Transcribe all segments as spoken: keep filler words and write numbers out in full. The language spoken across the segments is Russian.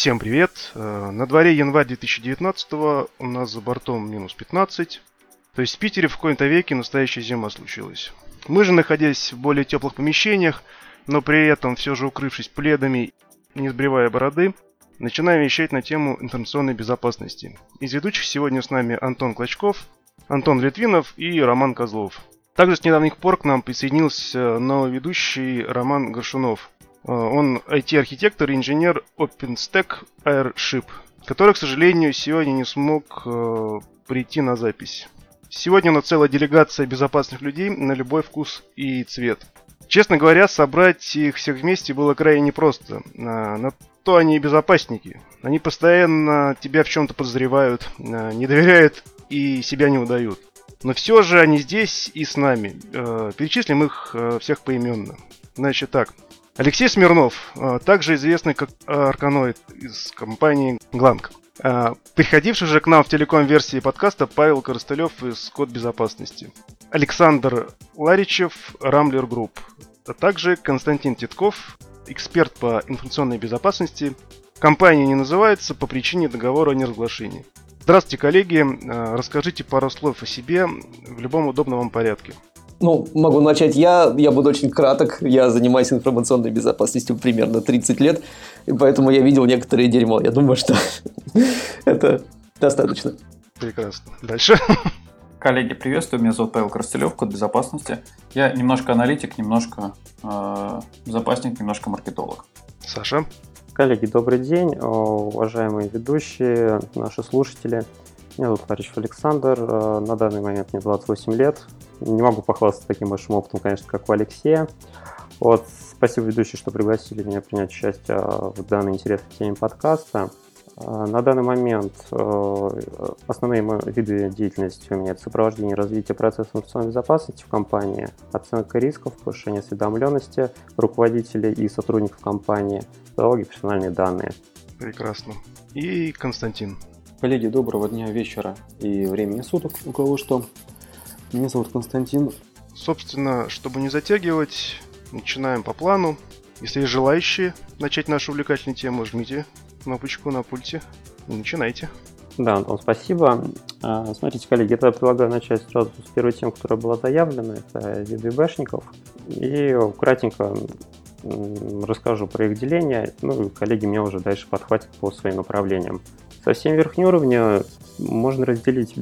Всем привет! На дворе январь две тысячи девятнадцатого, у нас за бортом минус пятнадцать. То есть в Питере в какой-то веке настоящая зима случилась. Мы же, находясь в более теплых помещениях, но при этом все же укрывшись пледами, не сбривая бороды, начинаем вещать на тему информационной безопасности. Из ведущих сегодня с нами Антон Клочков, Антон Литвинов и Роман Козлов. Также с недавних пор к нам присоединился новый ведущий Роман Горшунов. Он ай ти-архитектор и инженер OpenStack Airship, который, к сожалению, сегодня не смог э, прийти на запись. Сегодня у нас целая делегация безопасных людей на любой вкус и цвет. Честно говоря, собрать их всех вместе было крайне непросто. На, на то они и безопасники. Они постоянно тебя в чем-то подозревают, не доверяют и себя не удают. Но все же они здесь и с нами. Э, перечислим их э, всех поименно. Значит так. Алексей Смирнов, также известный как Арканоид из компании Гланг. Приходивший же к нам в телеком-версии подкаста Павел Коростылев из Код Безопасности. Александр Ларичев, Рамблер Групп. А также Константин Титков, эксперт по информационной безопасности. Компания не называется по причине договора о неразглашении. Здравствуйте, коллеги. Расскажите пару слов о себе в любом удобном вам порядке. Ну, могу начать я, я буду очень краток, я занимаюсь информационной безопасностью примерно тридцать лет, и поэтому я видел некоторые дерьмо, я думаю, что это достаточно. Прекрасно. Дальше. Коллеги, приветствую, меня зовут Павел Коростылев, Код Безопасности. Я немножко аналитик, немножко э, безопасник, немножко маркетолог. Саша. Коллеги, добрый день, уважаемые ведущие, наши слушатели. Меня зовут Ларичев Александр, на данный момент мне двадцать восемь лет. Не могу похвастаться таким большим опытом, конечно, как у Алексея. Вот, спасибо, ведущие, что пригласили меня принять участие в данной интересной теме подкаста. На данный момент основные мои виды деятельности у меня — это сопровождение развития процесса информационной безопасности в компании, оценка рисков, повышение осведомленности руководителей и сотрудников компании, методологии, персональные данные. Прекрасно. И Константин. Коллеги, доброго дня, вечера и времени суток, у кого что. Меня зовут Константин. Собственно, чтобы не затягивать, начинаем по плану. Если есть желающие начать нашу увлекательную тему, жмите кнопочку на пульте и начинайте. Да, Антон, спасибо. Смотрите, коллеги, я предлагаю начать сразу с первой темы, которая была заявлена. Это виды бэшников. И кратенько расскажу про их деление. Ну, и коллеги меня уже дальше подхватят по своим направлениям. Совсем верхнего уровня можно разделить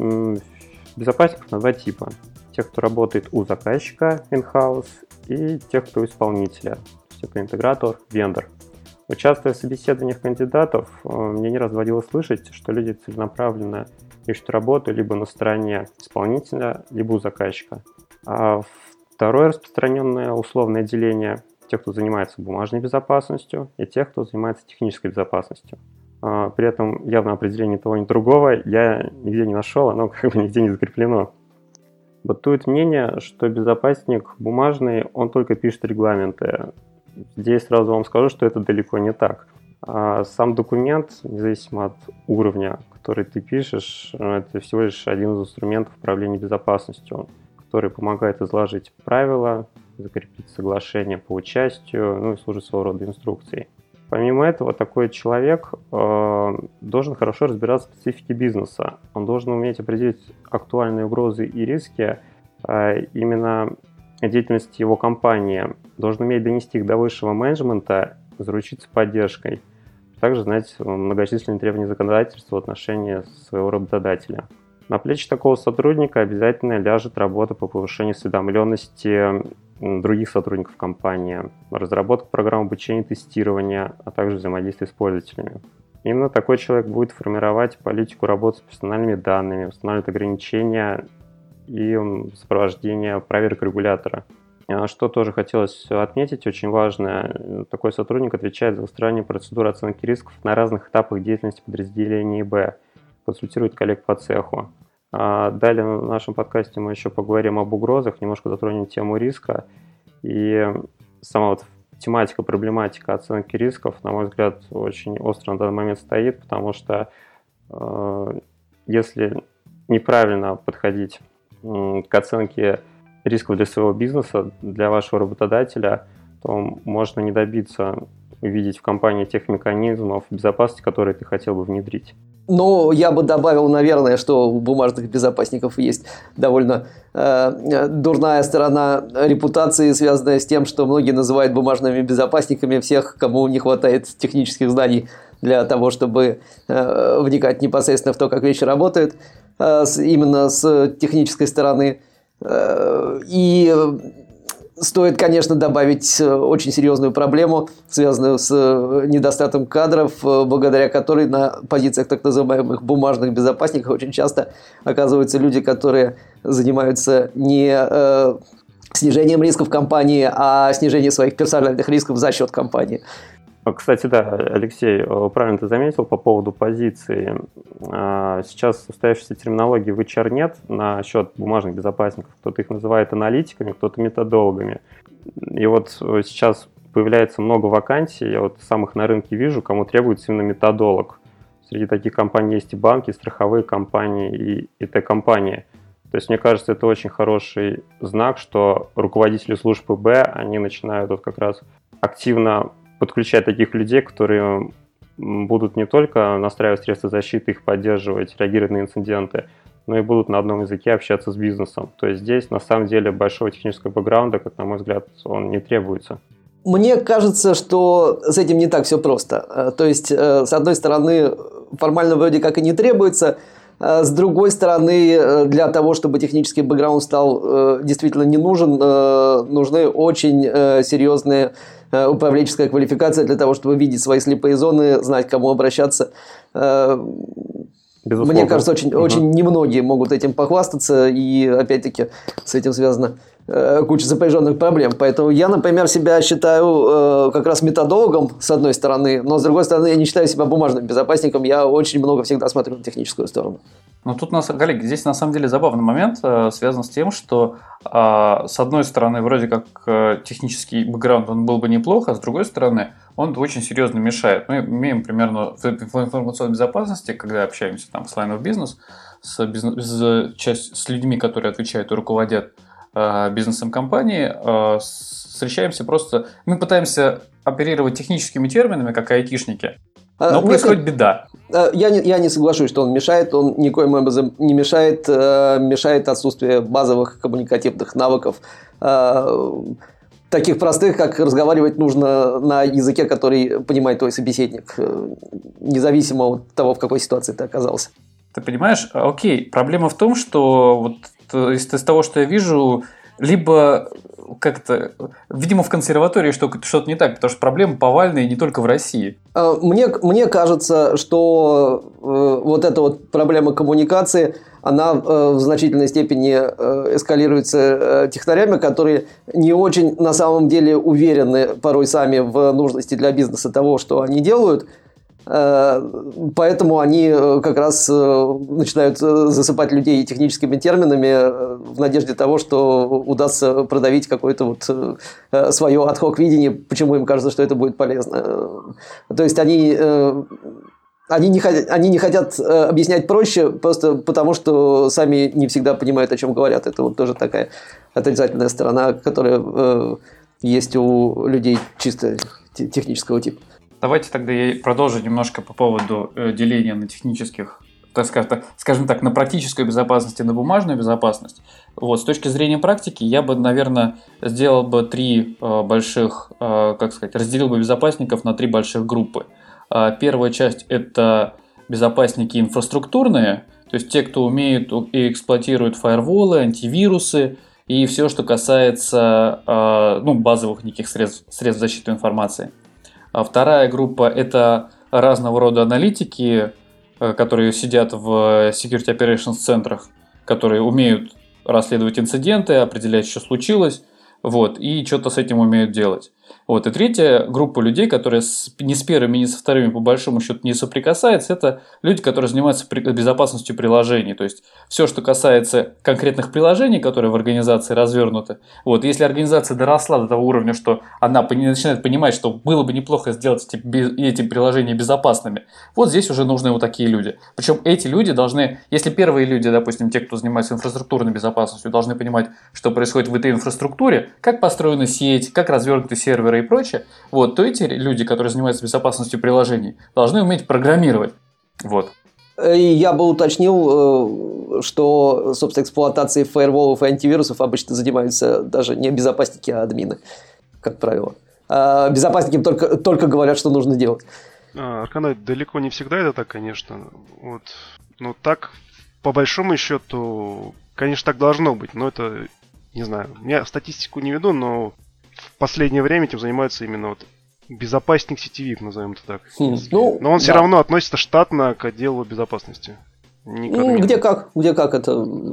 безопасников на два типа. Тех, кто работает у заказчика in-house, и тех, кто у исполнителя. То есть это интегратор, вендор. Участвуя в собеседованиях кандидатов, мне не раз доводилось слышать, что люди целенаправленно ищут работу либо на стороне исполнителя, либо у заказчика. А второе распространенное условное деление — тех, кто занимается бумажной безопасностью, и тех, кто занимается технической безопасностью. При этом явно определение того и другого я нигде не нашел, оно как бы нигде не закреплено. Бытует мнение, что безопасник бумажный, он только пишет регламенты. Здесь сразу вам скажу, что это далеко не так. Сам документ, независимо от уровня, который ты пишешь, это всего лишь один из инструментов управления безопасностью, который помогает изложить правила, закрепить соглашение по участию, ну и служит своего рода инструкцией. Помимо этого, такой человек э, должен хорошо разбираться в специфике бизнеса. Он должен уметь определить актуальные угрозы и риски э, именно деятельности его компании. Должен уметь донести их до высшего менеджмента, заручиться поддержкой. Также знать многочисленные требования законодательства в отношении своего работодателя. На плечи такого сотрудника обязательно ляжет работа по повышению осведомленности других сотрудников компании, разработка программ обучения и тестирования, а также взаимодействие с пользователями. Именно такой человек будет формировать политику работы с персональными данными, устанавливать ограничения и сопровождение проверок регулятора. Что тоже хотелось отметить, очень важно, такой сотрудник отвечает за выстраивание процедуры оценки рисков на разных этапах деятельности подразделения ИБ, консультирует коллег по цеху. Далее в нашем подкасте мы еще поговорим об угрозах, немножко затронем тему риска. И сама вот тематика, проблематика оценки рисков, на мой взгляд, очень остро на данный момент стоит, потому что э, если неправильно подходить э, к оценке рисков для своего бизнеса, для вашего работодателя, то можно не добиться увидеть в компании тех механизмов безопасности, которые ты хотел бы внедрить. Ну, я бы добавил, наверное, что у бумажных безопасников есть довольно э, дурная сторона репутации, связанная с тем, что многие называют бумажными безопасниками всех, кому не хватает технических знаний для того, чтобы э, вникать непосредственно в то, как вещи работают, э, с, именно с технической стороны. Э, и стоит, конечно, добавить очень серьезную проблему, связанную с недостатком кадров, благодаря которой на позициях так называемых бумажных безопасников очень часто оказываются люди, которые занимаются не э, снижением рисков компании, а снижением своих персональных рисков за счет компании. Кстати, да, Алексей, правильно ты заметил по поводу позиции. Сейчас устоявшейся терминологии в эйч ар нет насчет бумажных безопасников. Кто-то их называет аналитиками, кто-то методологами. И вот сейчас появляется много вакансий, я вот сам их на рынке вижу, кому требуется именно методолог. Среди таких компаний есть и банки, и страховые компании, и ай ти-компании. То есть, мне кажется, это очень хороший знак, что руководители служб ИБ, они начинают вот как раз активно подключать таких людей, которые будут не только настраивать средства защиты, их поддерживать, реагировать на инциденты, но и будут на одном языке общаться с бизнесом. То есть здесь на самом деле большого технического бэкграунда, как на мой взгляд, он не требуется. Мне кажется, что с этим не так все просто. То есть, с одной стороны, формально вроде как и не требуется, с другой стороны, для того, чтобы технический бэкграунд стал действительно не нужен, нужны очень серьезные управленческая квалификация для того, чтобы видеть свои слепые зоны, знать, к кому обращаться. Безусловно. Мне кажется, очень, угу. очень немногие могут этим похвастаться, и опять-таки с этим связано э, куча сопряженных проблем. Поэтому я, например, себя считаю э, как раз методологом, с одной стороны, но с другой стороны, я не считаю себя бумажным безопасником, я очень много всегда смотрю на техническую сторону. Ну, тут, нас, коллеги, здесь на самом деле забавный момент, э, связан с тем, что э, с одной стороны, вроде как э, технический бэкграунд, он был бы неплохо, а с другой стороны, он очень серьезно мешает. Мы имеем примерно в информационной безопасности, когда общаемся там с line of business, с, бизнес, с, часть, с людьми, которые отвечают и руководят э, бизнесом компании, э, встречаемся просто... Мы пытаемся оперировать техническими терминами, как айтишники, но Мне происходит как... беда. Я не, я не соглашусь, что он мешает. Он никоим образом не мешает. Мешает отсутствие базовых коммуникативных навыков. Таких простых, как разговаривать нужно на языке, который понимает твой собеседник. Независимо от того, в какой ситуации ты оказался. Ты понимаешь? Окей. Проблема в том, что вот из, из того, что я вижу, либо как-то, видимо, в консерватории что-то не так, потому что проблемы повальные не только в России. Мне, мне кажется, что э, вот эта вот проблема коммуникации, она э, в значительной степени э, эскалируется э, технарями, которые не очень на самом деле уверены порой сами в нужности для бизнеса того, что они делают. Поэтому они как раз начинают засыпать людей техническими терминами в надежде того, что удастся продавить какое-то вот свое ад-хок видение, почему им кажется, что это будет полезно. То есть они, они, не, хотят, они не хотят объяснять проще, просто потому что сами не всегда понимают, о чем говорят. Это вот тоже такая отрицательная сторона, которая есть у людей чисто технического типа. Давайте тогда я продолжу немножко по поводу э, деления на технических, так скажем, скажем так, на практическую безопасность и на бумажную безопасность. Вот, с точки зрения практики, я бы, наверное, сделал бы три э, больших, э, как сказать, разделил бы безопасников на три больших группы. Э, первая часть – это безопасники инфраструктурные, то есть те, кто умеют и эксплуатируют фаерволы, антивирусы и все, что касается э, ну, базовых неких средств, средств защиты информации. А вторая группа – это разного рода аналитики, которые сидят в Security Operations центрах, которые умеют расследовать инциденты, определять, что случилось, вот, и что-то с этим умеют делать. Вот. И третья группа людей, которые с, ни с первыми, ни со вторыми по большому счету не соприкасаются, это люди, которые занимаются при, безопасностью приложений. То есть все, что касается конкретных приложений, которые в организации развернуты. Вот. Если организация доросла до того уровня, что она начинает понимать, что было бы неплохо сделать эти, эти приложения безопасными, вот здесь уже нужны вот такие люди. Причем эти люди должны, если первые люди, допустим, те, кто занимается инфраструктурной безопасностью, должны понимать, что происходит в этой инфраструктуре, как построена сеть, как развернуты серверы, серверы и прочее, вот, то эти люди, которые занимаются безопасностью приложений, должны уметь программировать. Вот. И я бы уточнил, что, собственно, эксплуатацией фаерволов и антивирусов обычно занимаются даже не безопасники, а админы, как правило. А безопасники только, только говорят, что нужно делать. А, Арканоид, далеко не всегда это так, конечно. Вот. Но так, по большому счету, конечно, так должно быть. Но это, не знаю, я статистику не веду, но в последнее время этим занимаются именно вот безопасник сетевик, назовем это так. Хм, ну, но он да. все равно относится штатно к отделу безопасности. Не к Ну, админу. где как, где как это...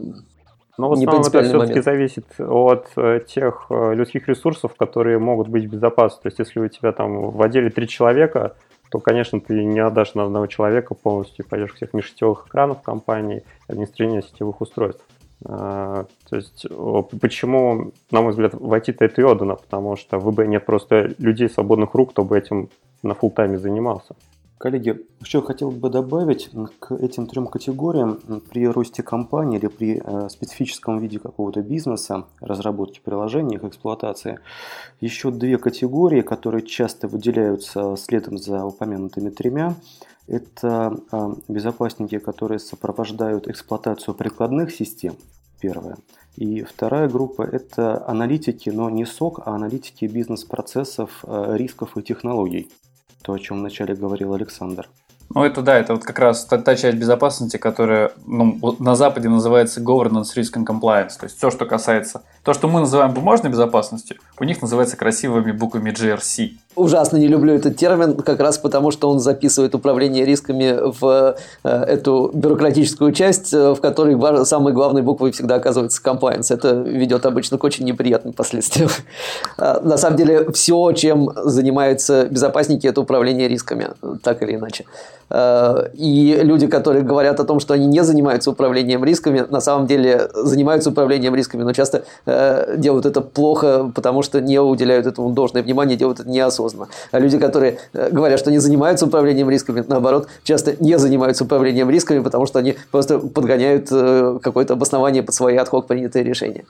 Но в Не основном это принципиальный все-таки момент. зависит от э, тех э, людских ресурсов, которые могут быть безопасны. То есть, если у тебя там в отделе три человека, то, конечно, ты не отдашь на одного человека полностью, пойдешь всех межсетевых экранов компании, администрирование сетевых устройств. А, то есть, о, почему, на мой взгляд, в ай ти-то это и отдано? Потому что в ИБ нет просто людей свободных рук, кто бы этим на фулл-тайме занимался. Коллеги, еще хотел бы добавить к этим трем категориям при росте компании или при э, специфическом виде какого-то бизнеса, разработки приложений, их эксплуатации, еще две категории, которые часто выделяются следом за упомянутыми тремя. Это э, безопасники, которые сопровождают эксплуатацию прикладных систем, первое. И вторая группа – это аналитики, но не сок, а аналитики бизнес-процессов, э, рисков и технологий. То, о чем вначале говорил Александр. Ну, это да, это вот как раз та, та часть безопасности, которая ну, на Западе называется governance, risk and compliance. То есть все, что касается... То, что мы называем бумажной безопасностью, у них называется красивыми буквами джи ар си. Ужасно не люблю этот термин, как раз потому, что он записывает управление рисками в э, эту бюрократическую часть, в которой важ- самой главной буквой всегда оказывается compliance. Это ведет обычно к очень неприятным последствиям. А, на самом деле, все, чем занимаются безопасники, это управление рисками, так или иначе. А, и люди, которые говорят о том, что они не занимаются управлением рисками, на самом деле занимаются управлением рисками, но часто э, делают это плохо, потому что не уделяют этому должное внимание, делают это неосознанно. А люди, которые говорят, что не занимаются управлением рисками, наоборот, часто не занимаются управлением рисками, потому что они просто подгоняют какое-то обоснование под свои ад-хок принятые решения.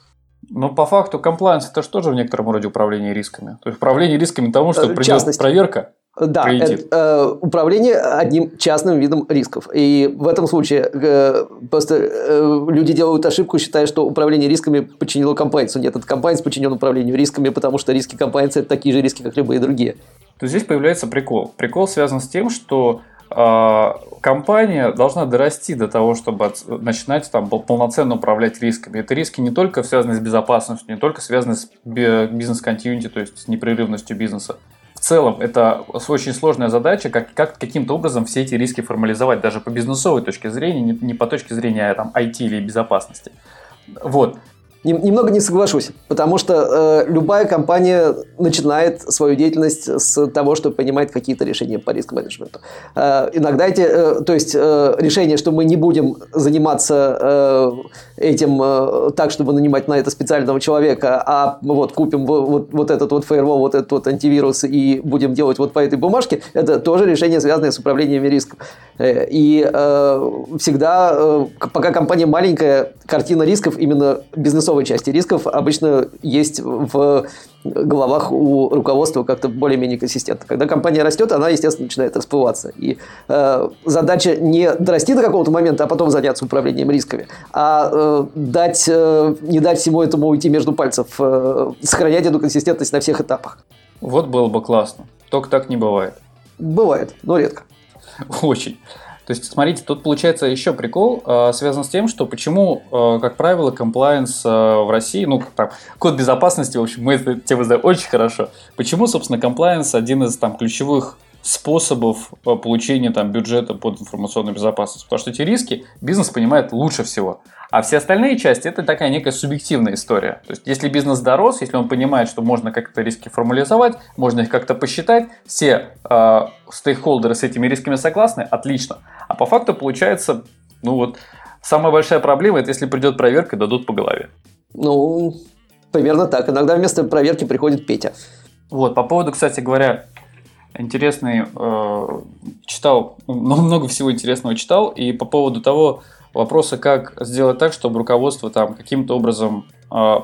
Но по факту комплайенс это же тоже в некотором роде управление рисками. То есть управление рисками тому, что придет Частности. проверка. Да, это, э, управление одним частным видом рисков. И в этом случае э, просто э, люди делают ошибку, считая, что управление рисками подчинено комплайенсу. Нет, это комплайенс подчинен управлению рисками, потому что риски комплайенса – это такие же риски, как любые другие. То здесь появляется прикол. Прикол связан с тем, что э, компания должна дорасти до того, чтобы от, начинать там, полноценно управлять рисками. Это риски не только связаны с безопасностью, не только связаны с бизнес-континьюти, то есть с непрерывностью бизнеса. В целом, это очень сложная задача, как, как каким-то образом все эти риски формализовать, даже по бизнесовой точке зрения, не, не по точке зрения там, ай ти или безопасности. Вот. Немного не соглашусь, потому что э, любая компания начинает свою деятельность с того, что принимает какие-то решения по риск-менеджменту. Э, иногда эти, э, то есть э, решение, что мы не будем заниматься э, этим э, так, чтобы нанимать на это специального человека, а вот купим вот, вот этот вот фаервол, вот этот вот антивирус и будем делать вот по этой бумажке, это тоже решение, связанное с управлением риском. Э, и э, всегда, э, пока компания маленькая, картина рисков именно бизнесовая части рисков обычно есть в головах у руководства как-то более-менее консистентно. Когда компания растет, она, естественно, начинает расплываться. И э, задача не дорасти до какого-то момента, а потом заняться управлением рисками, а э, дать, э, не дать всему этому уйти между пальцев, э, сохранять эту консистентность на всех этапах. Вот было бы классно. Только так не бывает. Бывает, но редко. Очень. То есть, смотрите, тут получается еще прикол, э, связан с тем, что почему, э, как правило, комплайенс э, в России, ну, там, код безопасности, в общем, мы эту тему знаем очень хорошо. Почему, собственно, комплайенс один из там ключевых способов э, получения там бюджета под информационную безопасность? Потому что эти риски бизнес понимает лучше всего. А все остальные части – это такая некая субъективная история. То есть, если бизнес дорос, если он понимает, что можно как-то риски формализовать, можно их как-то посчитать, все э, стейкхолдеры с этими рисками согласны, отлично. А по факту получается, ну вот, самая большая проблема – это если придет проверка, дадут по голове. Ну, примерно так. Иногда вместо проверки приходит Петя. Вот, по поводу, кстати говоря, интересный, э, читал, ну, много всего интересного читал, и по поводу того, вопроса, как сделать так, чтобы руководство там каким-то образом э,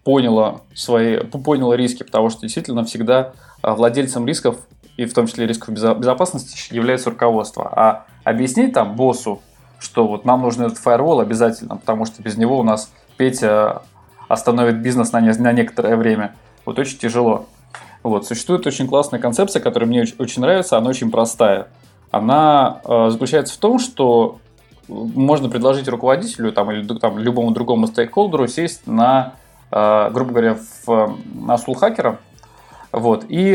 поняло, свои, поняло риски, потому что действительно всегда владельцем рисков, и в том числе рисков безопасности, является руководство. А объяснить там боссу, что вот нам нужен этот фаервол обязательно, потому что без него у нас Петя остановит бизнес на, не, на некоторое время, вот очень тяжело. Вот. Существует очень классная концепция, которая мне очень, очень нравится, она очень простая. Она э, заключается в том, что можно предложить руководителю там, или там, любому другому стейкхолдеру сесть на, э, грубо говоря, в, на стул хакера, вот, и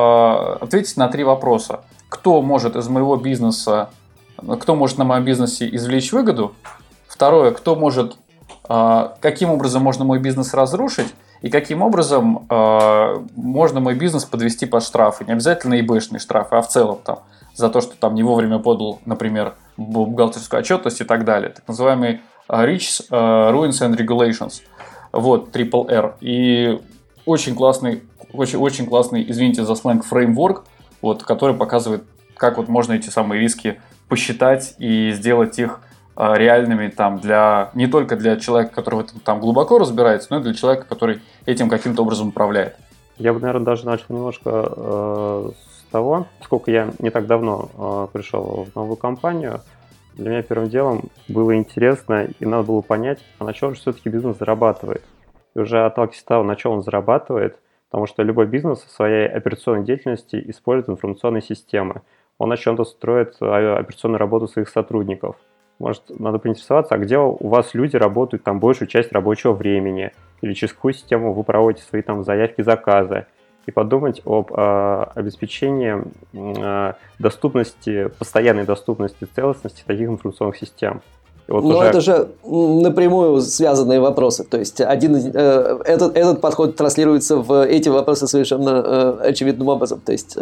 э, ответить на три вопроса. Кто может из моего бизнеса, кто может на моем бизнесе извлечь выгоду? Второе, кто может, э, каким образом можно мой бизнес разрушить? И каким образом э, можно мой бизнес подвести под штрафы? Не обязательно ИБшные штрафы, а в целом там, за то, что там не вовремя подал, например, бухгалтерскую отчетность и так далее. Так называемый Rich Rules and Regulations. Вот, Triple R. И очень классный, очень, очень классный, извините за сленг, фреймворк, вот, который показывает, как вот можно эти самые риски посчитать и сделать их реальными там, для, не только для человека, который в этом там глубоко разбирается, но и для человека, который этим каким-то образом управляет. Я бы, наверное, даже начал немножко э, с того, сколько я не так давно э, пришел в новую компанию. Для меня первым делом было интересно, и надо было понять, а на чем же все-таки бизнес зарабатывает. И уже отталкиваясь от того, на чем он зарабатывает, потому что любой бизнес в своей операционной деятельности использует информационные системы. Он на чем-то строит операционную работу своих сотрудников. Может, надо поинтересоваться, а где у вас люди работают там большую часть рабочего времени, или через какую систему вы проводите свои там заявки, заказы, и подумать об э, обеспечении э, доступности, постоянной доступности, целостности таких информационных систем. Вот Но уже... это же напрямую связанные вопросы. То есть один, э, этот, этот подход транслируется в эти вопросы совершенно э, очевидным образом. То есть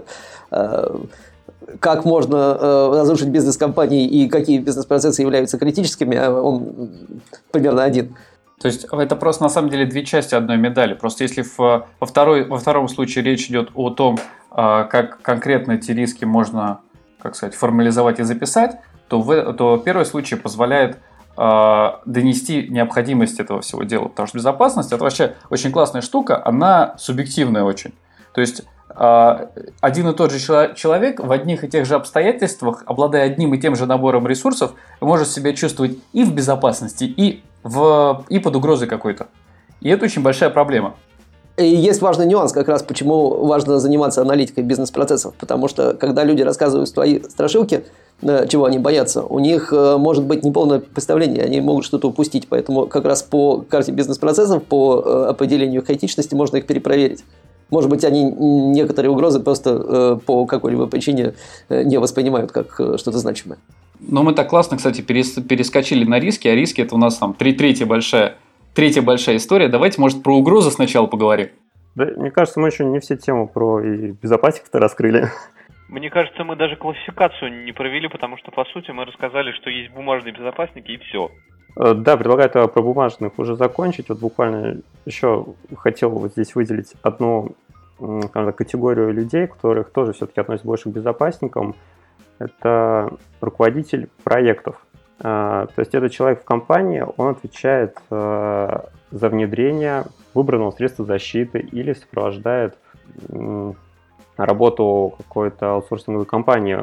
э, как можно э, разрушить бизнес компании и какие бизнес-процессы являются критическими, он примерно один. То есть это просто на самом деле две части одной медали. Просто если в, во, второй, во втором случае речь идет о том, э, как конкретно эти риски можно, как сказать, формализовать и записать, то, в, то первый случай позволяет э, донести необходимость этого всего дела. Потому что безопасность – это вообще очень классная штука, она субъективная очень. То есть э, один и тот же человек в одних и тех же обстоятельствах, обладая одним и тем же набором ресурсов, может себя чувствовать и в безопасности, и, в, и под угрозой какой-то. И это очень большая проблема. И есть важный нюанс, как раз почему важно заниматься аналитикой бизнес-процессов. Потому что, когда люди рассказывают свои страшилки, чего они боятся, у них может быть неполное представление, они могут что-то упустить. Поэтому как раз по карте бизнес-процессов, по определению критичности можно их перепроверить. Может быть, они некоторые угрозы просто по какой-либо причине не воспринимают как что-то значимое. Но мы так классно, кстати, перескочили на риски, а риски – это у нас там три, третья большая Третья большая история. Давайте, может, про угрозы сначала поговорим. Да, мне кажется, мы еще не все темы про и безопасников-то раскрыли. Мне кажется, мы даже классификацию не провели, потому что, по сути, мы рассказали, что есть бумажные безопасники, и все. Да, предлагаю тогда про бумажных уже закончить. Вот буквально еще хотел вот здесь выделить одну категорию людей, которых тоже все-таки относятся больше к безопасникам. Это руководитель проектов. То есть этот человек в компании, он отвечает за внедрение выбранного средства защиты или сопровождает работу какой-то аутсорсинговой компании.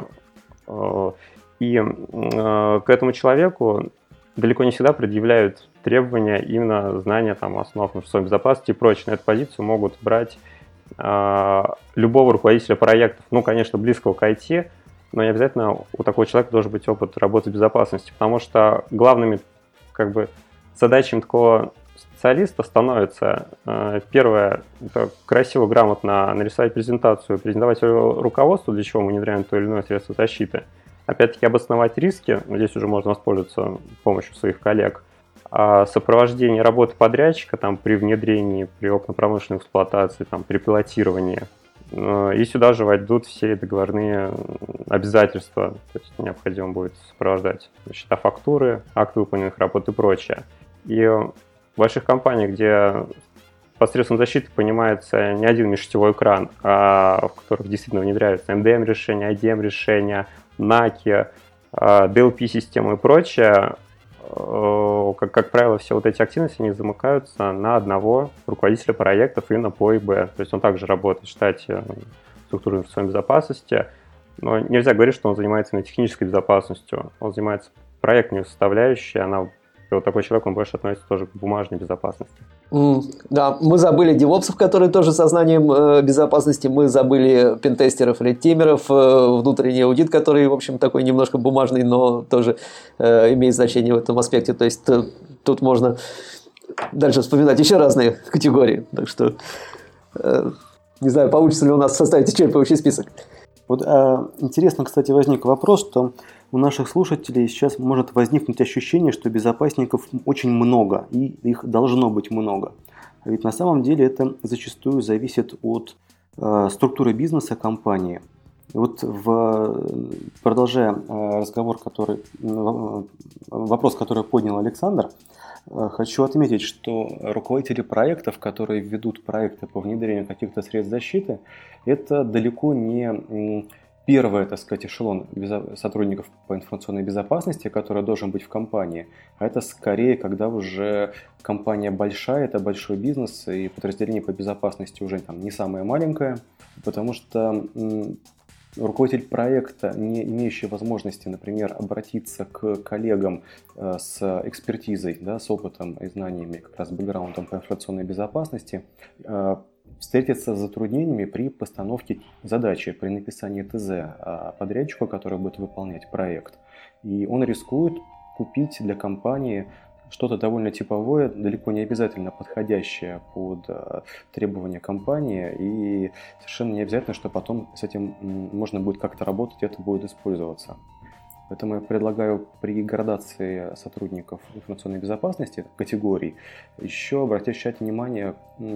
И к этому человеку далеко не всегда предъявляют требования именно знания там, основ информационной безопасности и прочее. На эту позицию могут брать любого руководителя проектов, ну, конечно, близкого к ай ти, но не обязательно у такого человека должен быть опыт работы в безопасности, потому что главными как бы, задачами такого специалиста становится, э, первое, это красиво, грамотно нарисовать презентацию, презентовать руководству, для чего мы внедряем то или иное средство защиты. Опять-таки обосновать риски, здесь уже можно воспользоваться помощью своих коллег, а сопровождение работы подрядчика там, при внедрении, при окно-промышленной эксплуатации, там, при пилотировании. И сюда же войдут все договорные обязательства, то есть необходимо будет сопровождать счета, фактуры, акты выполненных работ и прочее. И в больших компаниях, где посредством защиты понимается не один межсетевой экран, а в которых действительно внедряются эм дэ эм-решения, ай ди эм-решения, наки, ди эл пи-системы и прочее, как, как правило, все вот эти активности, они замыкаются на одного руководителя проектов именно по ИБ. То есть он также работает в штате структуры информационной безопасности, но нельзя говорить, что он занимается именно технической безопасностью. Он занимается проектной составляющей, она, вот такой человек, он больше относится тоже к бумажной безопасности. Mm, да, мы забыли девопсов, которые тоже со знанием э, безопасности, мы забыли пентестеров, редтимеров, э, внутренний аудит, который, в общем, такой немножко бумажный, но тоже э, имеет значение в этом аспекте. То есть э, тут можно дальше вспоминать еще разные категории. Так что э, не знаю, получится ли у нас составить исчерпывающий список. Вот а, интересно, кстати, возник вопрос, что у наших слушателей сейчас может возникнуть ощущение, что безопасников очень много, и их должно быть много. А ведь на самом деле это зачастую зависит от э, структуры бизнеса компании. Вот в, продолжая э, разговор, который, э, вопрос, который поднял Александр, э, хочу отметить, что руководители проектов, которые ведут проекты по внедрению каких-то средств защиты, это далеко не первый, так сказать, эшелон сотрудников по информационной безопасности, который должен быть в компании, а это скорее, когда уже компания большая, это большой бизнес, и подразделение по безопасности уже там не самое маленькое, потому что руководитель проекта, не имеющий возможности, например, обратиться к коллегам с экспертизой, да, с опытом и знаниями, как раз бэкграундом по информационной безопасности, встретиться с затруднениями при постановке задачи, при написании ТЗ подрядчику, который будет выполнять проект. И он рискует купить для компании что-то довольно типовое, далеко не обязательно подходящее под требования компании, и совершенно не обязательно, что потом с этим можно будет как-то работать, это будет использоваться. Поэтому я предлагаю при градации сотрудников информационной безопасности, категорий, еще обращать внимание,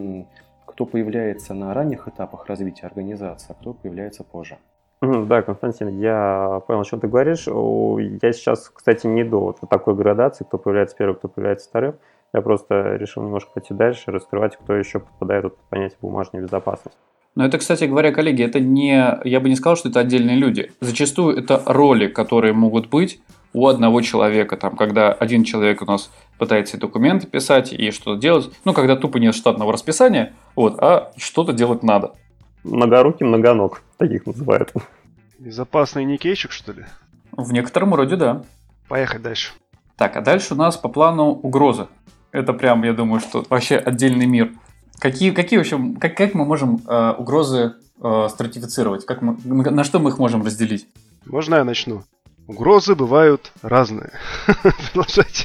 кто появляется на ранних этапах развития организации, а кто появляется позже. Да, Константин, я понял, о чем ты говоришь. Я сейчас, кстати, не до вот такой градации, кто появляется первым, кто появляется вторым. Я просто решил немножко пойти дальше, раскрывать, кто еще попадает под понятие бумажной безопасности. Но это, кстати говоря, коллеги, это не, я бы не сказал, что это отдельные люди. Зачастую это роли, которые могут быть у одного человека. Там, когда один человек у нас пытается документы писать и что-то делать, ну, когда тупо нет штатного расписания, вот, а что-то делать надо. Многорукий, многоног, таких называют. Безопасный никейчик, что ли? В некотором роде, да. Поехать дальше. Так, а дальше у нас по плану угрозы. Это прям, я думаю, что вообще отдельный мир. Какие, какие вообще, как, как мы можем э, угрозы э, стратифицировать? Как мы, на что мы их можем разделить? Можно я начну? Угрозы бывают разные. Продолжайте.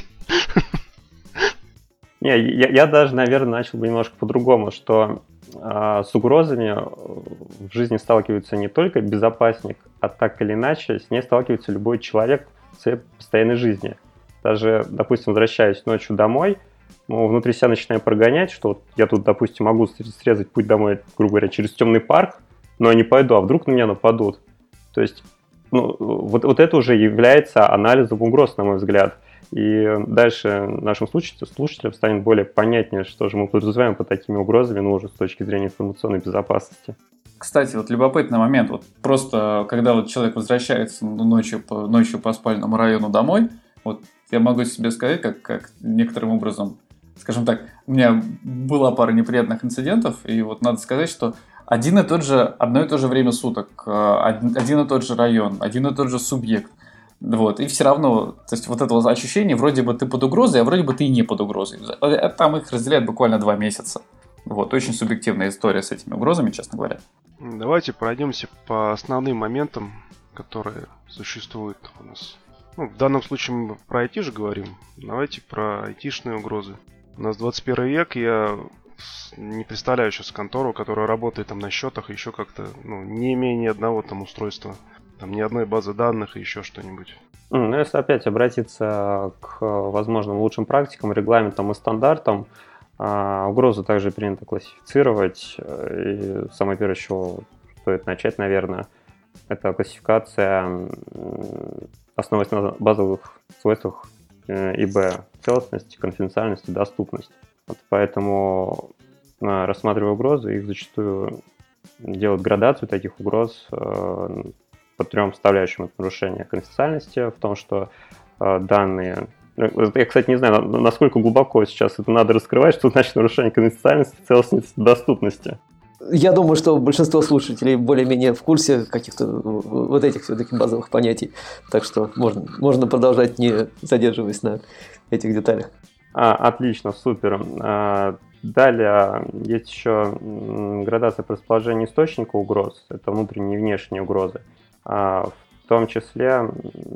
Не, я, я даже, наверное, начал бы немножко по-другому, что э, с угрозами в жизни сталкивается не только безопасник, а так или иначе с ней сталкивается любой человек в своей постоянной жизни. Даже, допустим, возвращаясь ночью домой, ну, внутри себя начинаю прогонять, что вот я тут, допустим, могу срезать путь домой, грубо говоря, через темный парк, но я не пойду, а вдруг на меня нападут. То есть ну, вот, вот это уже является анализом угроз, на мой взгляд. И дальше нашим слушателям станет более понятнее, что же мы подразумеваем под такими угрозами, ну, уже с точки зрения информационной безопасности. Кстати, вот любопытный момент. Вот просто когда вот человек возвращается ночью по, ночью по спальному району домой, вот я могу себе сказать, как, как некоторым образом, скажем так, у меня была пара неприятных инцидентов, и вот надо сказать, что один и тот же, одно и то же время суток, один и тот же район, один и тот же субъект. Вот, и все равно, то есть вот это вот ощущение, вроде бы ты под угрозой, а вроде бы ты и не под угрозой. Там их разделяют буквально два месяца. Вот, очень субъективная история с этими угрозами, честно говоря. Давайте пройдемся по основным моментам, которые существуют у нас. Ну, в данном случае мы про ай ти же говорим. Давайте про айтишные угрозы. У нас двадцать первый век, я не представляю сейчас контору, которая работает там на счетах, еще как-то, ну, не имея ни одного там устройства. Там ни одной базы данных и еще что-нибудь. Ну, если опять обратиться к возможным лучшим практикам, регламентам и стандартам, угрозы также принято классифицировать. И самое первое, с чего стоит начать, наверное, это классификация, основываясь на базовых свойствах ИБ: целостность, конфиденциальность и доступность. Вот поэтому, рассматривая угрозы, их зачастую делают градацию таких угроз по трем составляющим: это нарушение конфиденциальности, в том, что э, данные Я, кстати, не знаю, насколько глубоко сейчас это надо раскрывать, что значит нарушение конфиденциальности, целостности, доступности. Я думаю, что большинство слушателей более-менее в курсе каких-то вот этих все-таки базовых понятий. Так что можно, можно продолжать, не задерживаясь на этих деталях. А, отлично, супер. А, далее есть еще градация по расположению источника угроз. Это внутренние и внешние угрозы. А, в том числе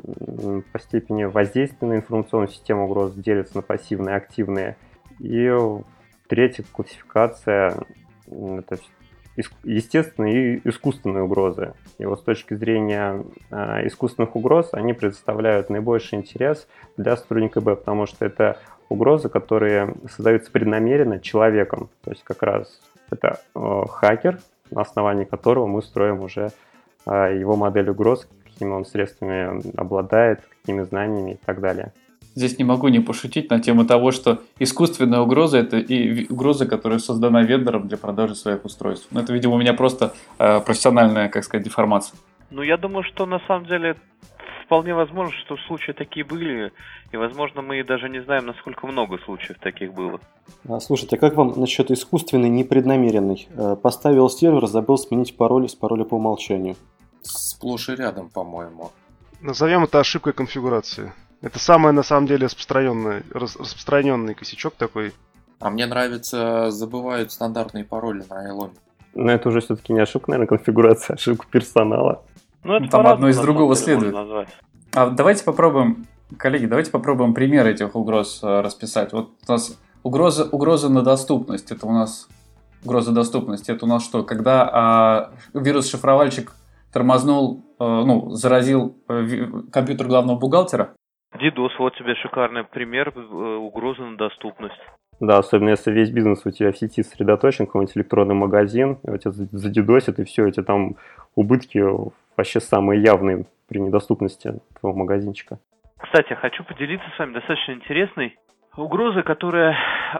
по степени воздействия на информационную систему угроз делятся на пассивные и активные. И третья классификация – это естественные и искусственные угрозы. И вот с точки зрения э, искусственных угроз, они представляют наибольший интерес для сотрудника ИБ, потому что это угрозы, которые создаются преднамеренно человеком. То есть как раз это э, хакер, на основании которого мы строим уже э, его модель угроз, какими он средствами обладает, какими знаниями и так далее. Здесь не могу не пошутить на тему того, что искусственная угроза – это и угроза, которая создана вендором для продажи своих устройств. Но это, видимо, у меня просто э, профессиональная, как сказать, деформация. Ну, я думаю, что на самом деле вполне возможно, что случаи такие были, и, возможно, мы даже не знаем, насколько много случаев таких было. Слушайте, а как вам насчет искусственный, непреднамеренный? Поставил сервер, забыл сменить пароль с пароля по умолчанию. Сплошь и рядом, по-моему. Назовем это ошибкой конфигурации. Это самый, на самом деле, распространенный, распространенный косячок такой. А мне нравится, забывают стандартные пароли на Айломе. Но это уже все-таки не ошибка, наверное, конфигурация, а ошибка персонала. Ну, это там одно из другого деле, следует. А давайте попробуем, коллеги, давайте попробуем пример этих угроз э, расписать. Вот у нас угроза, угроза на доступность. Это у нас угроза доступности. Это у нас что? Когда э, вирус-шифровальщик тормознул, э, ну, заразил э, компьютер главного бухгалтера. DDoS, вот тебе шикарный пример э, угрозы на доступность. Да, особенно если весь бизнес у тебя в сети сосредоточен, какой-нибудь электронный магазин, и у тебя задидосит, и все, эти там убытки вообще самые явные при недоступности твоего магазинчика. Кстати, хочу поделиться с вами достаточно интересной угрозой, которая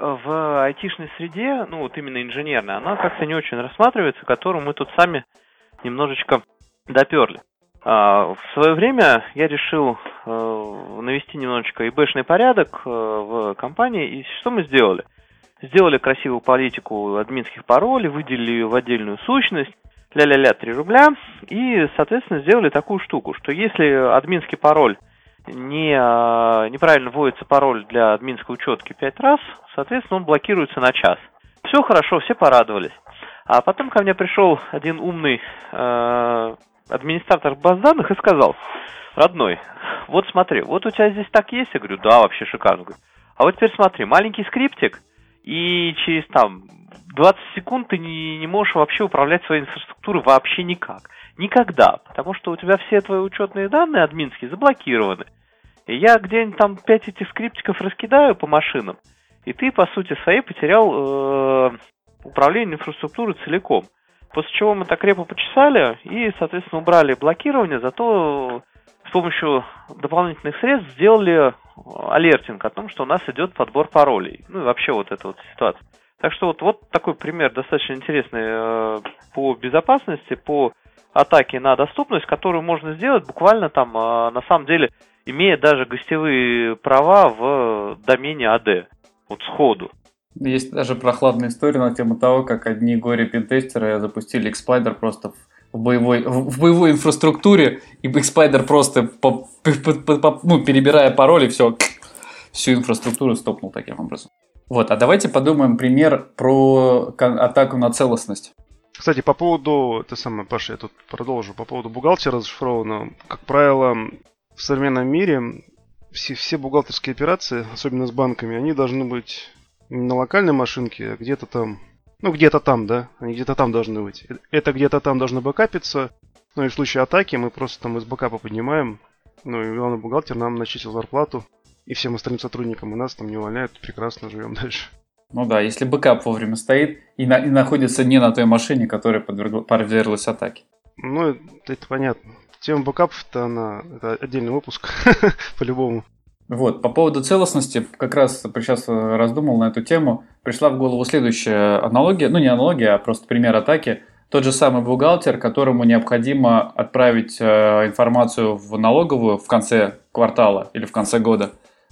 в айтишной среде, ну вот именно инженерная, она как-то не очень рассматривается, которую мы тут сами немножечко доперли. В свое время я решил навести немножечко ИБшный порядок в компании, и что мы сделали? Сделали красивую политику админских паролей, выделили ее в отдельную сущность, ля-ля-ля, три рубля, и, соответственно, сделали такую штуку, что если админский пароль не, неправильно вводится пароль для админской учетки пять раз, соответственно, он блокируется на час. Все хорошо, все порадовались. А потом ко мне пришел один умный э, администратор баз данных и сказал: родной, вот смотри, вот у тебя здесь так есть? Я говорю, да, вообще шикарно. Говорю, а вот теперь смотри, маленький скриптик, и через там двадцать секунд ты не, не можешь вообще управлять своей инфраструктурой вообще никак. Никогда. Потому что у тебя все твои учетные данные админские заблокированы. И я где-нибудь там пять этих скриптиков раскидаю по машинам, и ты, по сути своей, потерял э, управление инфраструктурой целиком. После чего мы так репу почесали и, соответственно, убрали блокирование, зато с помощью дополнительных средств сделали алертинг о том, что у нас идет подбор паролей. Ну и вообще вот эта вот ситуация. Так что вот, вот такой пример достаточно интересный э, по безопасности, по атаке на доступность, которую можно сделать буквально там, э, на самом деле, имея даже гостевые права в домене эй ди. Вот сходу. Есть даже прохладная история на тему того, как одни горе-пентестеры запустили X-Spider просто в боевой, в боевой инфраструктуре, и X-Spider просто, по, по, по, по, ну, перебирая пароли, все, всю инфраструктуру стопнул таким образом. Вот, а давайте подумаем пример про атаку на целостность. Кстати, по поводу, это самое, Паша, я тут продолжу, по поводу бухгалтера зашифрованного. Как правило, в современном мире все, все бухгалтерские операции, особенно с банками, они должны быть не на локальной машинке, а где-то там, ну где-то там, да, они где-то там должны быть. Это где-то там должно бэкапиться, ну и в случае атаки мы просто там из бэкапа поднимаем, ну и главный бухгалтер нам начислил зарплату, и всем остальным сотрудникам, и нас там не увольняют, прекрасно живем дальше. Ну да, если бэкап вовремя стоит и, на, и находится не на той машине, которая подверглась атаке. Ну, это, это понятно. Тема бэкапов-то она, это отдельный выпуск, по-любому. Вот, по поводу целостности, как раз сейчас раздумал на эту тему, пришла в голову следующая аналогия, ну не аналогия, а просто пример атаки. Тот же самый бухгалтер, которому необходимо отправить э, информацию в налоговую в конце квартала или в конце года,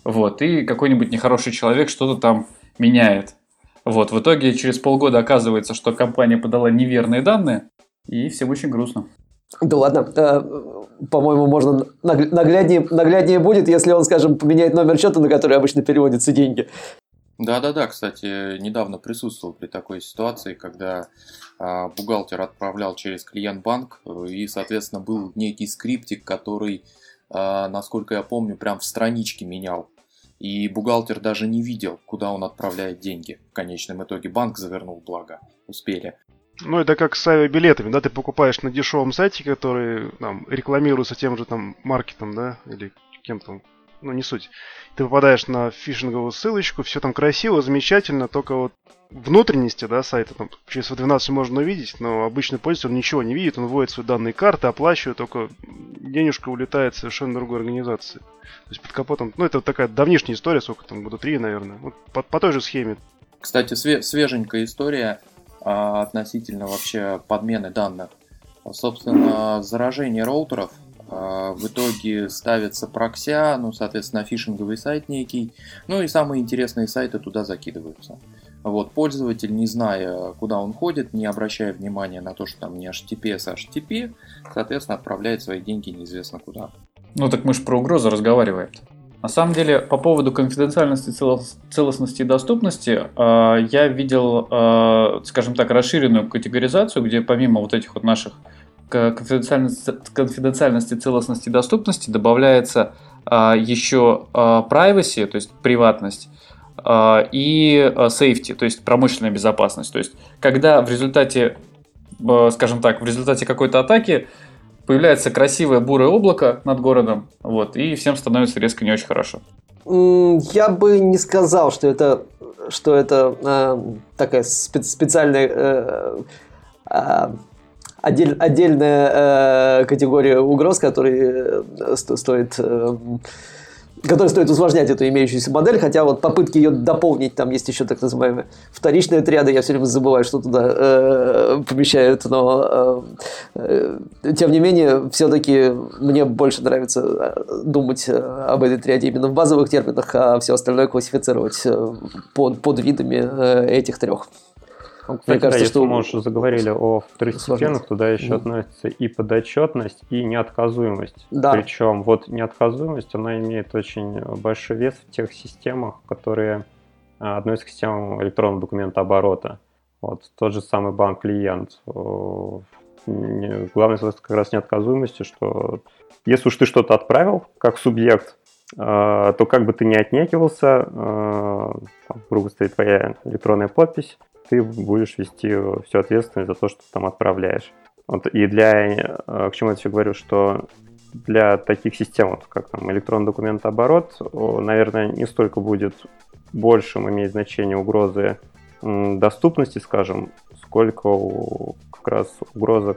вот, и какой-нибудь нехороший человек что-то там меняет. Вот, в итоге через полгода оказывается, что компания подала неверные данные, и всем очень грустно. Да ладно, по-моему, можно нагляднее, нагляднее будет, если он, скажем, поменяет номер счета, на который обычно переводятся деньги. Да-да-да, кстати, недавно присутствовал при такой ситуации, когда а, бухгалтер отправлял через клиент-банк, и, соответственно, был некий скриптик, который, а, насколько я помню, прям в страничке менял. И бухгалтер даже не видел, куда он отправляет деньги. В конечном итоге банк завернул, благо, успели. Ну, это как с авиабилетами, да, ты покупаешь на дешевом сайте, который там рекламируется тем же там маркетом, да, или кем-то, ну, не суть. Ты попадаешь на фишинговую ссылочку, все там красиво, замечательно, только вот внутренности, да, сайта там через эф двенадцать можно увидеть, но обычный пользователь он ничего не видит, он вводит свои данные карты, оплачивает, только денежка улетает в совершенно другой организации. То есть под капотом, ну, это такая давнишняя история, сколько там, года три, наверное, вот по, по той же схеме. Кстати, све- свеженькая история а, относительно вообще подмены данных. Собственно, заражение роутеров. В итоге ставится прокся, ну, соответственно, фишинговый сайт некий, ну и самые интересные сайты туда закидываются. Вот, пользователь, не зная, куда он ходит, не обращая внимания на то, что там не эйч ти ти пи эс, а эйч ти ти пи, соответственно, отправляет свои деньги неизвестно куда. Ну так мы же про угрозы разговариваем. На самом деле, по поводу конфиденциальности, целостности и доступности, я видел, скажем так, расширенную категоризацию, где помимо вот этих вот наших конфиденциальности, конфиденциальности, целостности и доступности добавляется а, еще а, privacy, то есть приватность, а, и а, safety, то есть промышленная безопасность. То есть когда в результате, а, скажем так, в результате какой-то атаки появляется красивое бурое облако над городом, вот, и всем становится резко не очень хорошо. Я бы не сказал, что это, что это э, такая спе- специальная... Э, э, Отдель, отдельная э, категория угроз, которые э, сто, стоит, э, которые стоит усложнять эту имеющуюся модель, хотя вот попытки ее дополнить, там есть еще так называемые вторичные отряды, я все время забываю, что туда э, помещают, но э, э, тем не менее, все-таки мне больше нравится думать об этой триаде именно в базовых терминах, а все остальное классифицировать под, под видами э, этих трех. Кстати, Мне кажется, да, что если мы уже заговорили о второстепенных, туда еще mm. относится и подотчетность, и неотказуемость. Да. Причем вот неотказуемость, она имеет очень большой вес в тех системах, которые относятся к системам электронного документооборота. Вот тот же самый банк-клиент. Главное свойство как раз неотказуемости, что если уж ты что-то отправил как субъект, то как бы ты ни отнекивался, там, грубо стоит твоя электронная подпись, ты будешь вести всю ответственность за то, что ты там отправляешь. Вот, и для, к чему я все говорю, что для таких систем, вот, как там электронный документооборот, наверное, не столько будет большим иметь значение угрозы доступности, скажем, сколько у, как раз угроза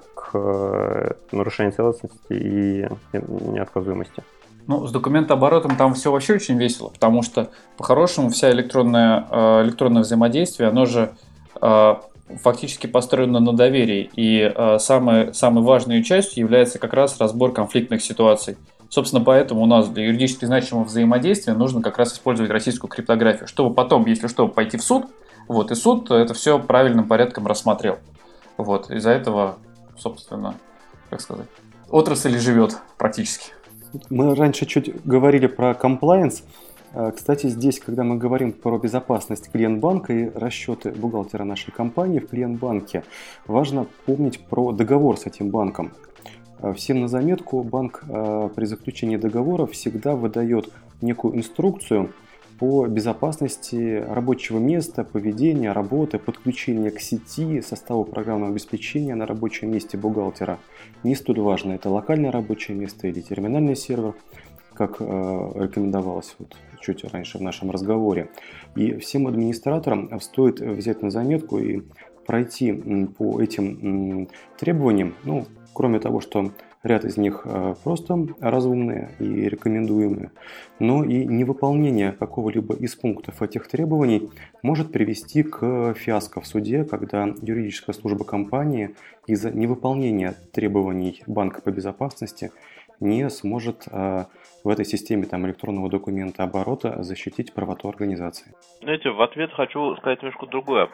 к нарушению целостности и неотказуемости. Ну, с документооборотом там все вообще очень весело, потому что, по-хорошему, вся электронная, электронное взаимодействие, оно же фактически построено на доверии, и самой, самой важной частью является как раз разбор конфликтных ситуаций. Собственно, поэтому у нас для юридически значимого взаимодействия нужно как раз использовать российскую криптографию, чтобы потом, если что, пойти в суд, вот, и суд это все правильным порядком рассмотрел. Вот, из-за этого, собственно, как сказать, отрасль живет практически. Мы раньше чуть говорили про compliance. Кстати, здесь, когда мы говорим про безопасность клиент-банка и расчеты бухгалтера нашей компании в клиент-банке, важно помнить про договор с этим банком. Всем на заметку, банк при заключении договора всегда выдает некую инструкцию по безопасности рабочего места, поведения, работы, подключения к сети, составу программного обеспечения на рабочем месте бухгалтера. Не столь важно, это локальное рабочее место или терминальный сервер, как э, рекомендовалось вот чуть раньше в нашем разговоре. И всем администраторам стоит взять на заметку и пройти по этим требованиям, ну, кроме того, что ряд из них просто разумные и рекомендуемые, но и невыполнение какого-либо из пунктов этих требований может привести к фиаско в суде, когда юридическая служба компании из-за невыполнения требований банка по безопасности не сможет э, в этой системе там, электронного документа оборота защитить правоту организации. Знаете, в ответ хочу сказать немножко другое.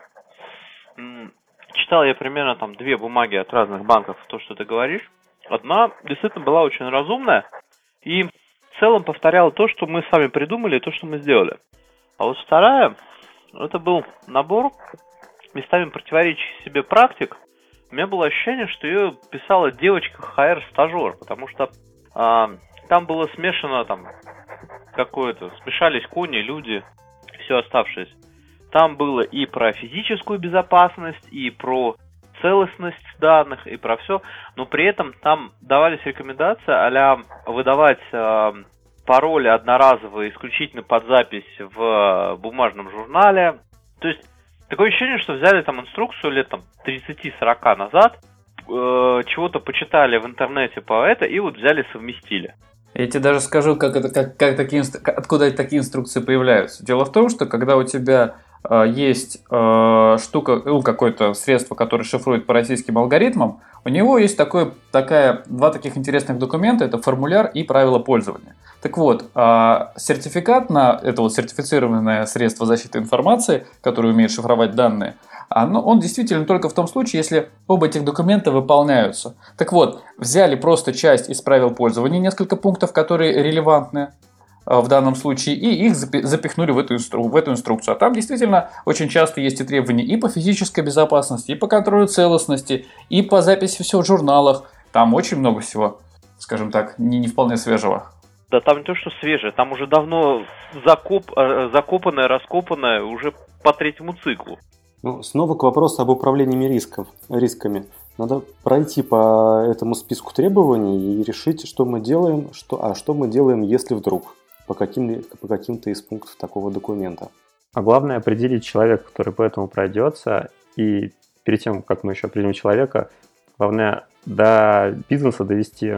Читал я примерно там две бумаги от разных банков, то, что ты говоришь. Одна действительно была очень разумная и в целом повторяла то, что мы сами придумали, и то, что мы сделали. А вот вторая, это был набор местами противоречащих себе практик. У меня было ощущение, что ее писала девочка эйч ар-стажер, потому что а, там было смешано там какое-то, смешались кони, люди, все оставшееся. Там было и про физическую безопасность, и про целостность данных, и про все, но при этом там давались рекомендации а-ля выдавать э, пароли одноразовые исключительно под запись в бумажном журнале. То есть такое ощущение, что взяли там инструкцию лет там тридцать-сорок назад, э, чего-то почитали в интернете по это, и вот взяли совместили. Я тебе даже скажу, как это, как, как такие, откуда такие инструкции появляются. Дело в том, что когда у тебя э, есть э, штука, ну, какое-то средство, которое шифрует по российским алгоритмам, у него есть такое, такая, два таких интересных документа, это формуляр и правила пользования. Так вот, э, сертификат на это вот сертифицированное средство защиты информации, которое умеет шифровать данные, оно, он действительно только в том случае, если оба этих документа выполняются. Так вот, взяли просто часть из правил пользования, несколько пунктов, которые релевантны в данном случае, и их запихнули в эту, инстру, в эту инструкцию. А там действительно очень часто есть и требования и по физической безопасности, и по контролю целостности, и по записи всего в журналах. Там очень много всего, скажем так, не, не вполне свежего. Да там не то, что свежее, там уже давно закоп, закопанное, раскопанное уже по третьему циклу. Ну, снова к вопросу об управлении рисков, рисками. Надо пройти по этому списку требований и решить, что мы делаем, что, а что мы делаем, если вдруг, по, каким, по каким-то из пунктов такого документа. А главное определить человека, который по этому пройдется, и перед тем, как мы еще определим человека, главное до бизнеса довести,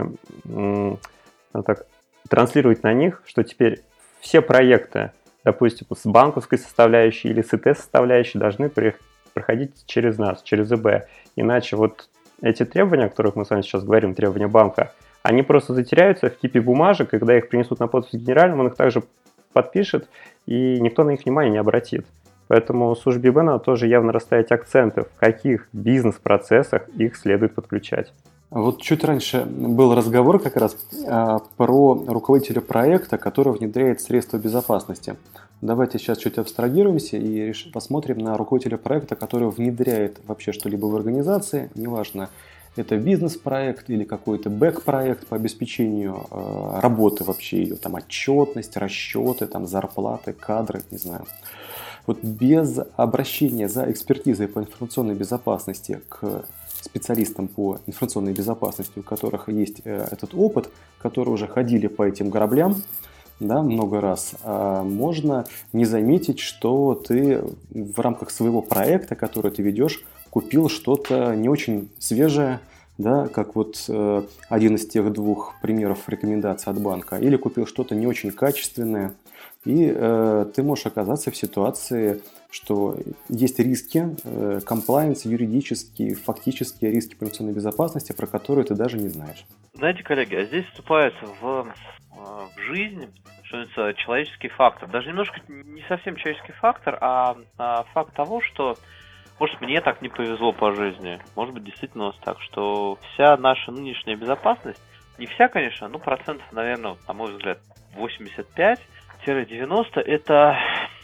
так, транслировать на них, что теперь все проекты, допустим, с банковской составляющей или с ИТ-составляющей должны проходить через нас, через ИБ. Иначе вот эти требования, о которых мы с вами сейчас говорим, требования банка, они просто затеряются в кипе бумажек, и когда их принесут на подпись генеральному, он их также подпишет, и никто на них внимания не обратит. Поэтому службе ИБ надо тоже явно расставить акценты, в каких бизнес-процессах их следует подключать. Вот чуть раньше был разговор как раз а, про руководителя проекта, который внедряет средства безопасности. Давайте сейчас чуть абстрагируемся и реш... посмотрим на руководителя проекта, который внедряет вообще что-либо в организации. Неважно, это бизнес-проект или какой-то бэк-проект по обеспечению э, работы вообще, ее там отчетность, расчеты, там, зарплаты, кадры, не знаю. Вот без обращения за экспертизой по информационной безопасности к специалистам по информационной безопасности, у которых есть э, этот опыт, которые уже ходили по этим граблям, да, много раз, а можно не заметить, что ты в рамках своего проекта, который ты ведешь, купил что-то не очень свежее, да, как вот э, один из тех двух примеров рекомендаций от банка, или купил что-то не очень качественное, и э, ты можешь оказаться в ситуации, что есть риски, э, комплаенс, юридические, фактические риски по информационной безопасности, про которые ты даже не знаешь. Знаете, коллеги, а здесь вступает в, в жизнь, что это человеческий фактор. Даже немножко не совсем человеческий фактор, а, а факт того, что, может, мне так не повезло по жизни, может быть, действительно у нас так, что вся наша нынешняя безопасность, не вся, конечно, но процентов, наверное, на мой взгляд, восемьдесят пять девяносто это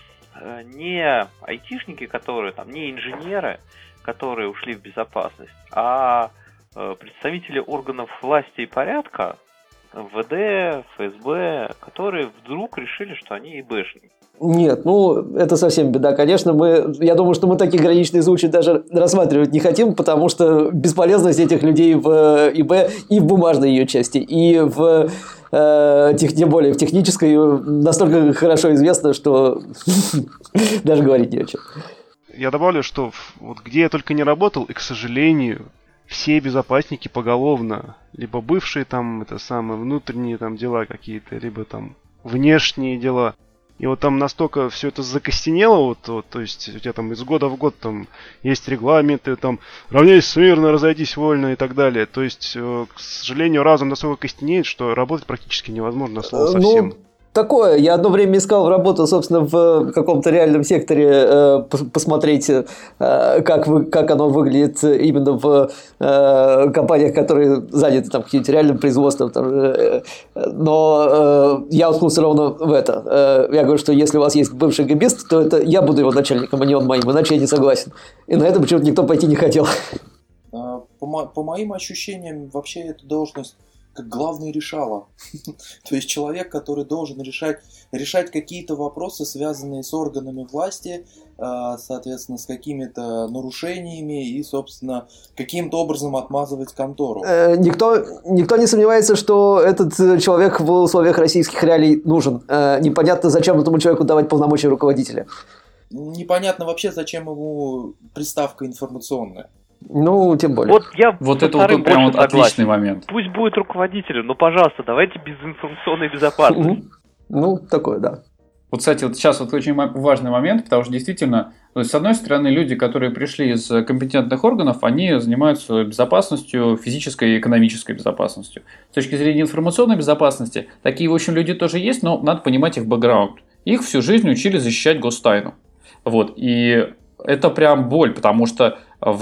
не айтишники, которые там, не инженеры, которые ушли в безопасность, а представители органов власти и порядка, эм вэ дэ, эф эс бэ, которые вдруг решили, что они ИБшники. Нет, ну, это совсем беда. Конечно, мы, я думаю, что мы такие граничные случаи даже рассматривать не хотим, потому что бесполезность этих людей в ИБ и в бумажной ее части, и в, э, тех, тем более в технической настолько хорошо известно, что даже говорить не о чем. Я добавлю, что вот где я только не работал, и, к сожалению, все безопасники поголовно, либо бывшие там, это самые внутренние там дела какие-то, либо там внешние дела, И вот там настолько все это закостенело, вот, вот, то есть у тебя там из года в год там есть регламенты, там равняйся смирно, разойдись вольно и так далее. То есть, э, к сожалению, разум настолько костенеет, что работать практически невозможно, слово совсем. Ну, такое. Я одно время искал работу, собственно, в каком-то реальном секторе, э, посмотреть, э, как, вы, как оно выглядит именно в э, компаниях, которые заняты там каким-то реальным производством. Там, э, но э, я уткнулся ровно в это. Э, я говорю, что если у вас есть бывший гибист, то это я буду его начальником, а не он моим, иначе я не согласен. И на это почему-то никто пойти не хотел. По, мо- по моим ощущениям, вообще эта должность как главный решала. То есть человек, который должен решать, решать какие-то вопросы, связанные с органами власти, соответственно, с какими-то нарушениями и, собственно, каким-то образом отмазывать контору. Никто, никто не сомневается, что этот человек в условиях российских реалий нужен. Непонятно, зачем этому человеку давать полномочия руководителя. Непонятно вообще, зачем ему приставка информационная. Ну, тем более. Вот я Вот со это вот вторым прям больше вот отличный согласен. момент. Пусть будет руководителем, но, пожалуйста, давайте без информационной безопасности. Ну, такое, да. Вот, кстати, вот сейчас вот очень важный момент, потому что действительно, то есть, с одной стороны, люди, которые пришли из компетентных органов, они занимаются безопасностью, физической и экономической безопасностью. С точки зрения информационной безопасности, такие, в общем, люди тоже есть, но надо понимать их бэкграунд. Их всю жизнь учили защищать гостайну. Вот, и это прям боль, потому что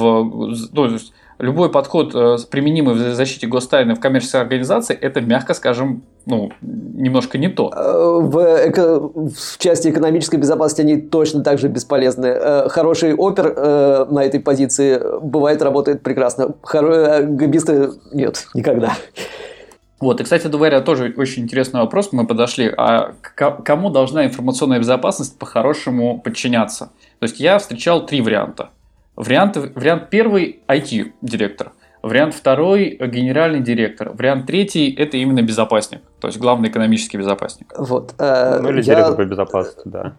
в, ну, любой подход, применимый в защите гостайны в коммерческой организации, это, мягко скажем, ну, немножко не то. В, эко... в части экономической безопасности они точно так же бесполезны. Хороший опер на этой позиции бывает работает прекрасно. Хоро... Габисты нет, никогда. Вот, и, кстати говоря, тоже очень интересный вопрос. Мы подошли, а к кому должна информационная безопасность по-хорошему подчиняться? То есть я встречал три варианта. Вариант, вариант первый – ай ти-директор. Вариант второй – генеральный директор. Вариант третий – это именно безопасник, то есть главный экономический безопасник. Вот, э, ну или я... директор по безопасности, да.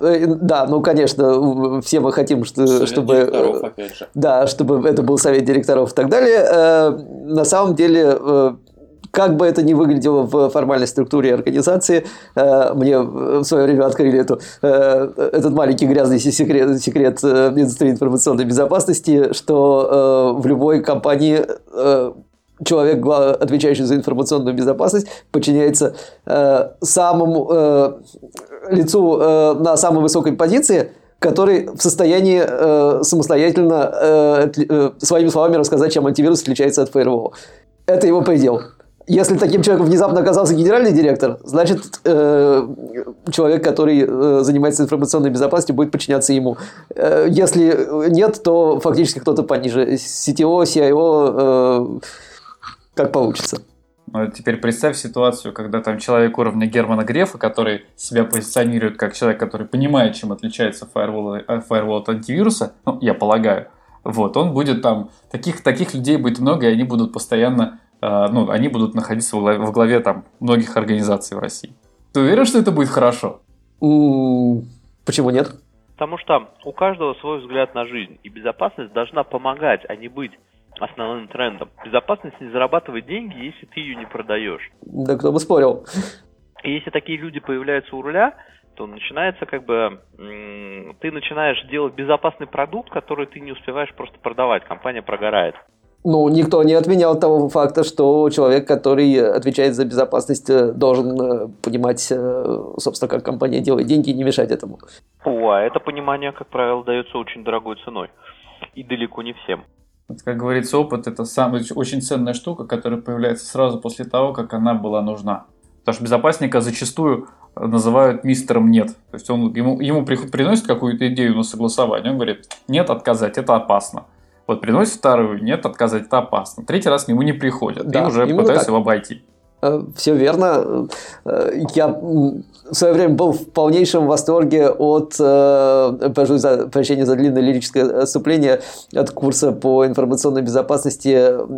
Да, ну, конечно, все мы хотим, что, Совет чтобы, директоров, опять же. Да, чтобы это был совет директоров и так далее. На самом деле, как бы это ни выглядело в формальной структуре организации, мне в свое время открыли эту, этот маленький грязный секрет, секрет индустрии информационной безопасности, что в любой компании человек, отвечающий за информационную безопасность, подчиняется самому лицу на самой высокой позиции, который в состоянии э, самостоятельно э, э, своими словами рассказать, чем антивирус отличается от фаервола. Это его предел. Если таким человеком внезапно оказался генеральный директор, значит, э, человек, который э, занимается информационной безопасностью, будет подчиняться ему. Э, если нет, то фактически кто-то пониже. си ти о, си ай о, э, как получится. Ну, теперь представь ситуацию, когда там человек уровня Германа Грефа, который себя позиционирует как человек, который понимает, чем отличается фаервол, фаервол от антивируса, ну, я полагаю, вот, он будет там, таких, таких людей будет много, и они будут постоянно, э, ну, они будут находиться во главе, во главе там многих организаций в России. Ты уверен, что это будет хорошо? М-м, почему нет? Потому что у каждого свой взгляд на жизнь, и безопасность должна помогать, а не быть основным трендом. Безопасность не зарабатывает деньги, если ты ее не продаешь. Да кто бы спорил. И если такие люди появляются у руля, то начинается как бы... М- ты начинаешь делать безопасный продукт, который ты не успеваешь просто продавать. Компания прогорает. Ну, никто не отменял того факта, что человек, который отвечает за безопасность, должен понимать, собственно, как компания делает деньги и не мешать этому. О, а это понимание, как правило, дается очень дорогой ценой. И далеко не всем. Как говорится, опыт – это самая очень ценная штука, которая появляется сразу после того, как она была нужна. Потому что безопасника зачастую называют мистером «нет». То есть он, ему, ему приносит какую-то идею на согласование, он говорит «нет, отказать, это опасно». Вот приносит вторую «нет, отказать, это опасно». Третий раз к нему не приходят, да, и уже пытаются его обойти. Все верно. Я в свое время был в полнейшем восторге от, прошу за прощения за длинное лирическое отступление, от курса по информационной безопасности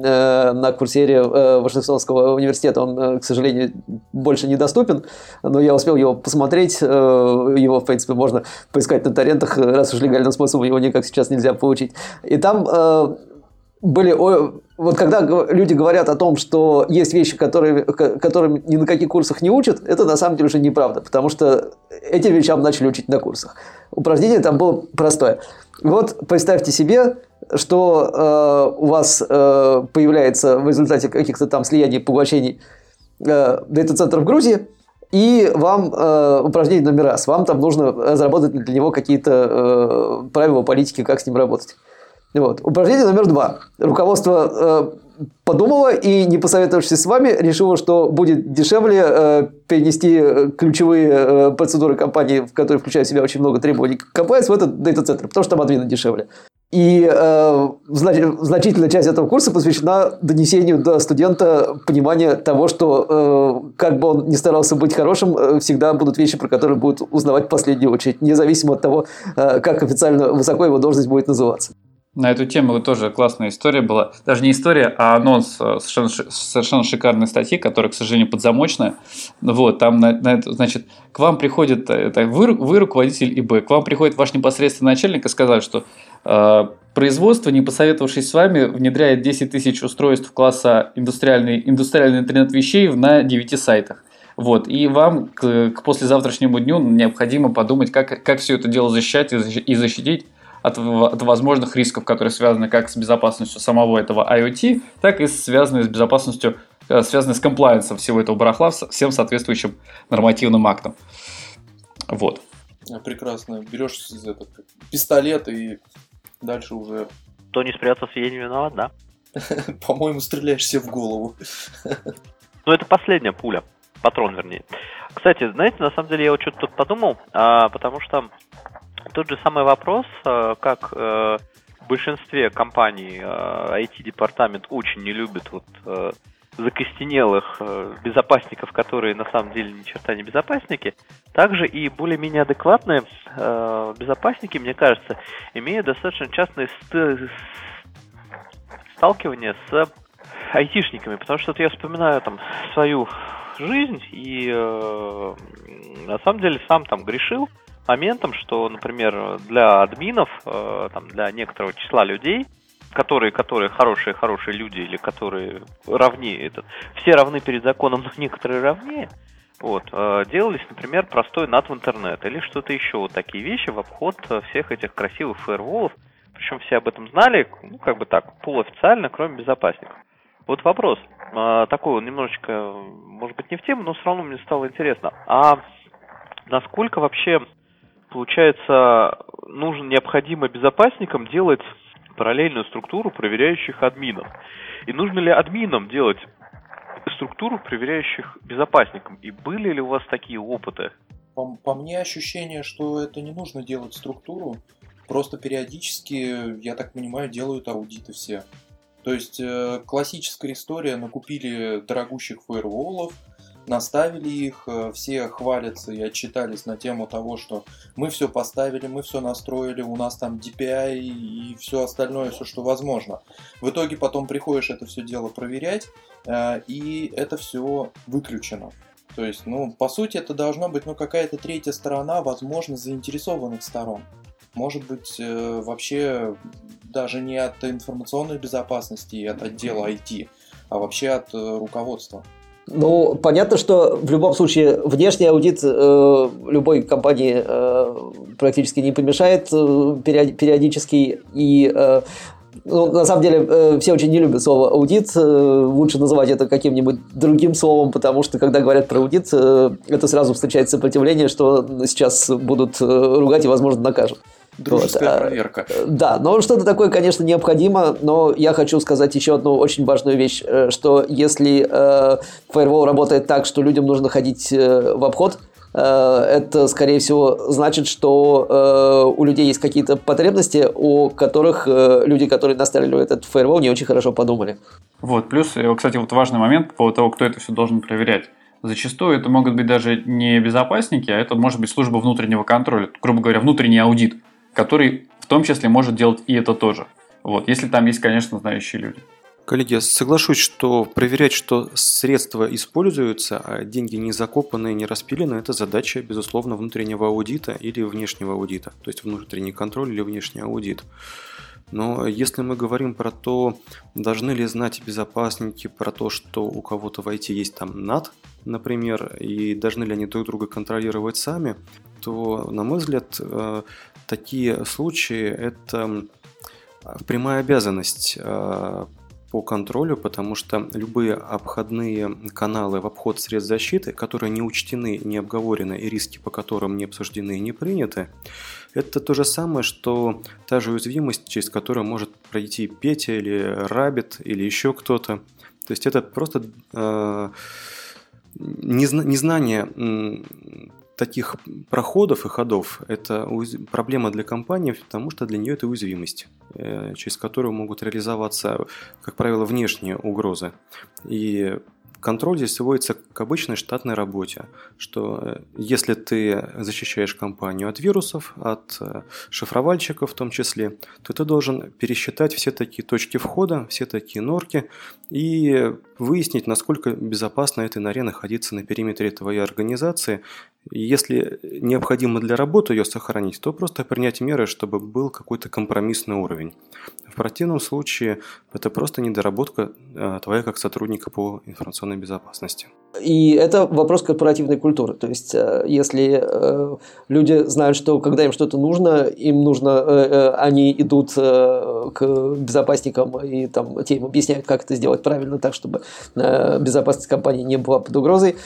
на курсере Вашингтонского университета. Он, к сожалению, больше недоступен, но я успел его посмотреть. Его, в принципе, можно поискать на торрентах, раз уж легальным способом его никак сейчас нельзя получить. И там были... Вот когда люди говорят о том, что есть вещи, которые, которым ни на каких курсах не учат, это на самом деле уже неправда, потому что этим вещам начали учить на курсах. Упражнение там было простое. Вот представьте себе, что э, у вас э, появляется в результате каких-то там слияний, поглощений э, дата-центр в Грузии, и вам э, упражнение номер раз. Вам там нужно разработать для него какие-то э, правила политики, как с ним работать. Вот. Упражнение номер два. Руководство э, подумало и, не посоветовавшись с вами, решило, что будет дешевле э, перенести ключевые э, процедуры компании, в которые включают в себя очень много требований к compliance, в этот дата-центр, потому что там админы дешевле. И э, знач, значительная часть этого курса посвящена донесению до студента понимания того, что э, как бы он ни старался быть хорошим, э, всегда будут вещи, про которые будет узнавать в последнюю очередь, независимо от того, э, как официально высоко его должность будет называться. На эту тему тоже классная история была. Даже не история, а анонс совершенно, совершенно шикарной статьи, которая, к сожалению, подзамочная. Вот, там, на, на это, значит, к вам приходит, это, вы, вы руководитель ИБ, к вам приходит ваш непосредственный начальник и сказать, что э, производство, не посоветовавшись с вами, внедряет десять тысяч устройств класса индустриальный, индустриальный интернет вещей на девяти сайтах. Вот, и вам к, к послезавтрашнему дню необходимо подумать, как, как все это дело защищать и защитить От, от возможных рисков, которые связаны как с безопасностью самого этого IoT, так и связаны с безопасностью, связаны с комплайенсом всего этого барахла, всем соответствующим нормативным актам. Вот. Прекрасно. Берешь этот пистолет и дальше уже... Кто не спрятался, я не виноват, да? По-моему, стреляешь себе в голову. Ну, это последняя пуля. Патрон, вернее. Кстати, знаете, на самом деле я вот что-то тут подумал, а, потому что тот же самый вопрос, как в большинстве компаний ай ти-департамент очень не любит вот закостенелых безопасников, которые на самом деле ни черта не безопасники, также и более-менее адекватные безопасники, мне кажется, имеют достаточно частные сталкивания с айтишниками, потому что вот я вспоминаю там свою жизнь и на самом деле сам там грешил моментом, что, например, для админов, э, там, для некоторого числа людей, которые, которые хорошие, хорошие люди или которые равнее, этот, все равны перед законом, но некоторые равнее, вот, э, делались, например, простой нат в интернет или что-то еще, вот такие вещи в обход всех этих красивых фаерволов, причем все об этом знали, ну, как бы так, полуофициально, кроме безопасников. Вот вопрос, э, такой он немножечко, может быть, не в тему, но все равно мне стало интересно, а насколько вообще получается, нужно, необходимо безопасникам делать параллельную структуру проверяющих админов. И нужно ли админам делать структуру проверяющих безопасникам? И были ли у вас такие опыты? По, по мне ощущение, что это не нужно делать структуру. Просто периодически, я так понимаю, делают аудиты все. То есть э, классическая история, накупили дорогущих фаерволов, наставили их, все хвалятся и отчитались на тему того, что мы все поставили, мы все настроили, у нас там ди пи ай и все остальное, все, что возможно. В итоге потом приходишь это все дело проверять, и это все выключено. То есть, ну, по сути, это должна быть, ну, какая-то третья сторона, возможно, заинтересованных сторон. Может быть, вообще даже не от информационной безопасности и от отдела ай ти, а вообще от руководства. Ну, понятно, что в любом случае внешний аудит э, любой компании э, практически не помешает э, периодически. И э, ну, на самом деле э, все очень не любят слово аудит. Э, лучше называть это каким-нибудь другим словом, потому что когда говорят про аудит, э, это сразу встречает сопротивление, что сейчас будут э, ругать и, возможно, накажут. Дружеская вот. проверка. Да, но что-то такое, конечно, необходимо, но я хочу сказать еще одну очень важную вещь, что если э, фаервол работает так, что людям нужно ходить э, в обход, э, это, скорее всего, значит, что э, у людей есть какие-то потребности, о которых э, люди, которые наставили этот фаервол, не очень хорошо подумали. Вот, плюс, кстати, вот важный момент по поводу того, кто это все должен проверять. Зачастую это могут быть даже не безопасники, а это может быть служба внутреннего контроля, грубо говоря, внутренний аудит, который в том числе может делать и это тоже. Вот, если там есть, конечно, знающие люди. Коллеги, я соглашусь, что проверять, что средства используются, а деньги не закопаны, не распилены, это задача, безусловно, внутреннего аудита или внешнего аудита. То есть внутренний контроль или внешний аудит. Но если мы говорим про то, должны ли знать безопасники про то, что у кого-то в ай ти есть там над, например, и должны ли они друг друга контролировать сами, то, на мой взгляд, такие случаи – это прямая обязанность по контролю, потому что любые обходные каналы в обход средств защиты, которые не учтены, не обговорены и риски по которым не обсуждены и не приняты, это то же самое, что та же уязвимость, через которую может пройти Петя или Раббит или еще кто-то. То есть это просто э, незна- незнание м, таких проходов и ходов. Это уяз... проблема для компании, потому что для нее это уязвимость, э, через которую могут реализоваться, как правило, внешние угрозы. И контроль здесь сводится к обычной штатной работе, что если ты защищаешь компанию от вирусов, от шифровальщиков в том числе, то ты должен пересчитать все такие точки входа, все такие норки и выяснить, насколько безопасно этой норе находиться на периметре твоей организации. И если необходимо для работы ее сохранить, то просто принять меры, чтобы был какой-то компромиссный уровень. В противном случае это просто недоработка твоя как сотрудника по информационной безопасности. И это вопрос корпоративной культуры. То есть, если э, люди знают, что когда им что-то нужно, им нужно, э, они идут э, к безопасникам и там, те им объясняют, как это сделать правильно, так, чтобы э, безопасность компании не была под угрозой.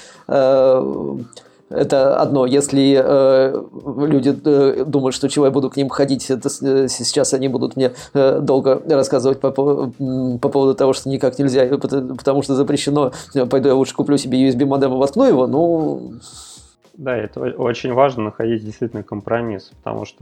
Э, Это одно. Если э, люди э, думают, что чего я буду к ним ходить, это, э, сейчас они будут мне э, долго рассказывать по, по, по поводу того, что никак нельзя, потому что запрещено, пойду я лучше куплю себе ю эс би-модем и воткну его, ну... Да, это очень важно находить действительно компромисс, потому что,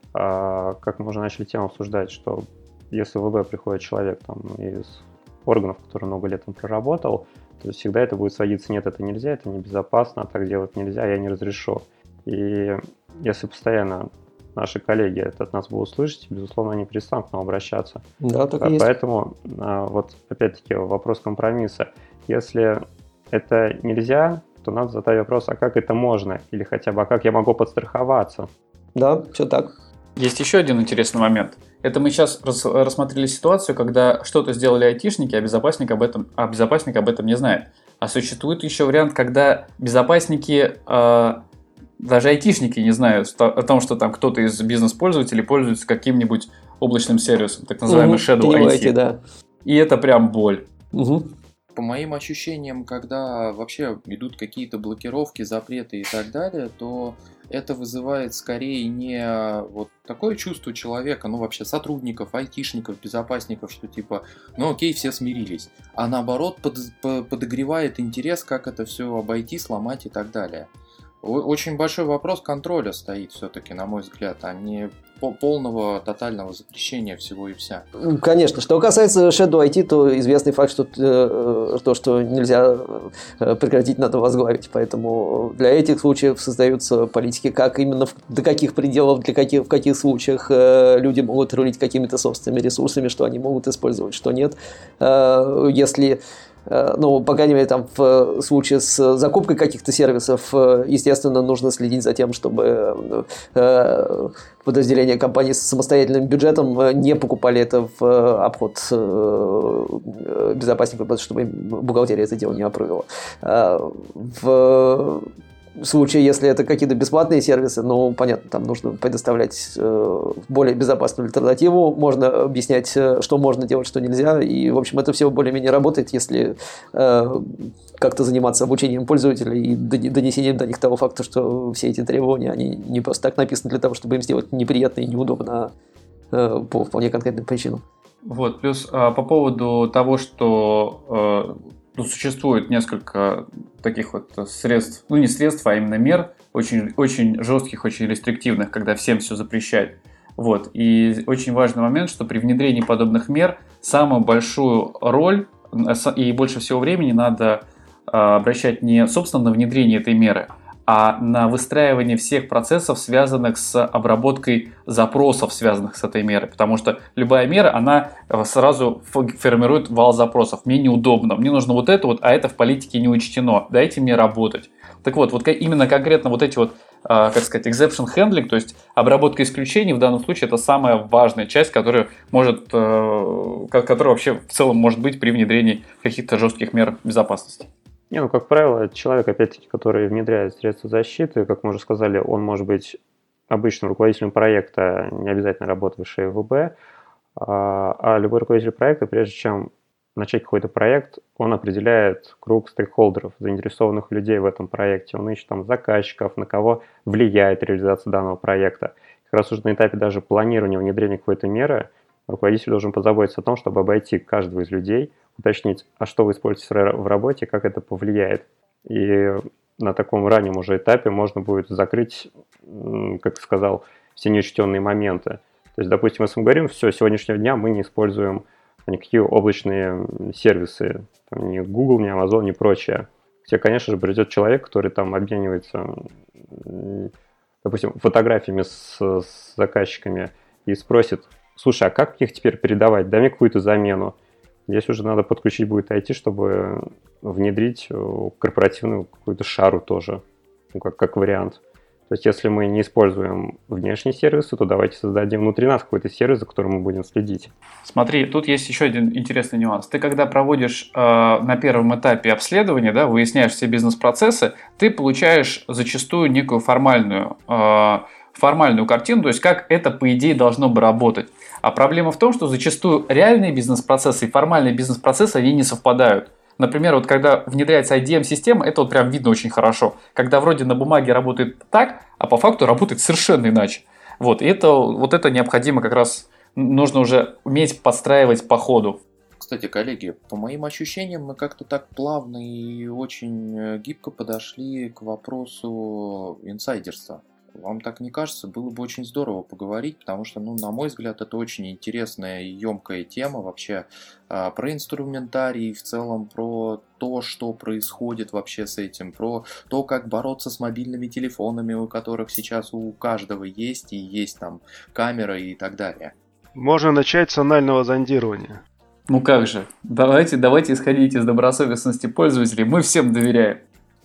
э, как мы уже начали тему обсуждать, что если в ВБ приходит человек там, из органов, который много лет там проработал, то есть всегда это будет сводиться: нет, это нельзя, это небезопасно, так делать нельзя, я не разрешу. И если постоянно наши коллеги это от нас будут слышать, безусловно, они перестанут к нам обращаться. Да, так и есть. Поэтому вот опять-таки вопрос компромисса. Если это нельзя, то надо задать вопрос, а как это можно? Или хотя бы, а как я могу подстраховаться? Да, все так. Есть еще один интересный момент. Это мы сейчас рас- рассмотрели ситуацию, когда что-то сделали айтишники, а безопасник об этом, а безопасник об этом не знает. А существует еще вариант, когда безопасники, э, даже айтишники не знают о том, что там кто-то из бизнес-пользователей пользуется каким-нибудь облачным сервисом, так называемый угу, Shadow ай ти. Да. И это прям боль. Угу. По моим ощущениям, когда вообще идут какие-то блокировки, запреты и так далее, то это вызывает скорее не вот такое чувство человека, ну вообще сотрудников, айтишников, безопасников, что типа, ну окей, все смирились, а наоборот под, подогревает интерес, как это все обойти, сломать и так далее. Очень большой вопрос контроля стоит все-таки, на мой взгляд, а не полного тотального запрещения всего и вся. Конечно. Что касается Shadow ай ти, то известный факт, что то, что нельзя прекратить, надо возглавить. Поэтому для этих случаев создаются политики, как именно до каких пределов, для каких, в каких случаях люди могут рулить какими-то собственными ресурсами, что они могут использовать, что нет. Если Ну, по крайней мере, там в случае с закупкой каких-то сервисов, естественно, нужно следить за тем, чтобы подразделения компании с самостоятельным бюджетом не покупали это в обход безопасников, чтобы бухгалтерия это дело не опровила. В В случае, если это какие-то бесплатные сервисы, ну, понятно, там нужно предоставлять э, более безопасную альтернативу, можно объяснять, что можно делать, что нельзя, и, в общем, это все более-менее работает, если э, как-то заниматься обучением пользователей и донесением до них того факта, что все эти требования, они не просто так написаны для того, чтобы им сделать неприятно и неудобно, э, по вполне конкретным причинам. Вот, плюс а, по поводу того, что э, ну, существует несколько таких вот средств, ну не средств, а именно мер, очень, очень жестких, очень рестриктивных, когда всем все запрещают. Вот. И очень важный момент, что при внедрении подобных мер самую большую роль и больше всего времени надо обращать не, собственно, на внедрение этой меры, а на выстраивание всех процессов, связанных с обработкой запросов, связанных с этой мерой. Потому что любая мера, она сразу формирует вал запросов. Мне неудобно, мне нужно вот это вот, а это в политике не учтено. Дайте мне работать. Так вот, вот именно конкретно вот эти вот как сказать, exception handling, то есть обработка исключений, в данном случае это самая важная часть, которая может, которая вообще в целом может быть при внедрении каких-то жестких мер безопасности. Не, ну, как правило, человек, опять-таки, который внедряет средства защиты, как мы уже сказали, он может быть обычным руководителем проекта, не обязательно работавший в ВБ, а любой руководитель проекта, прежде чем начать какой-то проект, он определяет круг стейкхолдеров, заинтересованных людей в этом проекте. Он ищет там заказчиков, на кого влияет реализация данного проекта. Как раз уже на этапе даже планирования внедрения какой-то меры руководитель должен позаботиться о том, чтобы обойти каждого из людей, уточнить, а что вы используете в работе, как это повлияет. И на таком раннем уже этапе можно будет закрыть, как я сказал, все неучтенные моменты. То есть, допустим, если мы говорим, все, с сегодняшнего дня мы не используем никакие облачные сервисы, там, ни Google, ни Amazon, ни прочее. Тебе, конечно же, придет человек, который там обменивается, допустим, фотографиями с, с заказчиками и спросит, слушай, а как их теперь передавать? Дай мне какую-то замену. Здесь уже надо подключить будет ай ти, чтобы внедрить корпоративную какую-то шару тоже, ну, как, как вариант. То есть, если мы не используем внешние сервисы, то давайте создадим внутри нас какой-то сервис, за которым мы будем следить. Смотри, тут есть еще один интересный нюанс. Ты когда проводишь э, на первом этапе обследования, да, выясняешь все бизнес-процессы, ты получаешь зачастую некую формальную, э, формальную картину, то есть как это, по идее, должно бы работать. А проблема в том, что зачастую реальные бизнес-процессы и формальные бизнес-процессы, они не совпадают. Например, вот когда внедряется ай ди эм-система, это вот прям видно очень хорошо. Когда вроде на бумаге работает так, а по факту работает совершенно иначе. Вот, и это, вот это необходимо как раз, нужно уже уметь подстраивать по ходу. Кстати, коллеги, по моим ощущениям, мы как-то так плавно и очень гибко подошли к вопросу инсайдерства. Вам так не кажется? Было бы очень здорово поговорить, потому что, ну, на мой взгляд, это очень интересная и емкая тема вообще а, про инструментарий, в целом про то, что происходит вообще с этим, про то, как бороться с мобильными телефонами, у которых сейчас у каждого есть, и есть там камера и так далее. Можно начать с анального зондирования. Ну как же, давайте, давайте исходить из добросовестности пользователей, мы всем доверяем.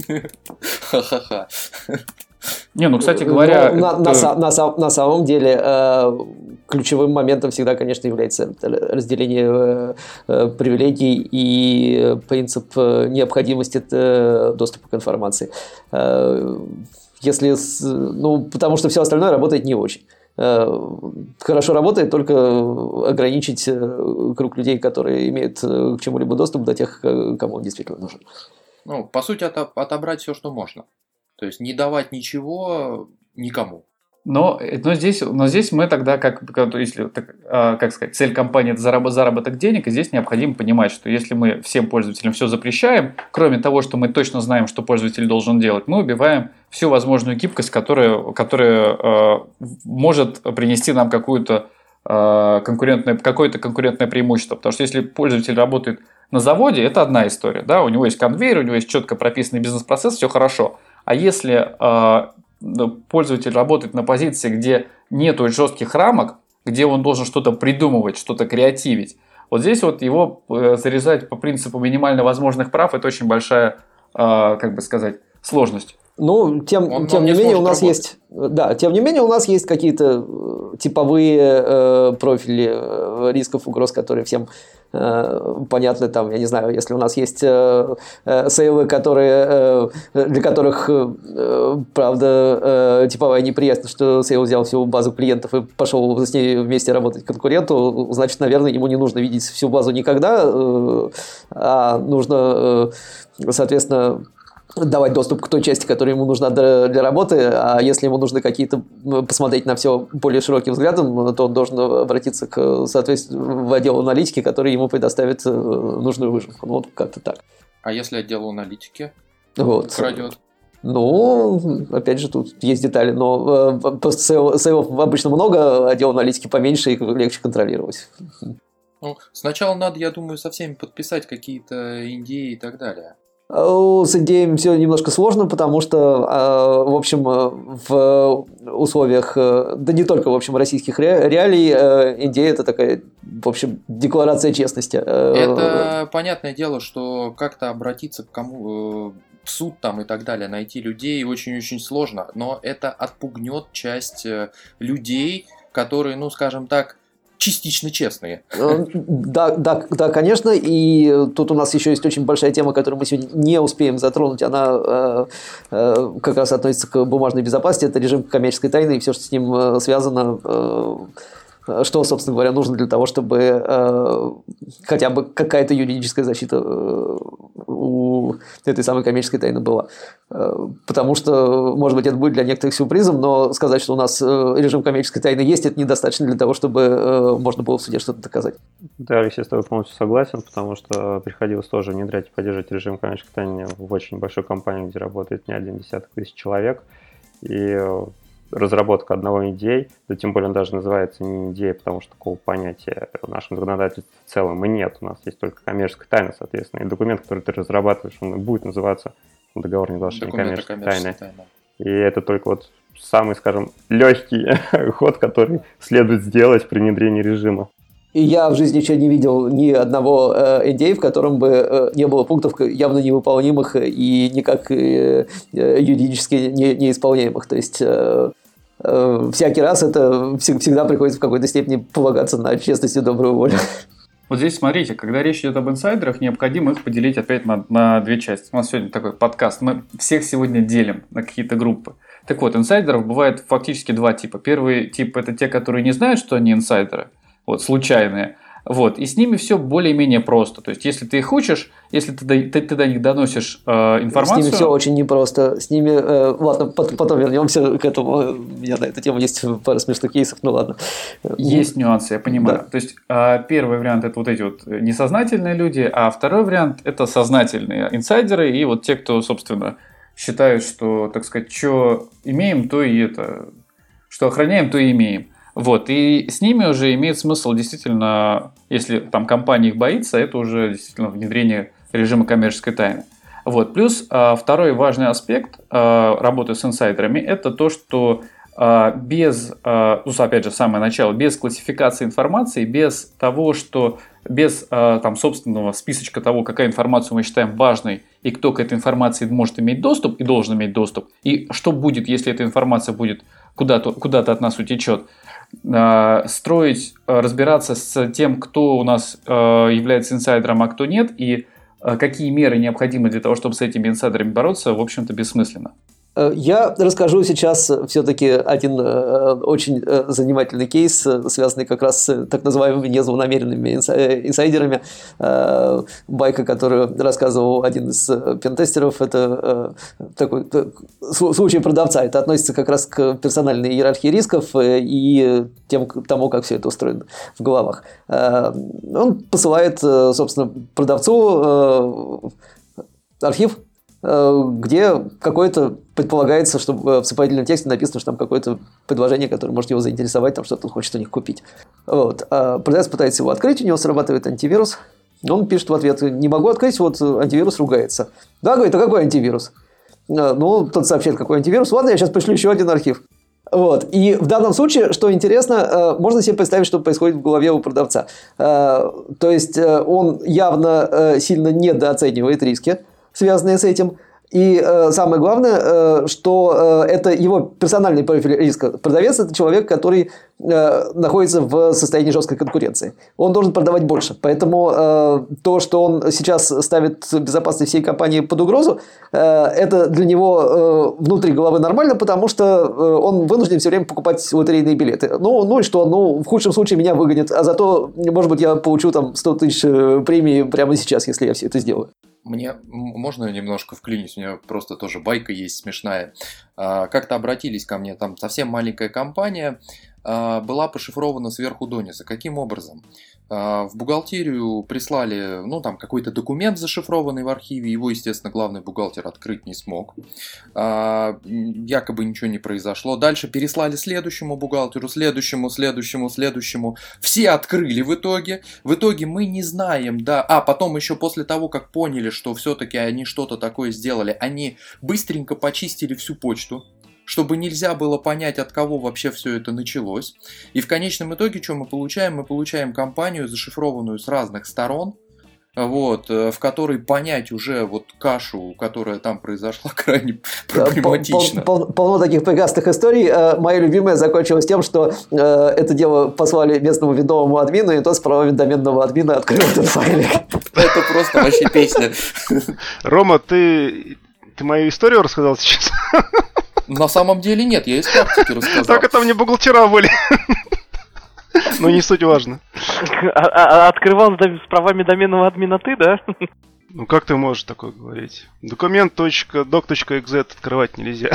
Ха-ха-ха. Не, ну, кстати говоря... Ну, это... на, на, на, на самом деле э, ключевым моментом всегда, конечно, является разделение э, привилегий и принцип необходимости э, доступа к информации. Э, если, ну, потому что все остальное работает не очень. Э, хорошо работает только ограничить круг людей, которые имеют к чему-либо доступ, до тех, кому он действительно нужен. Ну, по сути, от, отобрать все, что можно. То есть не давать ничего никому. Но, но, здесь, но здесь мы тогда, как, если, так, как сказать, цель компании – это заработок, заработок денег, и здесь необходимо понимать, что если мы всем пользователям все запрещаем, кроме того, что мы точно знаем, что пользователь должен делать, мы убиваем всю возможную гибкость, которая, которая э, может принести нам какую-то, э, конкурентное, какое-то конкурентное преимущество. Потому что если пользователь работает на заводе, это одна история. Да? У него есть конвейер, у него есть четко прописанный бизнес-процесс, все хорошо. А если э, пользователь работает на позиции, где нет жестких рамок, где он должен что-то придумывать, что-то креативить, вот здесь вот его э, зарезать по принципу минимально возможных прав – это очень большая, э, как бы сказать, сложность. Ну, тем, он, тем он не, не менее, у нас работать. есть, да, тем не менее, у нас есть какие-то типовые э, профили э, рисков, угроз, которые всем э, понятны. Там, я не знаю, если у нас есть э, э, сейлы, которые, э, для которых, э, правда, э, типовая неприятность, что сейл взял всю базу клиентов и пошел с ней вместе работать конкуренту, значит, наверное, ему не нужно видеть всю базу никогда, э, а нужно, э, соответственно, давать доступ к той части, которая ему нужна для работы, а если ему нужно какие-то посмотреть на все более широким взглядом, то он должен обратиться к, соответственно, в отдел аналитики, который ему предоставит нужную выжимку. Ну, вот как-то так. А если отдел аналитики вот. крадет? Ну, опять же, тут есть детали, но просто сейлов обычно много, отдел аналитики поменьше, их легче контролировать. Ну, сначала надо, я думаю, со всеми подписать какие-то эн ди эй и так далее. С идеями все немножко сложно, потому что, в общем, в условиях, да не только, в общем, российских реалий, эн ди эй – это такая, в общем, декларация честности. Это понятное дело, что как-то обратиться к кому, в суд там и так далее, найти людей очень-очень сложно, но это отпугнет часть людей, которые, ну, скажем так, частично честные. Да, да, да, конечно, и тут у нас еще есть очень большая тема, которую мы сегодня не успеем затронуть, она э, э, как раз относится к бумажной безопасности, это режим коммерческой тайны и все, что с ним э, связано, э, что, собственно говоря, нужно для того, чтобы э, хотя бы какая-то юридическая защита э, у этой самой коммерческой тайны была. Э, потому что, может быть, это будет для некоторых сюрпризом, но сказать, что у нас э, режим коммерческой тайны есть, это недостаточно для того, чтобы э, можно было в суде что-то доказать. Да, Алексей, с тобой полностью согласен, потому что приходилось тоже внедрять и поддерживать режим коммерческой тайны в очень большой компании, где работает не один десяток тысяч человек. И разработка одного идей, да тем более он даже называется не идея, потому что такого понятия в нашем законодательстве в целом и нет. У нас есть только коммерческая тайна, соответственно. И документ, который ты разрабатываешь, он будет называться договор неглашения коммерческой тайны. Тайна. И это только вот самый, скажем, легкий ход, который следует сделать при внедрении режима. И я в жизни еще не видел ни одного э, эн ди эй, в котором бы э, не было пунктов явно невыполнимых и никак э, юридически не, неисполняемых. То есть э, э, всякий раз это всегда приходится в какой-то степени полагаться на честность и добрую волю. Вот здесь смотрите, когда речь идет об инсайдерах, необходимо их поделить опять на, на две части. У нас сегодня такой подкаст, мы всех сегодня делим на какие-то группы. Так вот, инсайдеров бывает фактически два типа. Первый тип – это те, которые не знают, что они инсайдеры, вот, случайные. Вот, и с ними все более-менее просто. То есть, если ты их учишь, если ты, ты, ты до них доносишь э, информацию... С ними все очень непросто. С ними... Э, ладно, потом вернемся к этому. У меня на эту тему есть пара смешных кейсов, ну ладно. Есть нюансы, я понимаю. Да. То есть, э, первый вариант – это вот эти вот несознательные люди, а второй вариант – это сознательные инсайдеры и вот те, кто, собственно, считают, что, так сказать, что имеем, то и это... Что охраняем, то и имеем. Вот, и с ними уже имеет смысл действительно, если там компания их боится, это уже действительно внедрение режима коммерческой тайны. Вот, плюс а, второй важный аспект а, работы с инсайдерами – это то, что а, без, а, ну, опять же, самое начало, без классификации информации, без того, что без а, там, собственного списочка того, какая информация мы считаем важной и кто к этой информации может иметь доступ и должен иметь доступ, и что будет, если эта информация будет куда-то, куда-то от нас утечет, строить, разбираться с тем, кто у нас является инсайдером, а кто нет, и какие меры необходимы для того, чтобы с этими инсайдерами бороться, в общем-то, бессмысленно. Я расскажу сейчас все-таки один очень занимательный кейс, связанный как раз с так называемыми незлонамеренными инсайдерами. Байка, которую рассказывал один из пентестеров, это такой случай продавца. Это относится как раз к персональной иерархии рисков и тем, тому, как все это устроено в головах. Он посылает, собственно, продавцу архив, где какое-то предполагается, что в вступательном тексте написано, что там какое-то предложение, которое может его заинтересовать, там что-то он хочет у них купить. Вот. А продавец пытается его открыть, у него срабатывает антивирус. Он пишет в ответ: не могу открыть, вот антивирус ругается. Да, говорит, а какой антивирус? Ну, тот сообщает, какой антивирус. Ладно, я сейчас пришлю еще один архив. Вот. И в данном случае, что интересно, можно себе представить, что происходит в голове у продавца. То есть он явно сильно недооценивает риски, связанные с этим. И э, самое главное, э, что э, это его персональный профиль риска. Продавец – это человек, который э, находится в состоянии жесткой конкуренции. Он должен продавать больше. Поэтому э, то, что он сейчас ставит безопасность всей компании под угрозу, э, это для него э, внутри головы нормально, потому что э, он вынужден все время покупать лотерейные билеты. Ну, ну и что? Ну, в худшем случае меня выгонят, а зато, может быть, я получу там сто тысяч премии прямо сейчас, если я все это сделаю. Мне можно немножко вклинить? У меня просто тоже байка есть смешная. Как-то обратились ко мне, там совсем маленькая компания, была пошифрована сверху донизу. Каким образом? В бухгалтерию прислали, ну, там, какой-то документ зашифрованный в архиве, его, естественно, главный бухгалтер открыть не смог. Якобы ничего не произошло. Дальше переслали следующему бухгалтеру, следующему, следующему, следующему. Все открыли в итоге. В итоге мы не знаем, да. А потом еще после того, как поняли, что все-таки они что-то такое сделали, они быстренько почистили всю почту, чтобы нельзя было понять, от кого вообще все это началось. И в конечном итоге, что мы получаем? Мы получаем компанию, зашифрованную с разных сторон, вот, в которой понять уже вот кашу, которая там произошла, крайне проблематично. Пол, пол, полно таких прекрасных историй. Моя любимая закончилась тем, что э, это дело послали местному виндовому админу, и тот с правами доменного админа открыл этот файлик. Это просто вообще песня. Рома, ты, ты мою историю рассказал сейчас? На самом деле нет, я из практики рассказал. Так это мне бухгалтера были. Но не суть важно. А, а открывал с правами доменного админа ты, да? Ну как ты можешь такое говорить? Документ.doc.xz открывать нельзя.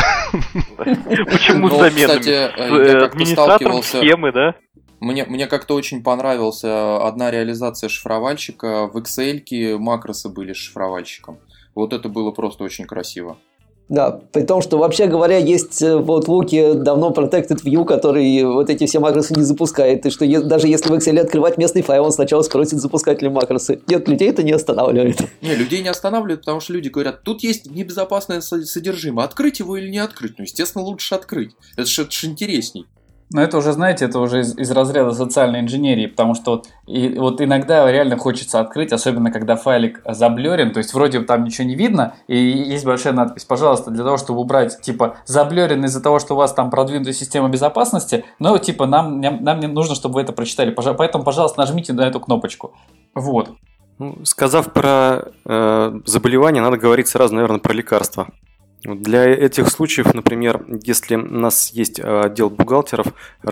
Почему с доменами? С администратором схемы, да? Мне, мне как-то очень понравился одна реализация шифровальщика. В Excel макросы были шифровальщиком. Вот это было просто очень красиво. Да, при том, что, вообще говоря, есть в Outlook давно Protected View, который вот эти все макросы не запускает, и что е- даже если в Excel открывать местный файл, он сначала спросит, запускать ли макросы. Нет, людей это не останавливает. Не, людей не останавливает, потому что люди говорят, тут есть небезопасное содержимое, открыть его или не открыть? Ну, естественно, лучше открыть. Это же, это же интересней. Но это уже, знаете, это уже из, из разряда социальной инженерии, потому что вот, и, вот иногда реально хочется открыть, особенно когда файлик заблерен, то есть вроде там ничего не видно, и есть большая надпись, пожалуйста, для того, чтобы убрать, типа, заблерен из-за того, что у вас там продвинутая система безопасности, но, типа, нам, нам, нам не нужно, чтобы вы это прочитали, поэтому, пожалуйста, нажмите на эту кнопочку. Вот. Ну, сказав про э, заболевания, надо говорить сразу, наверное, про лекарства. Для этих случаев, например, если у нас есть отдел бухгалтеров,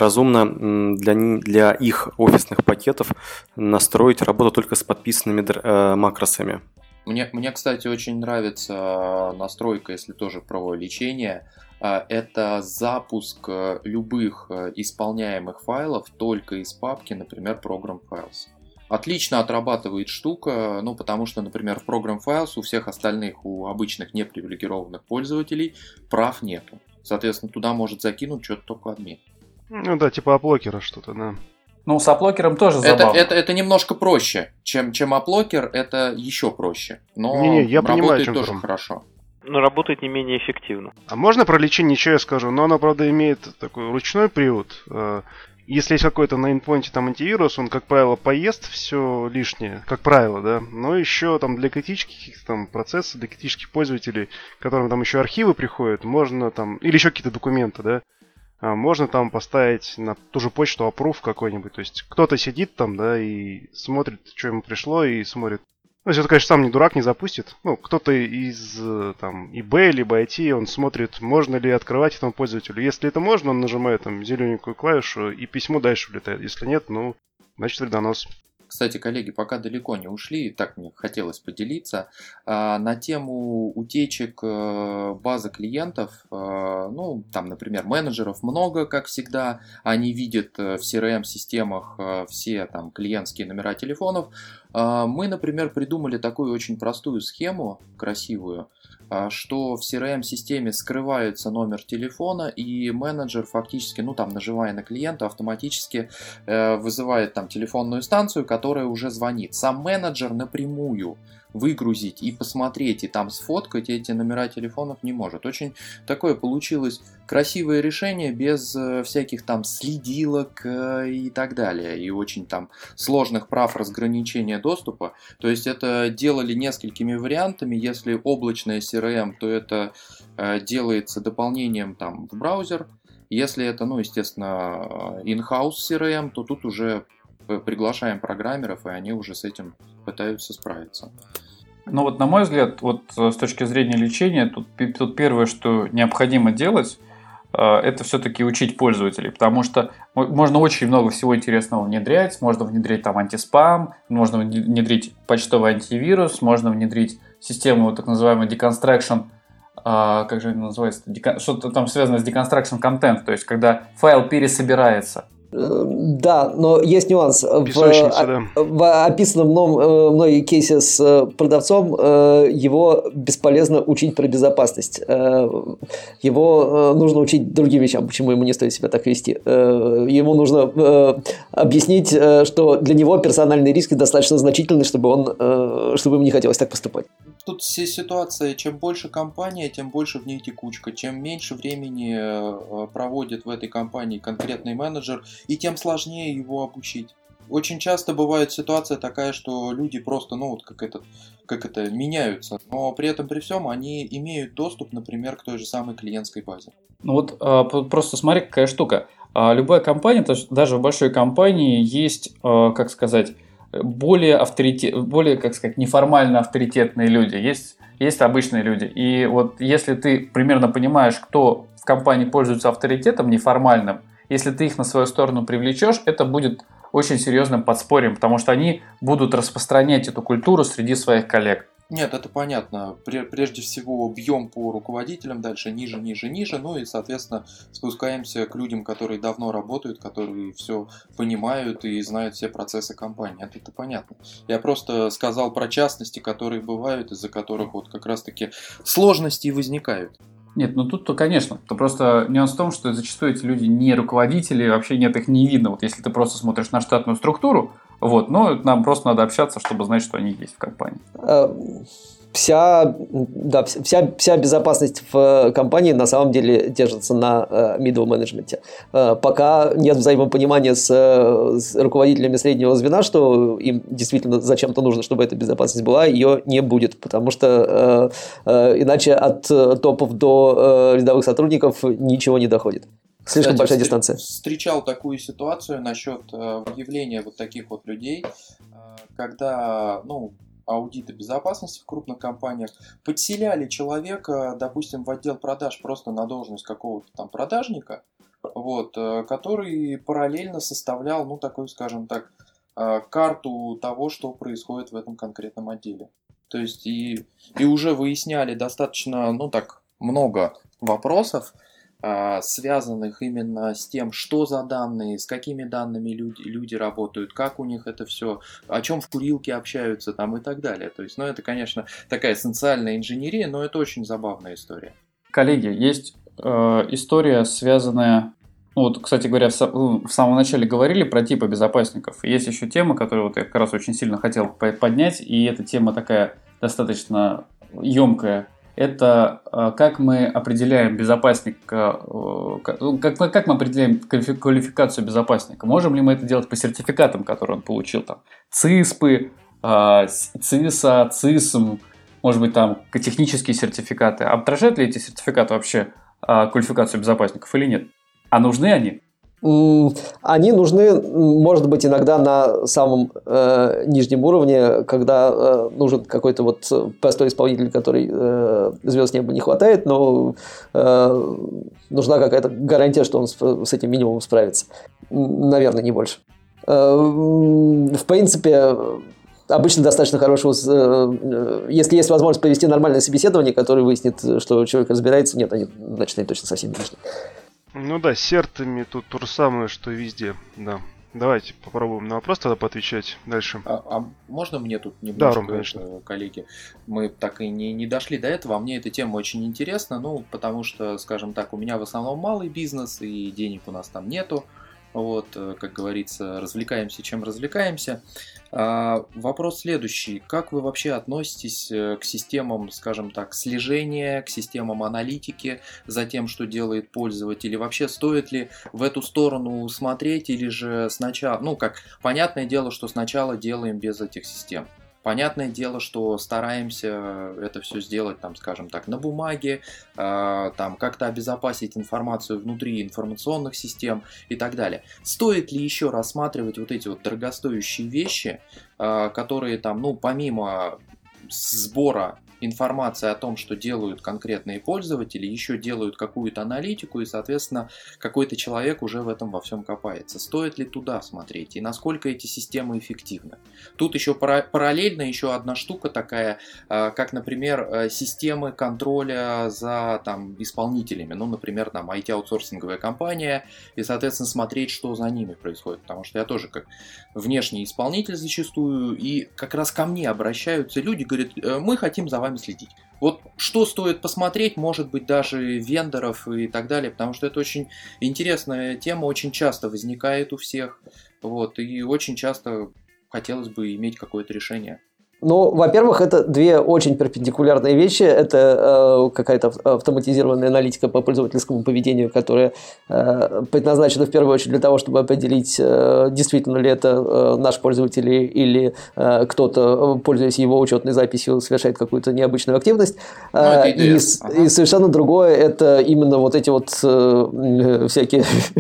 разумно для, для их офисных пакетов настроить работу только с подписанными макросами. Мне, мне, кстати, очень нравится настройка, если тоже про лечение. Это запуск любых исполняемых файлов только из папки, например, Program Files. Отлично отрабатывает штука, ну, потому что, например, в Program Files у всех остальных, у обычных непривилегированных пользователей прав нету. Соответственно, туда может закинуть что-то только админ. Ну да, типа аплокера что-то, да. Ну, с аплокером тоже это, забавно. Это, это немножко проще, чем, чем аплокер, это еще проще. Но не, не, я работает понимаю, тоже прям. хорошо. Но работает не менее эффективно. А можно про лечение, ничего я скажу, но оно, правда, имеет такой ручной привод. Если есть какой-то на endpoint там антивирус, он, как правило, поест все лишнее, как правило, да. Но еще там для критических там процессов, для критических пользователей, которым там еще архивы приходят, можно там, или еще какие-то документы, да, а можно там поставить на ту же почту approve какой-нибудь. То есть кто-то сидит там, да, и смотрит, что ему пришло, и смотрит. Ну, если, конечно, сам не дурак, не запустит. Ну, кто-то из там eBay либо ай ти, он смотрит, можно ли открывать этому пользователю. Если это можно, он нажимает там зелененькую клавишу, и письмо дальше улетает. Если нет, ну, значит, вредонос. Кстати, коллеги, пока далеко не ушли, так мне хотелось поделиться, на тему утечек базы клиентов, ну, там, например, менеджеров много, как всегда, они видят в си ар эм-системах все там клиентские номера телефонов. Мы, например, придумали такую очень простую схему, красивую, что в си ар эм-системе скрывается номер телефона, и менеджер фактически, ну там, нажимая на клиента, автоматически э, вызывает там телефонную станцию, которая уже звонит. Сам менеджер напрямую выгрузить и посмотреть, и там сфоткать эти номера телефонов не может. Очень такое получилось красивое решение, без э, всяких там следилок э, и так далее, и очень там сложных прав разграничения доступа. То есть это делали несколькими вариантами. Если облачная си ар эм, то это э, делается дополнением там в браузер. Если это, ну, естественно, in-house си ар эм, то тут уже приглашаем программеров, и они уже с этим пытаются справиться. Ну вот, на мой взгляд, вот с точки зрения лечения, тут, тут первое, что необходимо делать, это все-таки учить пользователей, потому что можно очень много всего интересного внедрять, можно внедрить там антиспам, можно внедрить почтовый антивирус, можно внедрить систему так называемый deconstruction, как же это называется, что-то там связано с deconstruction content, то есть когда файл пересобирается. Да, но есть нюанс. Песочница, в, да. в описанном мном, мной кейсе с продавцом его бесполезно учить про безопасность. Его нужно учить другим вещам, почему ему не стоит себя так вести. Ему нужно объяснить, что для него персональные риски достаточно значительны, чтобы, он, чтобы ему не хотелось так поступать. Тут вся ситуация, чем больше компания, тем больше в ней текучка. Чем меньше времени проводит в этой компании конкретный менеджер, и тем сложнее его обучить. очень часто бывает ситуация такая, что люди просто, ну вот как это, как это, меняются, но при этом при всем они имеют доступ, например, к той же самой клиентской базе. Ну вот а, просто смотри, какая штука. А, любая компания, то есть даже в большой компании есть, а, как сказать, более авторитет, более, как сказать, неформально авторитетные люди, есть, есть обычные люди. И вот если ты примерно понимаешь, кто в компании пользуется авторитетом неформальным, если ты их на свою сторону привлечешь, это будет очень серьезным подспорьем, потому что они будут распространять эту культуру среди своих коллег. Нет, это понятно. Прежде всего бьем по руководителям, дальше ниже, ниже, ниже, ну и, соответственно, спускаемся к людям, которые давно работают, которые все понимают и знают все процессы компании. Это, это понятно. Я просто сказал про частности, которые бывают, из-за которых вот как раз-таки сложности возникают. Нет, ну тут-то, конечно, то просто нюанс в том, что зачастую эти люди не руководители, вообще нет, их не видно. Вот если ты просто смотришь на штатную структуру, вот, но нам просто надо общаться, чтобы знать, что они есть в компании. Вся, да, вся, вся безопасность в компании на самом деле держится на middle менеджменте. Пока нет взаимопонимания с, с руководителями среднего звена, что им действительно зачем-то нужно, чтобы эта безопасность была, ее не будет, потому что э, э, иначе от топов до э, рядовых сотрудников ничего не доходит. Слишком Кстати, большая встр- дистанция. Встречал такую ситуацию насчет э, выявления вот таких вот людей, э, когда, ну, аудиты безопасности в крупных компаниях подселяли человека, допустим, в отдел продаж просто на должность какого-то там продажника, вот, э, который параллельно составлял, ну, такой, скажем так, э, карту того, что происходит в этом конкретном отделе. То есть и, и уже выясняли достаточно, ну, так, много вопросов, связанных именно с тем, что за данные, с какими данными люди, люди работают, как у них это все, о чем в курилке общаются там и так далее. То есть, ну, это, конечно, такая социальная инженерия, но это очень забавная история. Коллеги, есть э, история, связанная... Ну, вот, кстати говоря, в, со- в самом начале говорили про типы безопасников. Есть еще тема, которую вот я как раз очень сильно хотел поднять, и эта тема такая достаточно емкая. Это э, как мы определяем безопасника, э, как, как мы определяем квалификацию безопасника. Можем ли мы это делать по сертификатам, которые он получил? Там, ЦИСПы, э, ЦИСа, ЦИСМ, может быть, там технические сертификаты. Отражают ли эти сертификаты вообще э, квалификацию безопасников или нет? А нужны они? Они нужны, может быть, иногда на самом э, нижнем уровне, когда э, нужен какой-то вот простой исполнитель, который э, звезд неба не хватает, но э, нужна какая-то гарантия, что он с, с этим минимумом справится. Наверное, не больше. Э, в принципе, обычно достаточно хорошего, э, если есть возможность провести нормальное собеседование, которое выяснит, что человек разбирается, нет, они, значит, они точно совсем не нужны. Ну да, с сертами тут то же самое, что и везде, да. Давайте попробуем на вопрос тогда поотвечать дальше. А, а можно мне тут немножко, да, Ром, конечно. Коллеги? Мы так и не, не дошли до этого, а мне эта тема очень интересна, ну, потому что, скажем так, у меня в основном малый бизнес, и денег у нас там нету. Вот, как говорится, развлекаемся, чем развлекаемся. А, вопрос следующий. Как вы вообще относитесь к системам, скажем так, слежения, к системам аналитики за тем, что делает пользователь? И вообще стоит ли в эту сторону смотреть или же сначала... Ну, как, понятное дело, что сначала делаем без этих систем. Понятное дело, что стараемся это все сделать, там, скажем так, на бумаге, э, там, как-то обезопасить информацию внутри информационных систем и так далее. Стоит ли еще рассматривать вот эти вот дорогостоящие вещи, э, которые там, ну, помимо сбора информации о том, что делают конкретные пользователи, еще делают какую-то аналитику, и, соответственно, какой-то человек уже в этом во всем копается. Стоит ли туда смотреть, и насколько эти системы эффективны? Тут еще параллельно еще одна штука такая, как, например, системы контроля за там, исполнителями. Ну, например, там ай ти-аутсорсинговая компания, и, соответственно, смотреть, что за ними происходит. Потому что я тоже как внешний исполнитель зачастую, и как раз ко мне обращаются люди, говорят, мы хотим за вами следить. Вот что стоит посмотреть, может быть, даже вендоров и так далее, потому что это очень интересная тема, очень часто возникает у всех, вот, и очень часто хотелось бы иметь какое-то решение. Ну, во-первых, это две очень перпендикулярные вещи. Это э, какая-то автоматизированная аналитика по пользовательскому поведению, которая э, предназначена в первую очередь для того, чтобы определить, э, действительно ли это э, наш пользователь или э, кто-то, пользуясь его учетной записью, совершает какую-то необычную активность. Э, и, ага. и совершенно другое, это именно вот эти вот э, всякие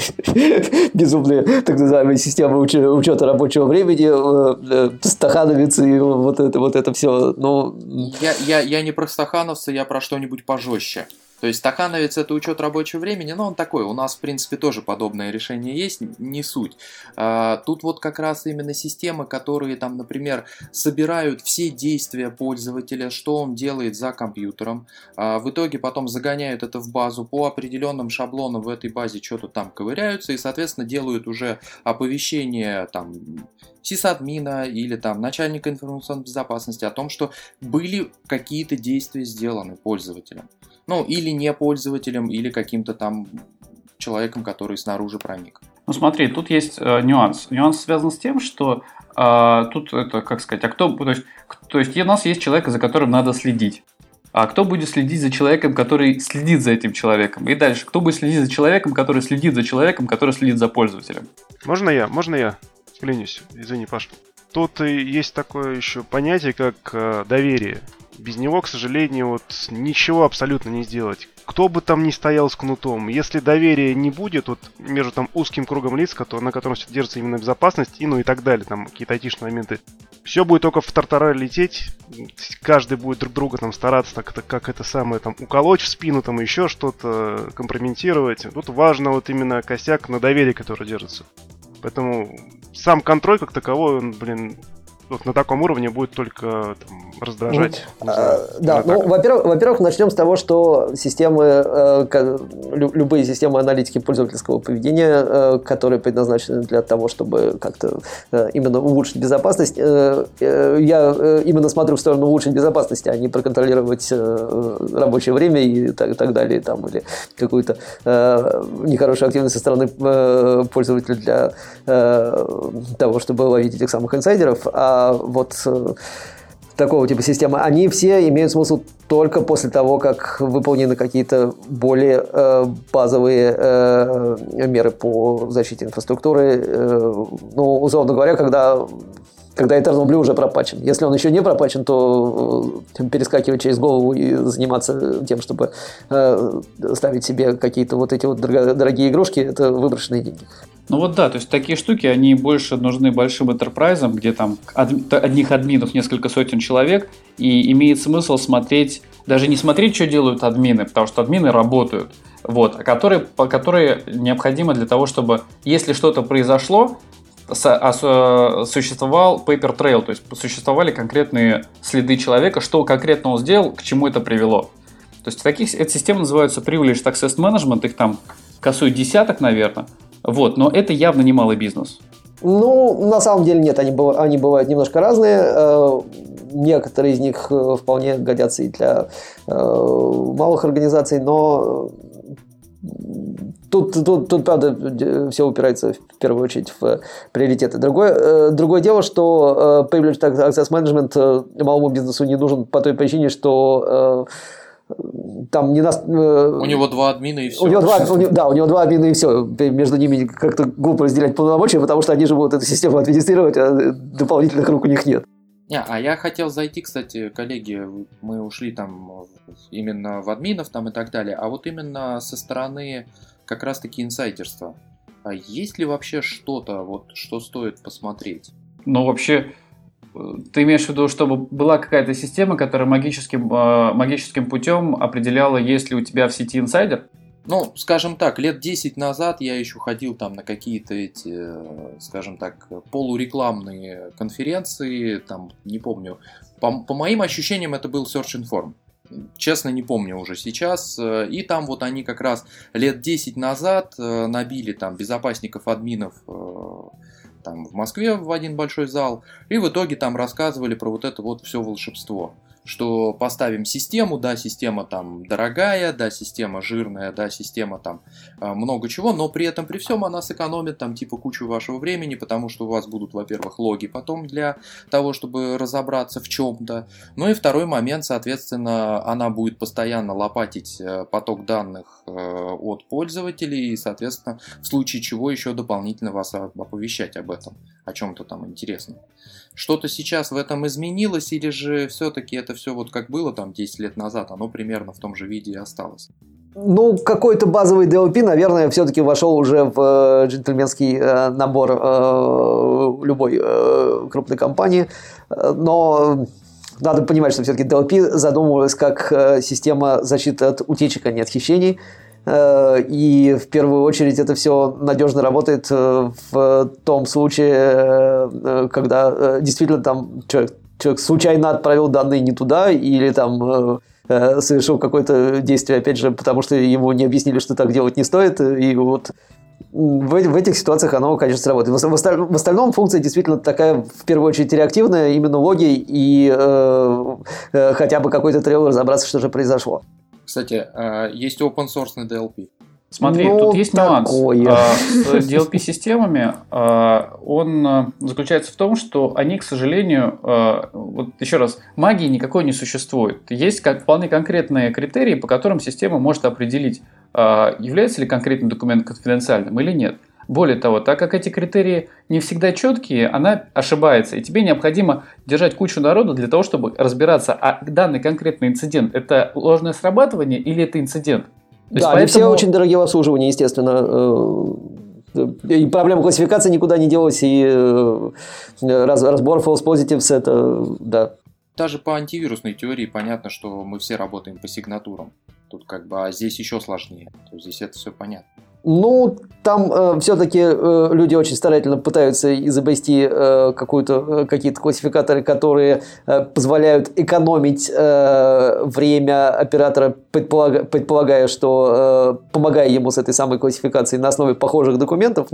безумные так называемые системы учета рабочего времени, э, стахановицы и вот это вот это все, ну... Я, я, я не про стахановца, я про что-нибудь пожестче. То есть стахановец — это учет рабочего времени, но он такой, у нас в принципе тоже подобное решение есть, не суть. А, тут вот как раз именно системы, которые там, например, собирают все действия пользователя, что он делает за компьютером, а, в итоге потом загоняют это в базу, по определенным шаблонам в этой базе что-то там ковыряются и, соответственно, делают уже оповещение там сисадмина или там начальника информационной безопасности о том, что были какие-то действия сделаны пользователем. Ну, или не пользователем, или каким-то там человеком, который снаружи проник. Ну, смотри, тут есть э, нюанс. Нюанс связан с тем, что э, тут это, как сказать, а кто, то есть, то есть у нас есть человек, за которым надо следить. А кто будет следить за человеком, который следит за этим человеком? И дальше, кто будет следить за человеком, который следит за человеком, который следит за пользователем? Можно я? Можно я? Клянусь. Извини, Паш. Тут и есть такое еще понятие, как э, доверие. Без него, к сожалению, вот ничего абсолютно не сделать. Кто бы там ни стоял с кнутом, если доверия не будет, вот между там узким кругом лиц, который, на котором все держится именно безопасность, и ну и так далее, там какие-то айтишные моменты, все будет только в тартарары лететь, каждый будет друг друга там стараться, так, так, как это самое, там, уколоть в спину, там еще что-то, компрометировать. Тут важно вот именно косяк на доверие, которое держится. Поэтому сам контроль как таковой, он, блин, вот на таком уровне будет только там, раздражать. Ну, а, да, ну, во-первых, во-первых, начнем с того, что системы, э, лю- любые системы аналитики пользовательского поведения, э, которые предназначены для того, чтобы как-то э, именно улучшить безопасность, э, э, я э, именно смотрю в сторону улучшить безопасность, а не проконтролировать э, рабочее время и так, так далее, там, или какую-то э, нехорошую активность со стороны э, пользователя для э, того, чтобы ловить этих самых инсайдеров. А вот э, такого типа системы, они все имеют смысл только после того, как выполнены какие-то более э, базовые э, меры по защите инфраструктуры. Э, ну, условно говоря, когда, когда Eternal Blue уже пропатчен. Если он еще не пропатчен, то э, перескакивать через голову и заниматься тем, чтобы э, ставить себе какие-то вот эти вот дорогие игрушки, это выброшенные деньги. Ну вот да, то есть такие штуки, они больше нужны большим энтерпрайзам, где там одних админов несколько сотен человек, и имеет смысл смотреть, даже не смотреть, что делают админы, потому что админы работают, вот, а которые, которые необходимо для того, чтобы, если что-то произошло, существовал paper trail, то есть существовали конкретные следы человека, что конкретно он сделал, к чему это привело. То есть таких, эти системы называются Privileged Access Management, их там косой десяток, наверное. Вот, но это явно не малый бизнес. Ну, на самом деле нет, они, они бывают немножко разные. Некоторые из них вполне годятся и для малых организаций, но тут, тут, тут правда, все упирается в первую очередь в приоритеты. Другое, другое дело, что Privileged Access Management малому бизнесу не нужен по той причине, что там не нас... У него два админа и все. У него два, у него, да, у него два админа и все. Между ними как-то глупо разделять полномочия, потому что они же будут эту систему администрировать, а дополнительных рук у них нет. Не, а я хотел зайти, кстати, коллеги, мы ушли там именно в админов там и так далее, а вот именно со стороны как раз-таки инсайдерства. А есть ли вообще что-то, вот, что стоит посмотреть? Ну, вообще... Ты имеешь в виду, чтобы была какая-то система, которая магическим, э, магическим путем определяла, есть ли у тебя в сети инсайдер? Ну, скажем так, лет десять назад я еще ходил там на какие-то эти, скажем так, полурекламные конференции, там, не помню. По, по моим ощущениям, это был Search Inform. Честно, не помню уже сейчас. И там вот они как раз лет десять назад набили там безопасников, админов там в Москве в один большой зал, и в итоге там рассказывали про вот это вот все волшебство. что поставим систему, да, система там дорогая, да, система жирная, да, система там много чего, но при этом при всем она сэкономит там типа кучу вашего времени, потому что у вас будут, во-первых, логи потом для того, чтобы разобраться в чем-то. Ну и второй момент, соответственно, она будет постоянно лопатить поток данных от пользователей и, соответственно, в случае чего еще дополнительно вас оповещать об этом, о чем-то там интересном. Что-то сейчас в этом изменилось, или же все-таки это все вот как было там десять лет назад, оно примерно в том же виде и осталось? Ну, какой-то базовый ди эл пи, наверное, все-таки вошел уже в э, джентльменский э, набор э, любой э, крупной компании, но надо понимать, что все-таки ди эл пи задумывалась как э, система защиты от утечек, а не от хищений. И в первую очередь это все надежно работает в том случае, когда действительно там человек, человек случайно отправил данные не туда или там совершил какое-то действие, опять же, потому что ему не объяснили, что так делать не стоит. И вот в, в этих ситуациях оно, конечно, сработает. В, в остальном функция действительно такая, в первую очередь, реактивная, именно логи и э, э, хотя бы какой-то трейл разобраться, что же произошло. Кстати, есть open-source ди эл пи. Смотри, ну, тут есть нюанс. Такое. С ди эл пи-системами он заключается в том, что они, к сожалению, вот еще раз, магии никакой не существует. Есть как вполне конкретные критерии, по которым система может определить, является ли конкретный документ конфиденциальным или нет. Более того, так как эти критерии не всегда четкие, она ошибается, и тебе необходимо держать кучу народу для того, чтобы разбираться, а данный конкретный инцидент – это ложное срабатывание или это инцидент. То да, они поэтому... все очень дорогие в обслуживании, естественно. И проблема классификации никуда не делась, и разбор false positives – это, да. Даже по антивирусной теории понятно, что мы все работаем по сигнатурам. Тут как бы, а здесь еще сложнее. То есть здесь это все понятно. Ну, там э, все-таки э, люди очень старательно пытаются изобрести э, какую-то, э, какие-то классификаторы, которые э, позволяют экономить э, время оператора, предполага, предполагая, что э, помогая ему с этой самой классификацией на основе похожих документов.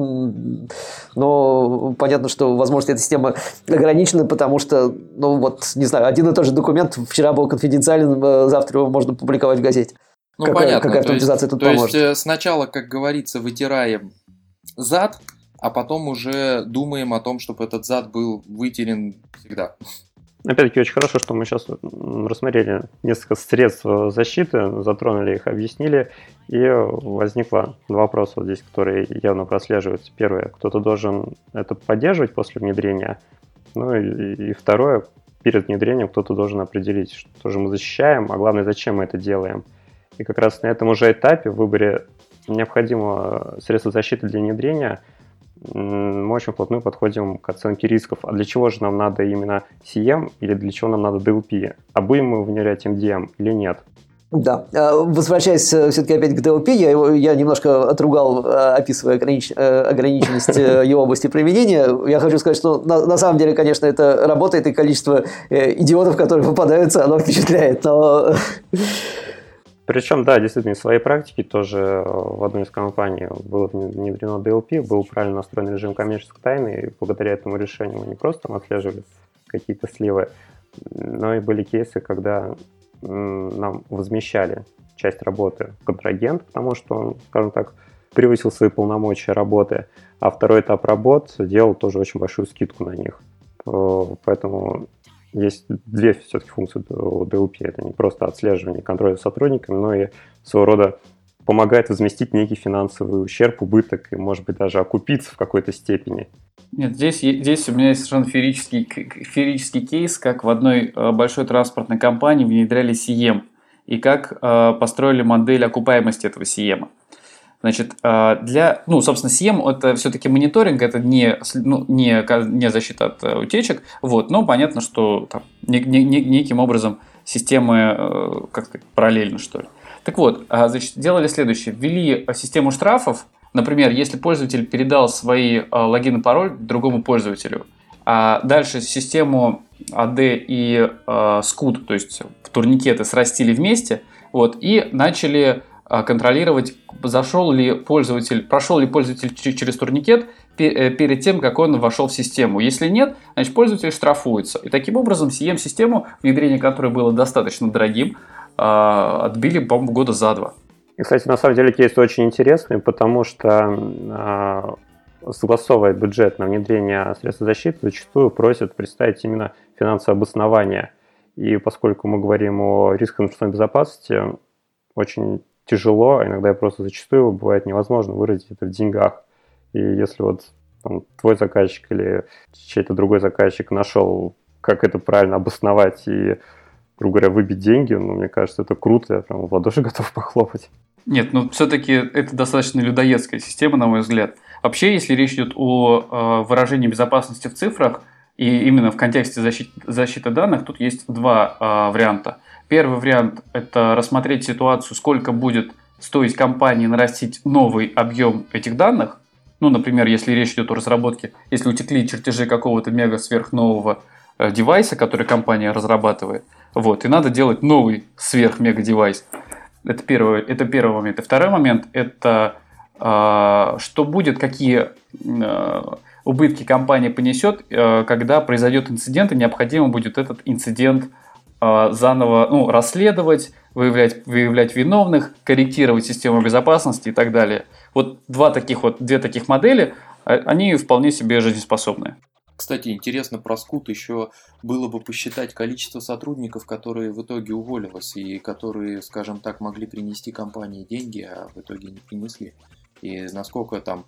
Но понятно, что возможности этой системы ограничены, потому что, ну вот, не знаю, один и тот же документ вчера был конфиденциален, э, завтра его можно публиковать в газете. Ну, какая, понятно. какая автоматизация тут то поможет? То есть сначала, как говорится, вытираем зад, а потом уже думаем о том, чтобы этот зад был вытерен всегда. Опять-таки, очень хорошо, что мы сейчас рассмотрели несколько средств защиты, затронули их, объяснили, и возникло два вопроса вот здесь, которые явно прослеживаются. Первое, кто-то должен это поддерживать после внедрения, ну и, и второе, перед внедрением кто-то должен определить, что же мы защищаем, а главное, зачем мы это делаем. И как раз на этом уже этапе в выборе необходимого средства защиты для внедрения мы очень вплотную подходим к оценке рисков. А для чего же нам надо именно си эм или для чего нам надо ди эл пи? А будем мы внедрять эм ди эм или нет? Да, возвращаясь все-таки опять к ди эл пи, я, его, я немножко отругал, описывая огранич... ограниченность его области применения. Я хочу сказать, что на, на самом деле, конечно, это работает, и количество идиотов, которые попадаются, оно впечатляет, но... Причем, да, действительно, из своей практики тоже в одной из компаний было внедрено ди эл пи, был правильно настроен режим коммерческой тайны, и благодаря этому решению мы не просто там отслеживали какие-то сливы, но и были кейсы, когда нам возмещали часть работы контрагент, потому что он, скажем так, превысил свои полномочия работы, а второй этап работ делал тоже очень большую скидку на них. Поэтому есть две все-таки функции у ди эл пи. Это не просто отслеживание, контроль за сотрудниками, но и своего рода помогает возместить некий финансовый ущерб, убыток и, может быть, даже окупиться в какой-то степени. Нет, здесь, здесь у меня есть совершенно феерический, феерический кейс, как в одной большой транспортной компании внедряли си эм и как э, построили модель окупаемости этого си эм. Значит, для, ну, собственно, си эм это все-таки мониторинг, это не, ну, не, не защита от утечек, вот, но понятно, что там, не, не, не, неким образом системы как сказать, параллельно, что ли. Так вот, значит, делали следующее, ввели систему штрафов, например, если пользователь передал свои логин и пароль другому пользователю, а дальше систему эй ди и скут, то есть турникеты срастили вместе, вот, и начали контролировать, зашел ли пользователь, прошел ли пользователь через турникет перед тем, как он вошел в систему. Если нет, значит пользователь штрафуется. И таким образом си эм систему, внедрение которой было достаточно дорогим, отбили, по-моему, года за два. И, кстати, на самом деле кейс очень интересный, потому что согласовывая бюджет на внедрение средств защиты, зачастую просят представить именно финансовое обоснование. И поскольку мы говорим о рисках информационной безопасности, очень тяжело, а иногда просто зачастую бывает невозможно выразить это в деньгах. И если вот там, твой заказчик или чей-то другой заказчик нашел, как это правильно обосновать и, грубо говоря, выбить деньги, ну, мне кажется, это круто, я прям в ладоши готов похлопать. Нет, ну все-таки это достаточно людоедская система, на мой взгляд. Вообще, если речь идет о э, выражении безопасности в цифрах, и именно в контексте защиты, защиты данных, тут есть два э, варианта. Первый вариант – это рассмотреть ситуацию, сколько будет стоить компании нарастить новый объем этих данных. Ну, например, если речь идет о разработке, если утекли чертежи какого-то мега-сверхнового э, девайса, который компания разрабатывает, вот, и надо делать новый сверх-мега-девайс. Это первый, это первый момент. И второй момент – это э, что будет, какие э, убытки компания понесет, э, когда произойдет инцидент, и необходимо будет этот инцидент э, заново ну, расследовать, выявлять, выявлять виновных, корректировать систему безопасности и так далее. Вот, два таких вот две таких модели, они вполне себе жизнеспособны. Кстати, интересно про Скут еще было бы посчитать количество сотрудников, которые в итоге уволилось и которые, скажем так, могли принести компании деньги, а в итоге не принесли. И насколько там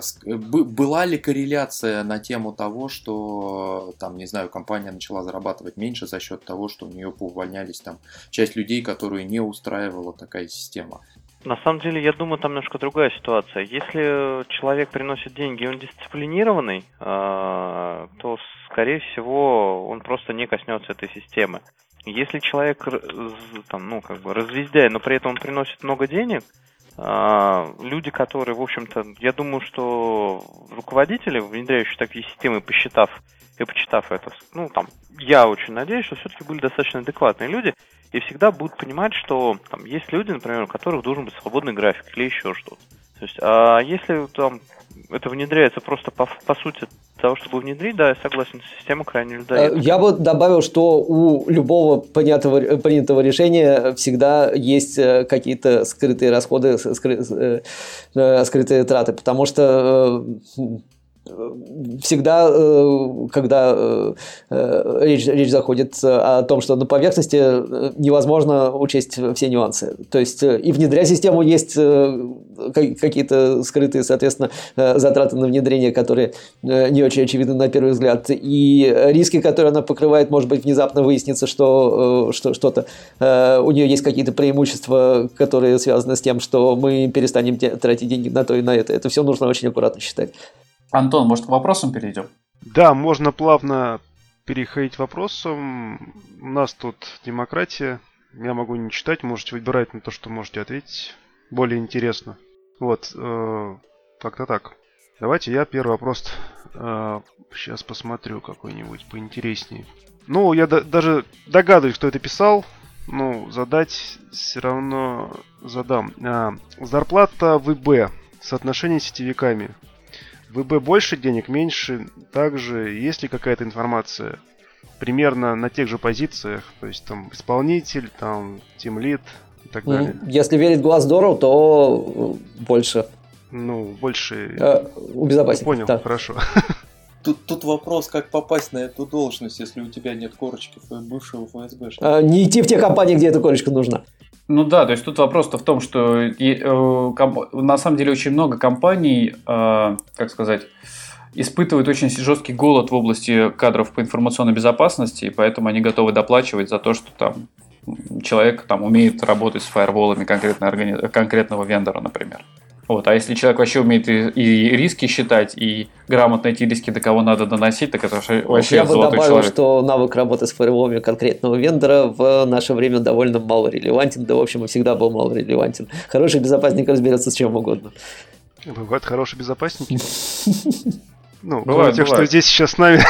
была ли корреляция на тему того, что там, не знаю, компания начала зарабатывать меньше за счет того, что у нее поувольнялись там часть людей, которые не устраивала такая система. На самом деле, я думаю, там немножко другая ситуация. Если человек приносит деньги, и он дисциплинированный, то, скорее всего, он просто не коснется этой системы. Если человек там, ну, как бы развездяй, но при этом он приносит много денег, люди, которые, в общем-то, я думаю, что руководители, внедряющие такие системы, посчитав и почитав это, ну, там, я очень надеюсь, что все-таки были достаточно адекватные люди, и всегда будут понимать, что там есть люди, например, у которых должен быть свободный график или еще что-то. То есть, а если там это внедряется просто по, по сути того, чтобы внедрить, да, я согласен, система крайне людоедская. Я бы добавил, что у любого понятого, принятого решения всегда есть какие-то скрытые расходы, скры, скрытые траты, потому что всегда, когда речь, речь заходит о том, что на поверхности невозможно учесть все нюансы. То есть и внедрять систему есть какие-то скрытые, соответственно, затраты на внедрение, которые не очень очевидны на первый взгляд. И риски, которые она покрывает, может быть, внезапно выяснится, что, что что-то у нее есть какие-то преимущества, которые связаны с тем, что мы перестанем тратить деньги на то и на это. Это все нужно очень аккуратно считать. Антон, может, к вопросам перейдем? Да, можно плавно переходить к вопросам. У нас тут демократия. Я могу не читать, можете выбирать на то, что можете ответить. Более интересно. Вот, э, как-то так. Давайте я первый вопрос э, сейчас посмотрю какой-нибудь поинтереснее. Ну, я да- даже догадываюсь, кто это писал. Ну, задать все равно задам. А, зарплата ВБ. Соотношение с сетевиками. ВБ больше денег, меньше. Также есть ли какая-то информация примерно на тех же позициях? То есть там исполнитель, там тимлид и так далее. Если верить Glassdoor, то больше. Ну, больше... Э, у безопасников. Понял, да. Хорошо. Тут, тут вопрос, как попасть на эту должность, если у тебя нет корочки бывшего эф эс бэ. Э, не идти в те компании, где эта корочка нужна. Ну да, то есть тут вопрос-то в том, что э, э, комп- на самом деле очень много компаний, э, как сказать, испытывают очень жесткий голод в области кадров по информационной безопасности, и поэтому они готовы доплачивать за то, что там человек там умеет работать с фаерволами конкретно органи- конкретного вендора, например. Вот. А если человек вообще умеет и, и риски считать, и грамотно эти риски до кого надо доносить, так это вообще Я бы золотой добавил, человек. что навык работы с фаерволами конкретного вендора в наше время довольно мало релевантен, да, в общем, и всегда был мало релевантен. Хороший безопасник разберется с чем угодно. Бывают хорошие безопасники. Ну, Бывает, кроме тех, бывает. что здесь сейчас с нами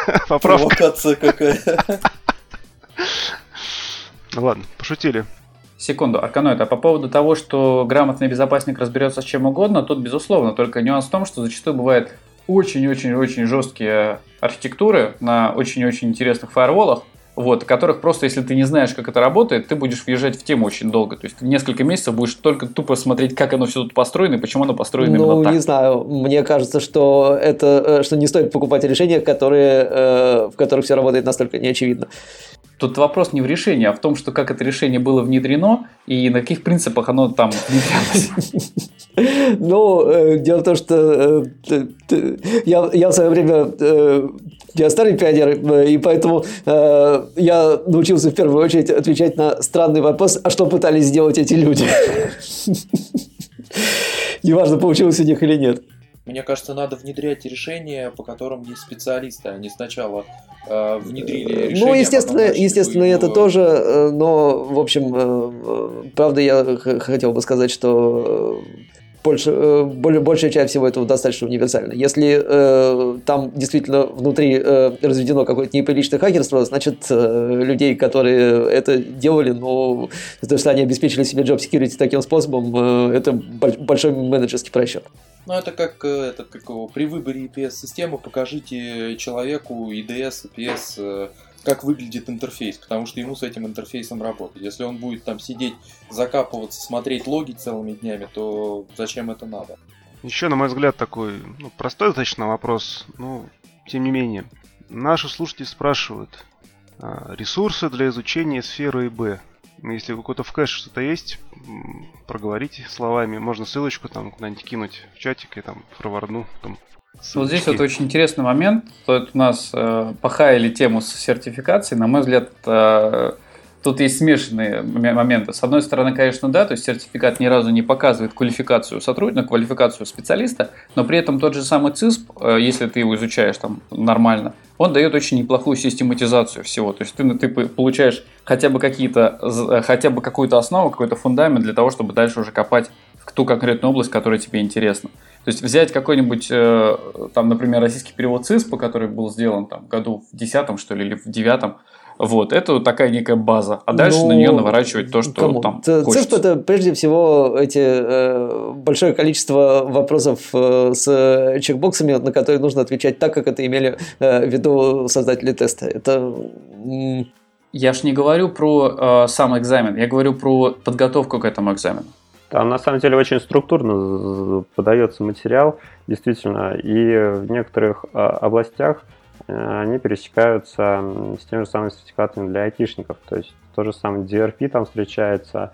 поправка. Провокация какая. Ладно, пошутили. Секунду, Арканоид, а по поводу того, что грамотный безопасник разберется с чем угодно, тут безусловно, только нюанс в том, что зачастую бывает очень-очень-очень жесткие архитектуры на очень-очень интересных фаерволах, вот, которых просто, если ты не знаешь, как это работает, ты будешь въезжать в тему очень долго. То есть ты несколько месяцев будешь только тупо смотреть, как оно все тут построено и почему оно построено ну, именно так. Ну, не знаю, мне кажется, что это, что не стоит покупать решения, которые, в которых все работает настолько неочевидно. Тут вопрос не в решении, а в том, что как это решение было внедрено и на каких принципах оно там внедрялось. Ну, дело в том, что я, я в свое время, я старый пионер, и поэтому я научился в первую очередь отвечать на странный вопрос, а что пытались сделать эти люди? Неважно, получилось у них или нет. Мне кажется, надо внедрять решения, по которым есть специалисты. Они сначала э, внедрили решение. Ну, естественно, а естественно, его... это тоже, но, в общем, правда, я хотел бы сказать, что больше, большая часть всего этого достаточно универсальна. Если э, там действительно внутри э, разведено какое-то неприличное хакерство, значит, э, людей, которые это делали, ну, то, что они обеспечили себе job security таким способом, э, это большой менеджерский просчет. Ну, это как, это как при выборе и пи эс-системы покажите человеку и ди эс, и пи эс, как выглядит интерфейс, потому что ему с этим интерфейсом работать. Если он будет там сидеть, закапываться, смотреть логи целыми днями, то зачем это надо? Еще, на мой взгляд, такой ну, простой достаточно вопрос, но тем не менее. Наши слушатели спрашивают, ресурсы для изучения сферы и бэ. Если у какой-то в кэше что-то есть, проговорите словами. Можно ссылочку там куда-нибудь кинуть в чатик и там форвардну. Там, вот здесь вот очень интересный момент. Тут у нас э, похаяли тему с сертификацией. На мой взгляд, э, тут есть смешанные моменты. С одной стороны, конечно, да, то есть сертификат ни разу не показывает квалификацию сотрудника, квалификацию специалиста, но при этом тот же самый цисп, э, если ты его изучаешь там нормально, он дает очень неплохую систематизацию всего. То есть ты, ты получаешь хотя бы какие-то, хотя бы какую-то основу, какой-то фундамент для того, чтобы дальше уже копать в ту конкретную область, которая тебе интересна. То есть взять какой-нибудь, там, например, российский перевод циспа, который был сделан там, в году в десятом, что ли, или в девятом, вот, это такая некая база. А дальше ну, на нее наворачивать то, что кому? Там Ц- хочется. ЦИСП – это прежде всего эти, э, большое количество вопросов э, с чекбоксами, на которые нужно отвечать так, как это имели э, в виду создатели теста. Это... Я ж не говорю про э, сам экзамен, я говорю про подготовку к этому экзамену. Там на самом деле очень структурно подается материал, действительно, и в некоторых э, областях они пересекаются с теми же самыми сертификатами для айтишников. То есть то же самое ди ар пи там встречается.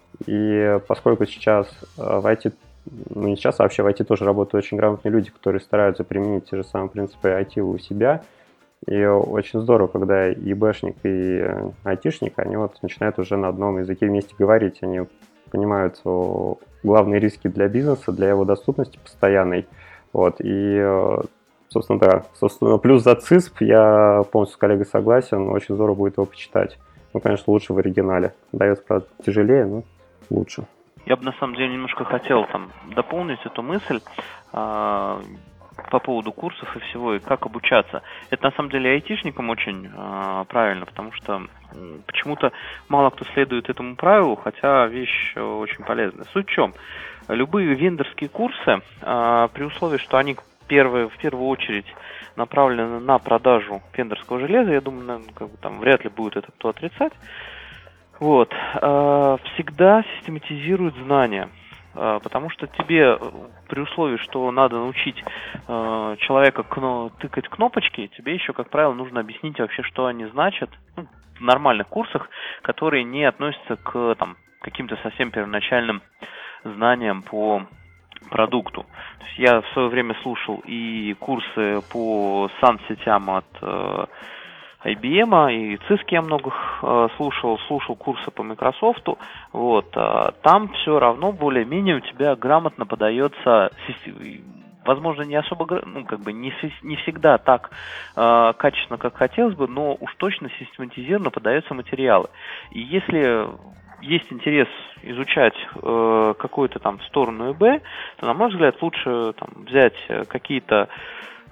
И поскольку сейчас в ай ти, ну не сейчас, а вообще в ай ти тоже работают очень грамотные люди, которые стараются применить те же самые принципы ай ти у себя. И очень здорово, когда и бэшник, и айтишник, они вот начинают уже на одном языке вместе говорить. Они понимают главные риски для бизнеса, для его доступности постоянной. Вот. И собственно, да. Собственно, плюс за цисп я полностью с коллегой согласен. Очень здорово будет его почитать. Ну, конечно, лучше в оригинале. Дается, правда, тяжелее, но лучше. Я бы, на самом деле, немножко хотел там дополнить эту мысль э, по поводу курсов и всего, и как обучаться. Это, на самом деле, айтишникам очень э, правильно, потому что э, почему-то мало кто следует этому правилу, хотя вещь э, очень полезная. Суть в чем? Любые вендорские курсы, э, при условии, что они Первое, в первую очередь направлены на продажу вендорского железа, я думаю, наверное, как бы там вряд ли будет это кто отрицать. Вот. Всегда систематизируют знания, потому что тебе при условии, что надо научить человека кно- тыкать кнопочки, тебе еще, как правило, нужно объяснить вообще, что они значат, ну, в нормальных курсах, которые не относятся к там, каким-то совсем первоначальным знаниям по продукту. То есть я в свое время слушал и курсы по сан-сетям от э, ай би эм, и циски я много э, слушал, слушал курсы по Microsoft. Вот, э, там все равно более-менее у тебя грамотно подается, возможно, не особо, ну, как бы не, не всегда так э, качественно, как хотелось бы, но уж точно систематизированно подаются материалы. И если есть интерес изучать э, какую-то там сторону ИБ, то, на мой взгляд, лучше там, взять какие-то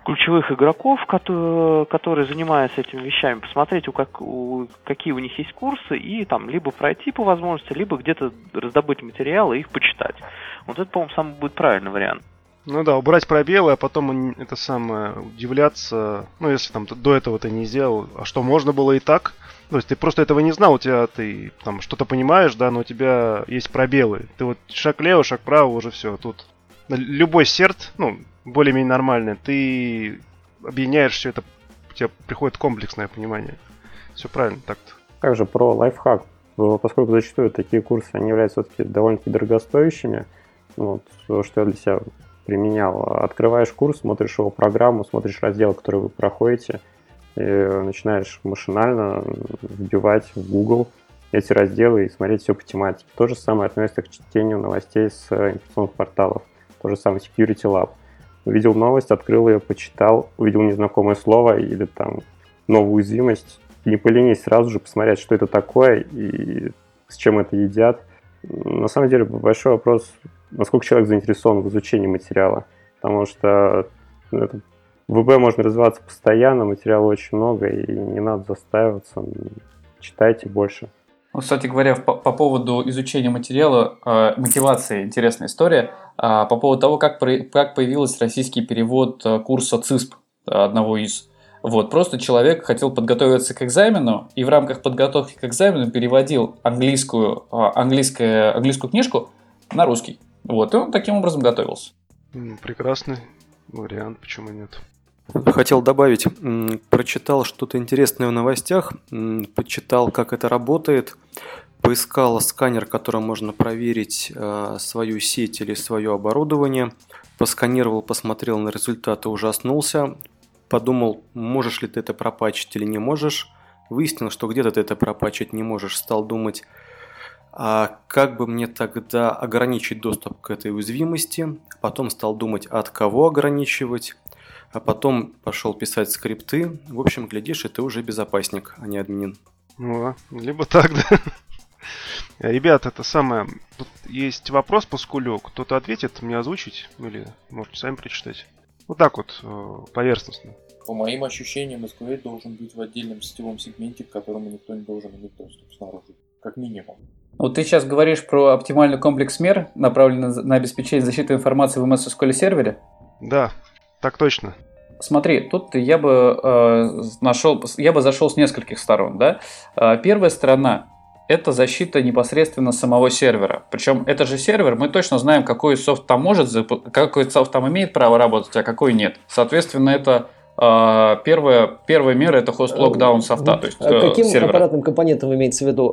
ключевых игроков, которые, которые занимаются этими вещами, посмотреть, у как, у, какие у них есть курсы, и там либо пройти по возможности, либо где-то раздобыть материалы и их почитать. Вот это, по-моему, самый будет правильный вариант. Ну да, убрать пробелы, а потом это самое удивляться, ну если там до этого ты не сделал, а что можно было и так, то есть ты просто этого не знал, у тебя ты там что-то понимаешь, да, но у тебя есть пробелы, ты вот шаг лево, шаг право, уже все, тут любой серт, ну, более-менее нормальный, ты объединяешь все это, у тебя приходит комплексное понимание, все правильно так-то. Также про лайфхак, поскольку зачастую такие курсы, они являются все-таки довольно-таки дорогостоящими, вот, что я для себя применял. Открываешь курс, смотришь его программу, смотришь раздел, который вы проходите, и начинаешь машинально вбивать в Google эти разделы и смотреть все по тематике. То же самое относится к чтению новостей с информационных порталов. То же самое Security Lab. Увидел новость, открыл ее, почитал, увидел незнакомое слово или там новую уязвимость. Не поленись сразу же посмотреть, что это такое и с чем это едят. На самом деле большой вопрос, насколько человек заинтересован в изучении материала, потому что это, в ВБ можно развиваться постоянно, материала очень много, и не надо застаиваться, читайте больше. Ну, кстати говоря, по, по поводу изучения материала, э, мотивации, интересная история, э, по поводу того, как, про, как появился российский перевод э, курса ЦИСП, э, одного из. Вот, просто человек хотел подготовиться к экзамену, и в рамках подготовки к экзамену переводил английскую, э, английскую, английскую книжку на русский. Вот, и он таким образом готовился. Прекрасный вариант, почему нет. Хотел добавить, прочитал что-то интересное в новостях, почитал, как это работает, поискал сканер, которым можно проверить свою сеть или свое оборудование, посканировал, посмотрел на результаты, ужаснулся, подумал, можешь ли ты это пропатчить или не можешь, выяснил, что где-то ты это пропатчить не можешь, стал думать, а как бы мне тогда ограничить доступ к этой уязвимости, потом стал думать, от кого ограничивать, а потом пошел писать скрипты. В общем, глядишь, и ты уже безопасник, а не админ. Ну, либо так, да. Ребят, это самое... Тут есть вопрос по скулю. Кто-то ответит, мне озвучить? Или можете сами прочитать? Вот так вот, поверхностно. По моим ощущениям, эс ку эль должен быть в отдельном сетевом сегменте, к которому никто не должен иметь доступ снаружи. Как минимум. Вот ты сейчас говоришь про оптимальный комплекс мер, направленный на обеспечение защиты информации в эм эс эс ку эль сервере? Да, так точно. Смотри, тут я бы э, нашел, я бы зашел с нескольких сторон, да. Первая сторона – это защита непосредственно самого сервера. Причем это же сервер, мы точно знаем, какой софт там может, какой софт там имеет право работать, а какой нет. Соответственно, это э, первая, первая мера – это хост-локдаун софта, то есть э, Каким сервера. аппаратным компонентом имеется в виду?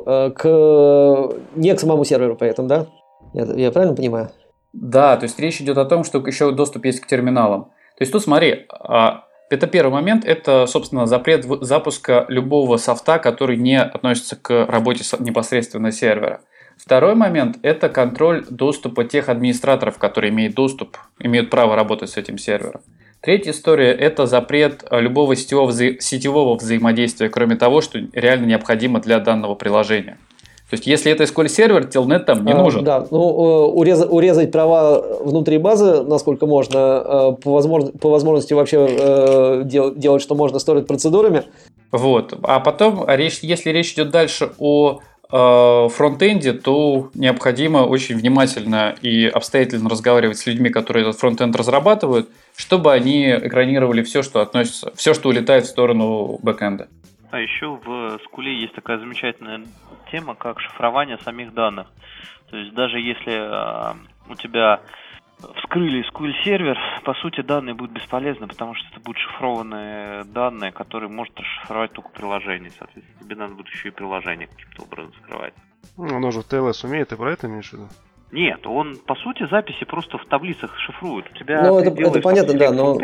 К... Не к самому серверу, поэтому, да? Я, я правильно понимаю? Да, то есть речь идет о том, что еще доступ есть к терминалам. То есть тут смотри, это первый момент, это, собственно, запрет запуска любого софта, который не относится к работе непосредственно сервера. Второй момент – это контроль доступа тех администраторов, которые имеют доступ, имеют право работать с этим сервером. Третья история – это запрет любого сетевого, вза... сетевого взаимодействия, кроме того, что реально необходимо для данного приложения. То есть, если это эс ку эль-сервер, телнет там не нужен. А, да, ну, урезать, урезать права внутри базы, насколько можно, по, возможно, по возможности вообще делать, делать, что можно, сторить процедурами. Вот. А потом, речь, если речь идет дальше о э, фронтенде, то необходимо очень внимательно и обстоятельно разговаривать с людьми, которые этот фронтенд разрабатывают, чтобы они экранировали все, что относится, все, что улетает в сторону бэкэнда. А еще в скуле есть такая замечательная тема, как шифрование самих данных. То есть даже если э, у тебя вскрыли эс ку эль-сервер, по сути данные будут бесполезны, потому что это будут шифрованные данные, которые может расшифровать только приложение. Соответственно, тебе надо будет еще и приложение каким-то образом скрывать. Ну, оно же ти эл эс умеет, ты про это имеешь в виду? Нет, он, по сути, записи просто в таблицах шифрует. У тебя ну, это, это понятно, да, но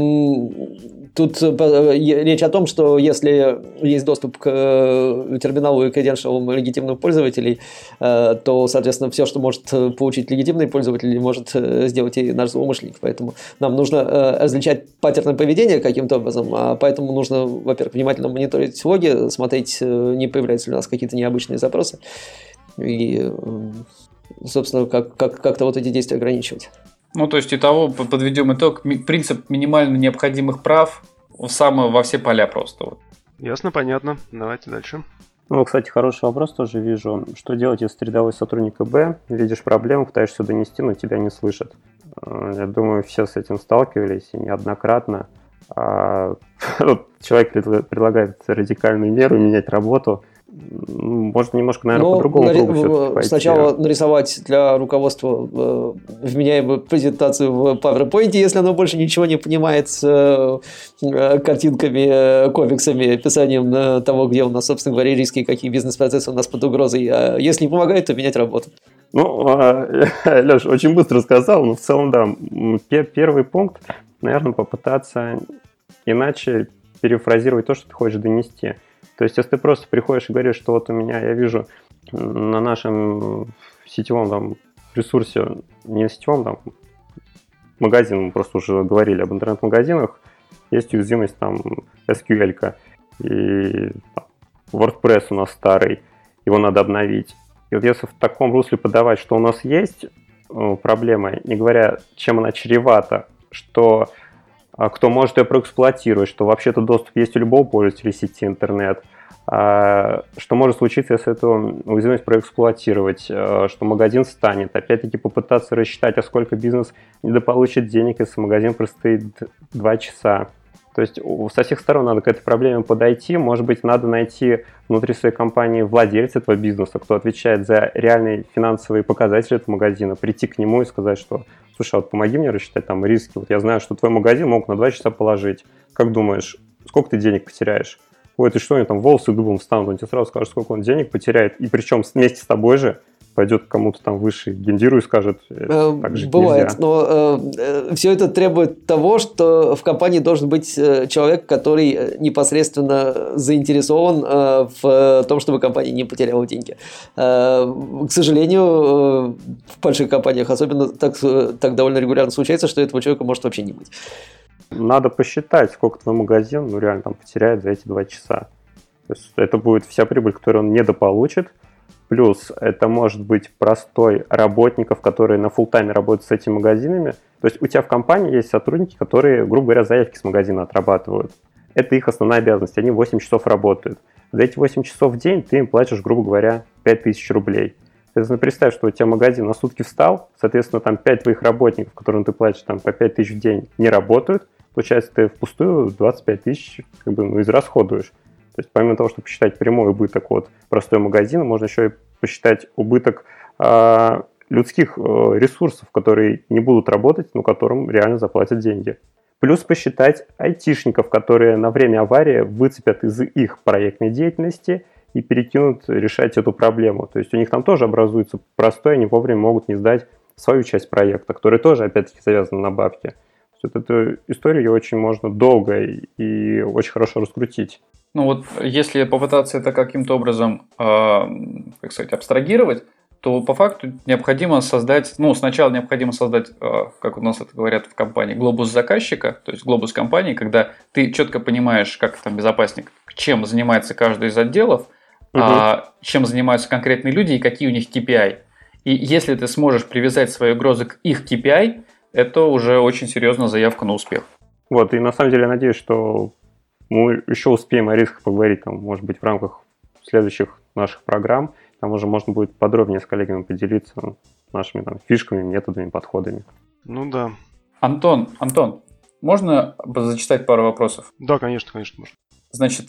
тут речь о том, что если есть доступ к терминалу и креденшалам легитимных пользователей, то, соответственно, все, что может получить легитимный пользователь, может сделать и наш злоумышленник. Поэтому нам нужно различать паттерны поведения каким-то образом, а поэтому нужно, во-первых, внимательно мониторить логи, смотреть, не появляются ли у нас какие-то необычные запросы. И... собственно, как, как, как-то вот эти действия ограничивать. Ну, то есть, итого, подведем итог, ми- принцип минимально необходимых прав самое, во все поля просто. Вот. Ясно, понятно. Давайте дальше. Ну, кстати, хороший вопрос тоже вижу. Что делать, если ты рядовой сотрудник ИБ, видишь проблему, пытаешься донести, но тебя не слышат? Э, Я думаю, все с этим сталкивались и неоднократно. А, вот человек пред- предлагает радикальную меру, менять работу. М, Может, немножко, наверное, Ну, по другому нари- кругу в- все-таки пойти. сначала нарисовать для руководства э, вменяемую презентацию в PowerPoint, если оно больше ничего не понимает с э, э, картинками, э, комиксами, описанием э, того, где у нас, собственно говоря, риски, какие бизнес-процессы у нас под угрозой. А если не помогает, то менять работу. Ну, Леш, очень быстро сказал, но в целом, да, м, пе- первый пункт, наверное, попытаться иначе перефразировать то, что ты хочешь донести. То есть, если ты просто приходишь и говоришь, что вот у меня, я вижу м, на нашем сетевом там, ресурсе, не сетевом, там, магазин, мы просто уже говорили об интернет-магазинах, есть уязвимость там эс кью эль-ка, и там, WordPress у нас старый, его надо обновить. И вот если в таком русле подавать, что у нас есть э, проблема, не говоря, чем она чревата, что а, кто может ее проэксплуатировать, что вообще-то доступ есть у любого пользователя сети интернет, а, что может случиться, если эту уязвимость проэксплуатировать, а, что магазин станет, опять-таки попытаться рассчитать, а сколько бизнес недополучит денег, если магазин простоит два часа. То есть у- со всех сторон надо к этой проблеме подойти. Может быть, надо найти внутри своей компании владельца этого бизнеса, кто отвечает за реальные финансовые показатели этого магазина, прийти к нему и сказать, что слушай, а вот помоги мне рассчитать там риски. Вот я знаю, что твой магазин мог на два часа положить. Как думаешь, сколько ты денег потеряешь? Ой, ты что, они там волосы дыбом встанут, он тебе сразу скажет, сколько он денег потеряет. И причем вместе с тобой же пойдет к кому-то там выше гендиру и скажет, Э, так жить Бывает, нельзя. но э, все это требует того, что в компании должен быть э, человек, который э, непосредственно заинтересован э, в том, чтобы компания не потеряла деньги. Э, К сожалению, э, в больших компаниях особенно так, э, так довольно регулярно случается, что этого человека может вообще не быть. Надо посчитать, сколько твой магазин ну, реально там потеряет за эти два часа. То есть это будет вся прибыль, которую он недополучит. Плюс это может быть простой работников, которые на фулл-тайме работают с этими магазинами. То есть у тебя в компании есть сотрудники, которые, грубо говоря, заявки с магазина отрабатывают. Это их основная обязанность. Они восемь часов работают. За эти восемь часов в день ты им платишь, грубо говоря, пять тысяч рублей. Соответственно, представь, что у тебя магазин на сутки встал, соответственно, там пять твоих работников, которым ты платишь там, по пять тысяч в день, не работают. Получается, ты впустую двадцать пять тысяч как бы, ну, израсходуешь. То есть помимо того, чтобы посчитать прямой убыток от простой магазина, можно еще и посчитать убыток э, людских э, ресурсов, которые не будут работать, но которым реально заплатят деньги. Плюс посчитать айтишников, которые на время аварии выцепят из их проектной деятельности и перекинут решать эту проблему. То есть у них там тоже образуется простой, они вовремя могут не сдать свою часть проекта, которая тоже, опять-таки, завязана на бабки. Вот эту историю очень можно долго и, и очень хорошо раскрутить. Ну вот, если попытаться это каким-то образом, э, как сказать, абстрагировать, то по факту необходимо создать, ну, сначала необходимо создать, э, как у нас это говорят в компании, глобус заказчика, то есть глобус компании, когда ты четко понимаешь, как там безопасник, чем занимается каждый из отделов, угу. а, чем занимаются конкретные люди и какие у них кей пи ай. И если ты сможешь привязать свои угрозы к их кей пи ай, это уже очень серьезная заявка на успех. Вот, и на самом деле я надеюсь, что мы еще успеем о рисках поговорить, там, может быть, в рамках следующих наших программ. Там уже можно будет подробнее с коллегами поделиться нашими там, фишками, методами, подходами. Ну да. Антон, Антон, можно зачитать пару вопросов? Да, конечно, конечно, можно. Значит,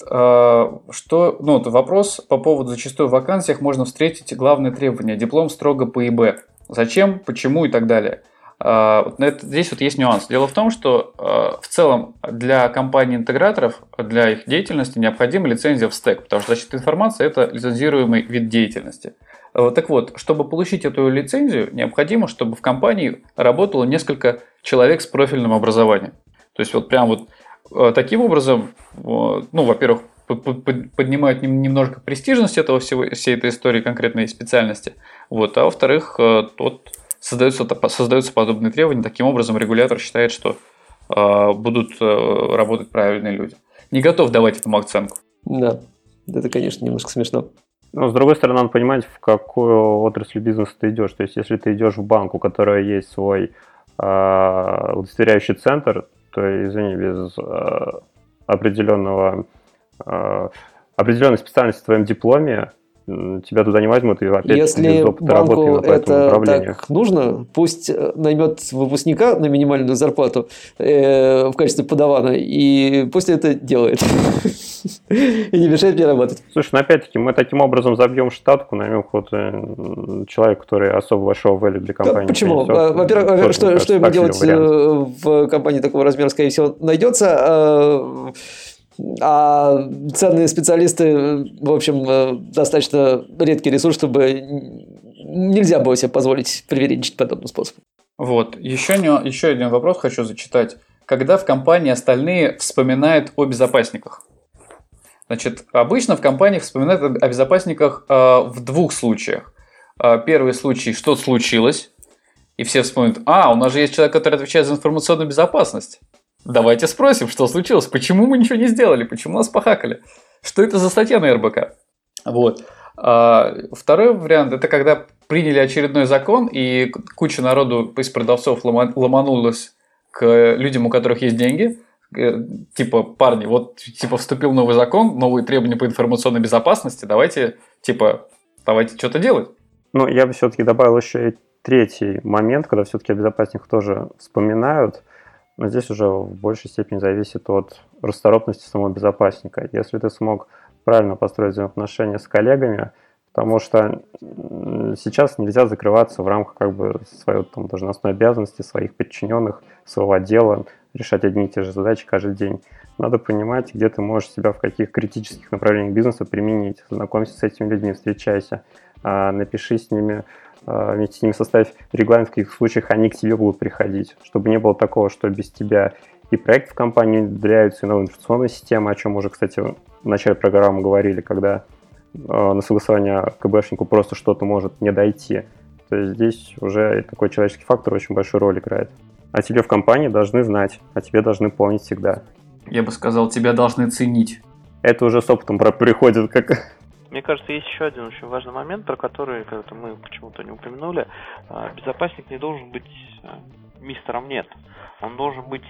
что, ну, вот вопрос по поводу зачастую в вакансиях можно встретить главное требование – диплом строго по ИБ. Зачем, почему и так далее. Вот это, здесь вот есть нюанс. Дело в том, что в целом для компаний-интеграторов, для их деятельности необходима лицензия в стэк, потому что защита информации – это лицензируемый вид деятельности. Так вот, чтобы получить эту лицензию, необходимо, чтобы в компании работало несколько человек с профильным образованием. То есть вот прям вот таким образом, ну, во-первых, поднимают немножко престижность этого всего, всей этой истории конкретной специальности, вот, а во-вторых, тот Создаются, создаются подобные требования. Таким образом, регулятор считает, что э, будут э, работать правильные люди. Не готов давать этому оценку. Да, это, конечно, немножко смешно. Но, с другой стороны, надо понимать, в какую отрасль бизнеса ты идешь. То есть, если ты идешь в банк, у которой есть свой э, удостоверяющий центр, то, извини, без э, определенного, э, определенной специальности в твоем дипломе тебя туда не возьмут, и опять Если без опыта работы банку по этому это направлению. так нужно, пусть наймет выпускника на минимальную зарплату э, в качестве подавана, и пусть это делает. И не мешает мне работать. Слушай, ну опять-таки, мы таким образом забьем штатку, наймем какого-то человека, который особо большого value для компании. Да, почему? принесет. Во-первых, Тоже, что, кажется, что ему делать вариант. в компании такого размера, скорее всего, найдется. А ценные специалисты, в общем, достаточно редкий ресурс, чтобы нельзя было себе позволить привередничать подобным способом. Вот, еще, не, еще один вопрос хочу зачитать. Когда в компании остальные вспоминают о безопасниках? Значит, обычно в компаниях вспоминают о безопасниках э, в двух случаях. Э, первый случай, что случилось, и все вспомнят, а, у нас же есть человек, который отвечает за информационную безопасность. Давайте спросим, что случилось, почему мы ничего не сделали, почему нас похакали, что это за статья на эр бэ ка. Вот. А второй вариант, это когда приняли очередной закон, и куча народу из продавцов ломанулась к людям, у которых есть деньги, типа, парни, вот типа вступил новый закон, новые требования по информационной безопасности, давайте, типа, давайте что-то делать. Ну, я бы все-таки добавил еще и третий момент, когда все-таки о безопасниках тоже вспоминают. Но здесь уже в большей степени зависит от расторопности самого безопасника. Если ты смог правильно построить взаимоотношения с коллегами, потому что сейчас нельзя закрываться в рамках как бы своей там, должностной обязанности, своих подчиненных, своего отдела, решать одни и те же задачи каждый день. Надо понимать, где ты можешь себя в каких критических направлениях бизнеса применить. Знакомься с этими людьми, встречайся, напиши с ними, вместе с ними составь регламент, в каких случаях они к тебе будут приходить, чтобы не было такого, что без тебя и проект в компании внедряются, и новая информационная система, о чем уже, кстати, в начале программы говорили, когда на согласование КБшнику просто что-то может не дойти. То есть здесь уже такой человеческий фактор очень большую роль играет. А тебе в компании должны знать, а тебе должны помнить всегда. Я бы сказал, тебя должны ценить. Это уже с опытом приходит как... Мне кажется, есть еще один очень важный момент, про который как-то мы почему-то не упомянули. Безопасник не должен быть мистером «нет». Он должен быть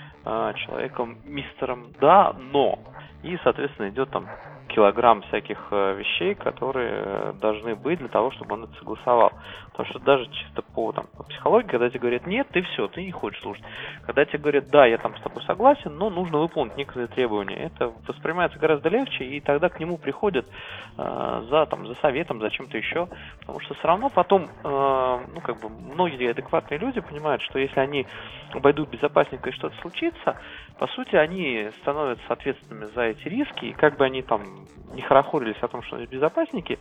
человеком мистером «да, но». И, соответственно, идет там килограмм всяких вещей, которые должны быть для того, чтобы он это согласовал. Потому что даже чисто по, там, по психологии, когда тебе говорят «нет», ты все, ты не хочешь слушать. Когда тебе говорят «да, я там с тобой согласен, но нужно выполнить некоторые требования», это воспринимается гораздо легче, и тогда к нему приходят э, за, там, за советом, за чем-то еще. Потому что все равно потом, э, ну, как бы, многие адекватные люди понимают, что если они обойдут безопасника и что-то случится, по сути, они становятся ответственными за эти риски, и как бы они там не хорохорились о том, что они безопасники,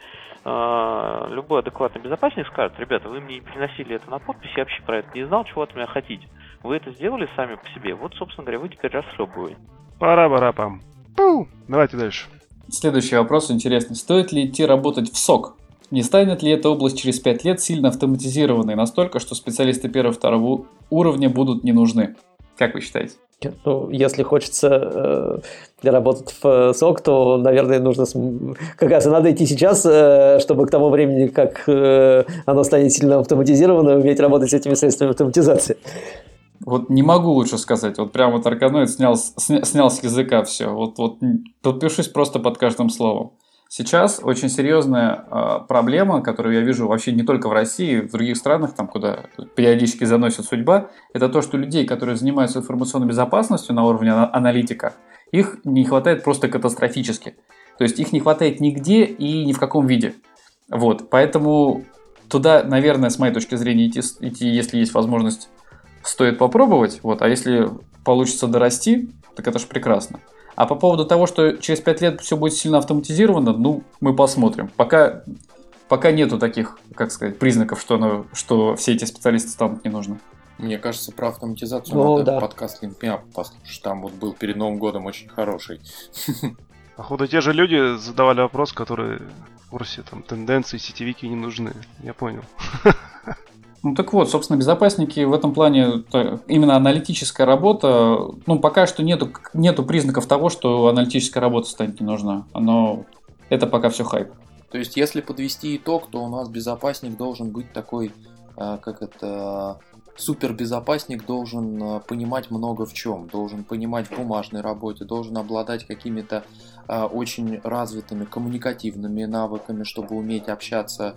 э, любой адекватный безопасник скажет: ребята, вы мне не приносили это на подпись, я вообще про это не знал, чего от меня хотите. Вы это сделали сами по себе, вот, собственно говоря, вы теперь расхлебываете. Пара-пара-пам. Пу! Давайте дальше. Следующий вопрос интересный. Стоит ли идти работать в сок? Не станет ли эта область через пять лет сильно автоматизированной настолько, что специалисты первого-второго уровня будут не нужны? Как вы считаете? Ну, если хочется э, работать в сок, то, наверное, нужно как раз и надо идти сейчас, э, чтобы к тому времени, как э, оно станет сильно автоматизировано, уметь работать с этими средствами автоматизации. Вот не могу лучше сказать. Вот прямо вот Арканоид снял, сня, снял с языка все. Вот, вот подпишусь просто под каждым словом. Сейчас очень серьезная э, проблема, которую я вижу вообще не только в России, в других странах, там, куда периодически заносит судьба, это то, что людей, которые занимаются информационной безопасностью на уровне аналитика, их не хватает просто катастрофически. То есть их не хватает нигде и ни в каком виде. Вот, поэтому туда, наверное, с моей точки зрения, идти, идти если есть возможность, стоит попробовать. Вот, а если получится дорасти, так это же прекрасно. А по поводу того, что через пять лет все будет сильно автоматизировано, ну, мы посмотрим. Пока, пока нету таких, как сказать, признаков, что, оно, что все эти специалисты станут не нужны. Мне кажется, про автоматизацию ну, надо да. подкаст Линпиап послушать. Там вот был перед Новым годом очень хороший. Походу, те же люди задавали вопрос, которые в курсе там тенденций, сетевики не нужны. Я понял. Ну так вот, собственно, безопасники в этом плане, именно аналитическая работа, ну пока что нету, нету признаков того, что аналитическая работа станет не нужна. Оно, это пока все хайп. То есть, если подвести итог, то у нас безопасник должен быть такой, как это, супербезопасник должен понимать много в чем, должен понимать в бумажной работе, должен обладать какими-то а, очень развитыми коммуникативными навыками, чтобы уметь общаться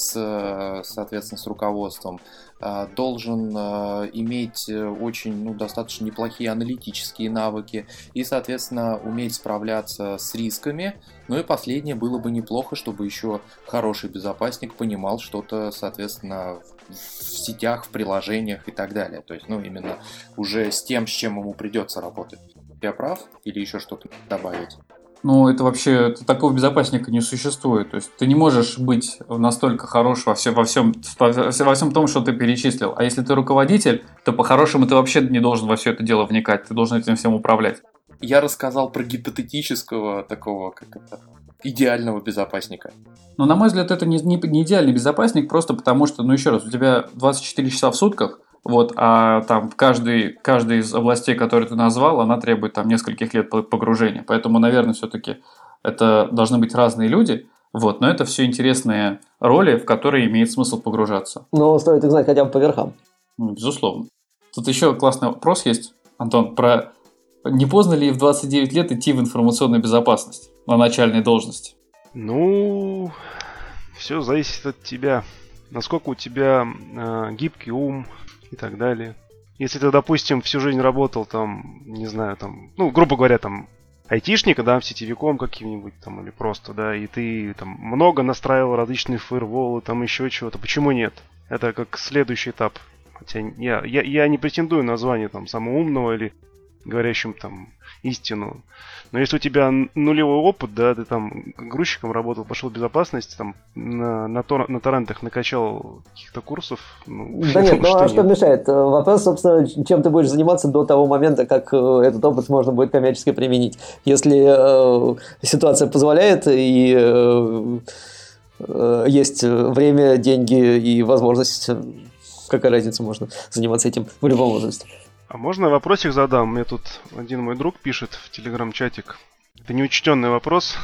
с, соответственно, с руководством, а, должен а, иметь очень, ну, достаточно неплохие аналитические навыки и, соответственно, уметь справляться с рисками. Ну и последнее, было бы неплохо, чтобы еще хороший безопасник понимал что-то, соответственно, в сетях, в приложениях и так далее. То есть, ну, именно уже с тем, с чем ему придется работать. Я прав? Или еще что-то добавить? Ну, это вообще, такого безопасника не существует. То есть ты не можешь быть настолько хорош во, все, во, всем, во всем том, что ты перечислил. А если ты руководитель, то по-хорошему ты вообще не должен во все это дело вникать. Ты должен этим всем управлять. Я рассказал про гипотетического такого, как это, идеального безопасника. Но, на мой взгляд, это не, не, не идеальный безопасник, просто потому что, ну, еще раз, у тебя двадцать четыре часа в сутках, вот, а там каждый, каждый из областей, которые ты назвал, она требует там нескольких лет погружения. Поэтому, наверное, все-таки это должны быть разные люди, вот, но это все интересные роли, в которые имеет смысл погружаться. Но стоит их знать хотя бы по верхам. Ну, безусловно. Тут еще классный вопрос есть, Антон, про не поздно ли в двадцать девять лет идти в информационную безопасность на начальной должности? Ну, все зависит от тебя. Насколько у тебя э, гибкий ум и так далее. Если ты, допустим, всю жизнь работал там, не знаю, там, ну, грубо говоря, там, айтишника, да, сетевиком каким-нибудь там, или просто, да, и ты там много настраивал различные фаерволы, там еще чего-то, почему нет? Это как следующий этап. Хотя я, я, я не претендую на звание там самого умного или говорящим там истину. Но если у тебя нулевой опыт, да, ты там грузчиком работал, пошел в безопасность, там на, на, тор, на торрентах накачал каких-то курсов. Ну, да нет, ну а что что мешает? Вопрос, собственно, чем ты будешь заниматься до того момента, как этот опыт можно будет коммерчески применить. Если э, ситуация позволяет и э, э, есть время, деньги и возможность, какая разница, можно заниматься этим в любом возрасте. А можно вопросик задам? Мне тут один мой друг пишет в телеграм-чатик. Это неучтенный вопрос,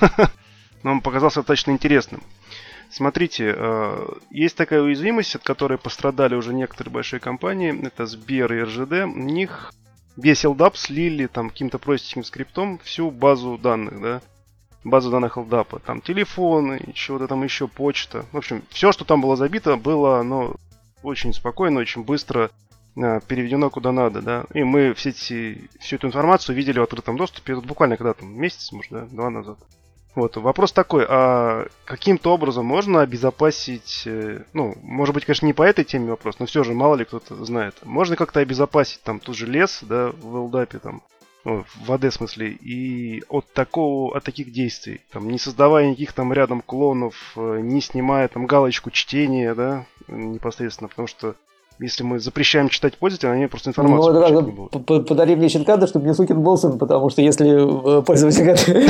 но он показался достаточно интересным. Смотрите, есть такая уязвимость, от которой пострадали уже некоторые большие компании. Это Сбер и эр жэ дэ. У них весь эл дап слили там каким-то простеньким скриптом всю базу данных, да? Базу данных эл дап. Там телефоны, чего-то там еще, почта. В общем, все, что там было забито, было оно очень спокойно, очень быстро переведено куда надо, да, и мы все эти, всю эту информацию видели в открытом доступе, это буквально когда там, месяц, может, да, два назад. Вот, вопрос такой, а каким-то образом можно обезопасить, ну, может быть, конечно, не по этой теме вопрос, но все же, мало ли кто-то знает, можно как-то обезопасить там тот же лес, да, в эл дапе, там, ну, в эй ди, в смысле, и от такого, от таких действий, там, не создавая никаких там рядом клонов, не снимая там галочку чтения, да, непосредственно, потому что если мы запрещаем читать пользователям, они просто информацию ну, получать не будут. Подари мне щенка, да, чтобы не сукин был сын, потому что если пользователь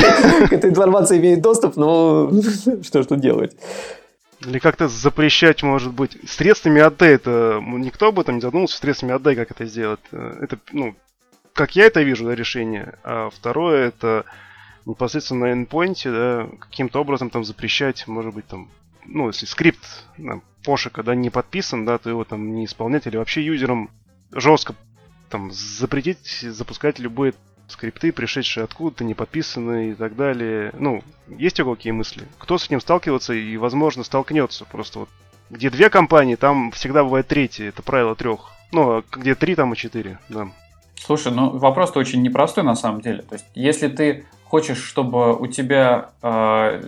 к этой информации имеет доступ, ну, что ж тут делать? Или как-то запрещать, может быть, средствами эй ди, это никто об этом не задумывался, средствами эй ди, как это сделать. Это, ну, как я это вижу, да, решение. А второе, это непосредственно на эндпоинте, да, каким-то образом там запрещать, может быть, там, ну, если скрипт там, пошика, да, не подписан, да, то его там не исполнять, или вообще юзерам жестко там запретить запускать любые скрипты, пришедшие откуда-то, не подписанные и так далее. Ну, есть у кого какие мысли? Кто с этим сталкивается и, возможно, столкнется? Просто вот где две компании, там всегда бывает третья, это правило трех. Ну, а где три, там и четыре, да. Слушай, ну вопрос-то очень непростой на самом деле. То есть, если ты хочешь, чтобы у тебя э,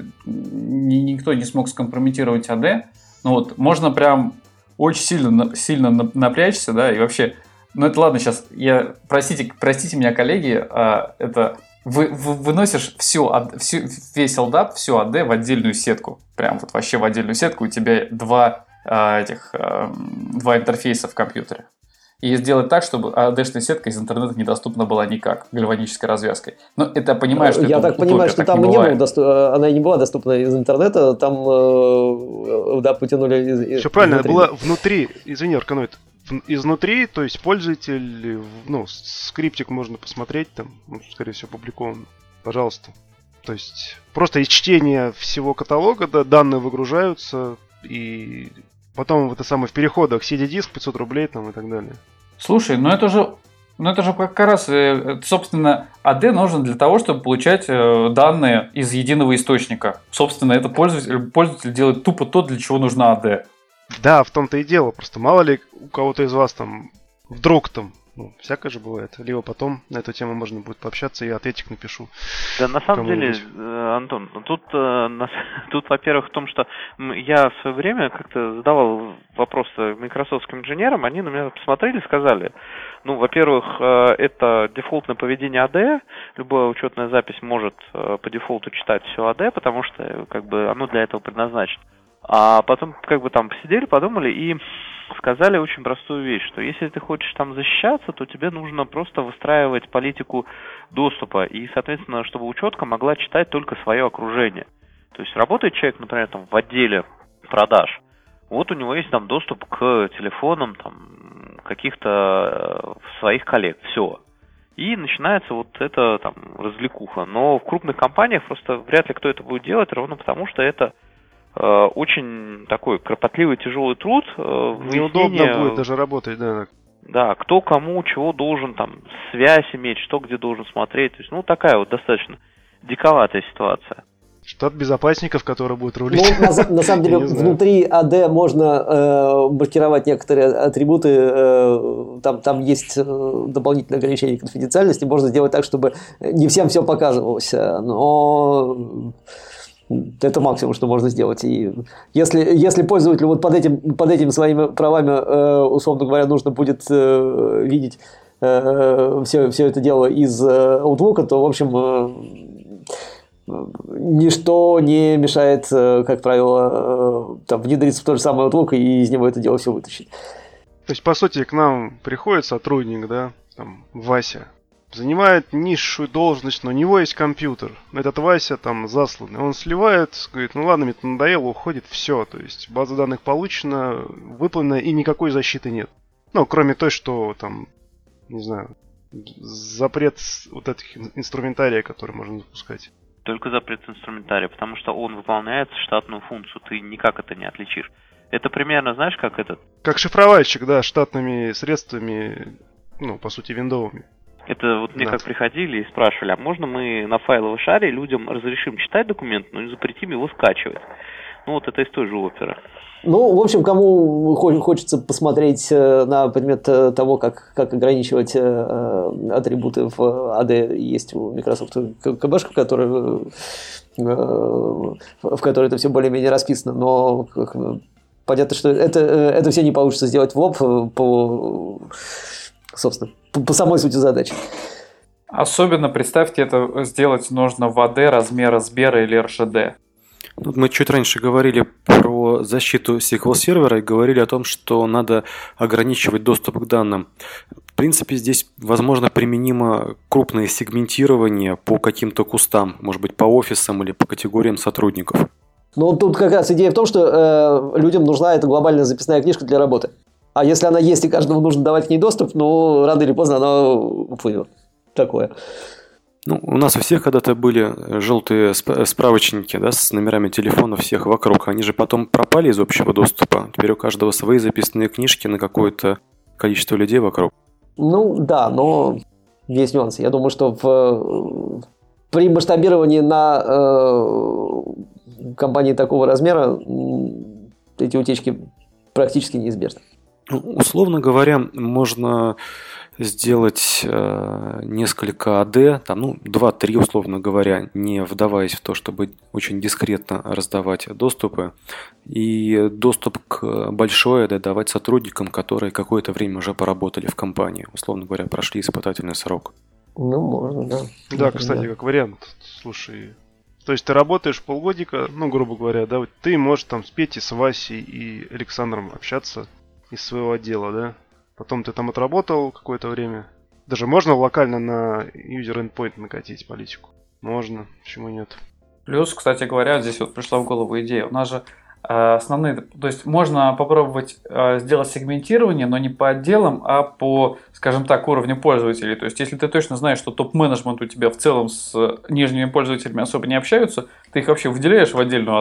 никто не смог скомпрометировать эй ди, ну вот, можно прям очень сильно, сильно напрячься, да, и вообще, ну это ладно, сейчас, я, простите, простите меня, коллеги, э, это вы, вы выносишь всю, всю, весь эл дап, всю эй ди в отдельную сетку, прям вот вообще в отдельную сетку, у тебя два э, этих, э, два интерфейса в компьютере. И сделать так, чтобы эй ди-шная сетка из интернета недоступна была никак, гальванической развязкой. Но это я понимаю, что я это так понимаю, что там и не было доступ... она не была доступна из интернета, там э, да, потянули из, Все правильно, изнутри. Было внутри, извини, Арканоид, изнутри, то есть пользователь, ну, скриптик можно посмотреть, там, он, скорее всего, опубликован, пожалуйста. То есть просто из чтения всего каталога, да, данные выгружаются, и Потом это самое в переходах си ди-диск пятьсот рублей там и так далее. Слушай, ну это же, ну это же как раз, э, собственно, эй ди нужен для того, чтобы получать э, данные из единого источника. Собственно, это пользователь, пользователь делает тупо то, для чего нужна эй ди. Да, в том-то и дело. Просто мало ли у кого-то из вас там вдруг там, ну, всякое же бывает. Либо потом на эту тему можно будет пообщаться, я ответик напишу. Да, на самом деле, кому-нибудь. э, Антон, тут, э, нас- тут, во-первых, в том, что м, я в свое время как-то задавал вопросы микрософтским инженерам, они на меня посмотрели, сказали, ну, во-первых, э, это дефолтное поведение эй ди, любая учетная запись может э, по дефолту читать все эй ди, потому что э, как бы оно для этого предназначено. А потом как бы там посидели, подумали и сказали очень простую вещь, что если ты хочешь там защищаться, то тебе нужно просто выстраивать политику доступа, и, соответственно, чтобы учетка могла читать только свое окружение. То есть работает человек, например, там в отделе продаж, вот у него есть там доступ к телефонам там каких-то э, своих коллег, все. И начинается вот это там развлекуха. Но в крупных компаниях просто вряд ли кто это будет делать, ровно потому что это э, очень такой кропотливый, тяжелый труд. Э, Неудобно выяснение, будет даже работать, да. Да, кто кому чего должен, там, связь иметь, что где должен смотреть. То есть, ну, такая вот достаточно диковатая ситуация. Штат безопасников, который будет рулить. Ну, на, на самом деле, Я не знаю. внутри эй ди можно э, маркировать некоторые атрибуты. Э, там, там есть э, дополнительное ограничение конфиденциальности. Можно сделать так, чтобы не всем все показывалось. Но это максимум, что можно сделать. И если, если пользователю вот под этим, под этими своими правами, э, условно говоря, нужно будет э, видеть э, все, все это дело из э, Outlook, то, в общем... Э, ничто не мешает, как правило, там, внедриться в тот же самый Outlook и из него это дело все вытащить. То есть, по сути, к нам приходит сотрудник, да, там, Вася, занимает низшую должность, но у него есть компьютер. Этот Вася там засланный. Он сливает, говорит, ну ладно, мне это надоело, уходит, все. То есть, база данных получена, выполнена, и никакой защиты нет. Ну, кроме той, что там, не знаю, запрет вот этих инструментария, который можно запускать. Только запрет инструментария, потому что он выполняет штатную функцию, ты никак это не отличишь. Это примерно, знаешь, как этот... Как шифровальщик, да, штатными средствами, ну, по сути, виндовыми. Это вот мне Да. как приходили и спрашивали, а можно мы на файловой шаре людям разрешим читать документ, но не запретим его скачивать? Ну, вот это из той же оперы. Ну, в общем, кому хочется посмотреть на предмет того, как, как ограничивать атрибуты в эй ди, есть у Microsoft КБшка, которая, в которой это все более-менее расписано, но понятно, что это, это все не получится сделать в лоб по, собственно, по, по самой сути задачи. Особенно, представьте, это сделать нужно в эй ди размера Сбера или эр ши ди. Вот мы чуть раньше говорили про защиту эс ку эль-сервера и говорили о том, что надо ограничивать доступ к данным. В принципе, здесь, возможно, применимо крупное сегментирование по каким-то кустам, может быть, по офисам или по категориям сотрудников. Ну, тут как раз идея в том, что э, людям нужна эта глобальная записная книжка для работы. А если она есть и каждому нужно давать к ней доступ, ну, рано или поздно она уплывет. Такое. Ну, у нас у всех когда-то были желтые сп- справочники, да, с номерами телефонов всех вокруг. Они же потом пропали из общего доступа. Теперь у каждого свои записанные книжки на какое-то количество людей вокруг. Ну, да, но есть нюансы. Я думаю, что в, при масштабировании на э, компании такого размера эти утечки практически неизбежны. Ну, условно говоря, можно сделать э, несколько эй ди, там, ну, два-три, условно говоря, не вдаваясь в то, чтобы очень дискретно раздавать доступы, и доступ к большой эй ди давать сотрудникам, которые какое-то время уже поработали в компании, условно говоря, прошли испытательный срок. Ну, можно, да. Да, кстати, как вариант. Слушай, то есть ты работаешь полгодика, ну, грубо говоря, да, вот ты можешь там с Петей, с Васей и Александром общаться из своего отдела, да? Потом ты там отработал какое-то время. Даже можно локально на user endpoint накатить политику? Можно, почему нет? Плюс, кстати говоря, здесь вот пришла в голову идея. У нас же э, основные... То есть можно попробовать э, сделать сегментирование, но не по отделам, а по, скажем так, уровню пользователей. То есть если ты точно знаешь, что топ-менеджмент у тебя в целом с нижними пользователями особо не общаются, ты их вообще выделяешь в отдельную эй ди.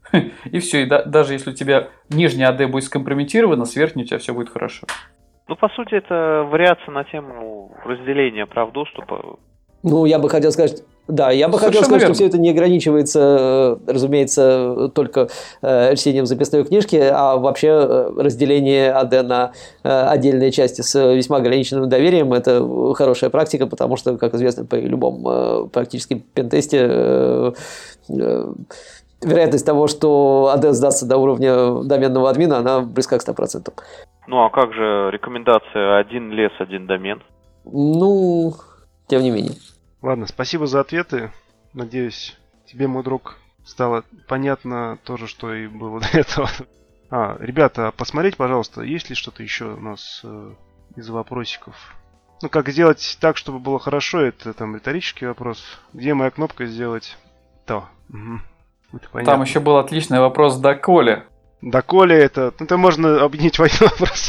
И все, и да, даже если у тебя нижняя эй ди будет скомпрометирована, с верхней у тебя все будет хорошо. Ну, по сути, это вариация на тему разделения прав доступа. Ну, я бы хотел сказать, да, я бы хотел Совершенно сказать, верно. что все это не ограничивается, разумеется, только э, чтением записной книжки, а вообще э, разделение эй ди на э, отдельные части с весьма ограниченным доверием – это хорошая практика, потому что, как известно, при любом э, практически пентесте э, э, вероятность того, что эй ди сдастся до уровня доменного админа, она близка к ста процентам. Ну, а как же рекомендация один лес, один домен? Ну, тем не менее. Ладно, спасибо за ответы. Надеюсь, тебе, мой друг, стало понятно то же, что и было до этого. А, ребята, посмотрите, пожалуйста, есть ли что-то еще у нас э, из вопросиков? Ну, как сделать так, чтобы было хорошо, это там риторический вопрос. Где моя кнопка сделать то? Угу. Это понятно. Там еще был отличный вопрос до Коли. Доколе это... Ну, это можно объединить в один вопрос.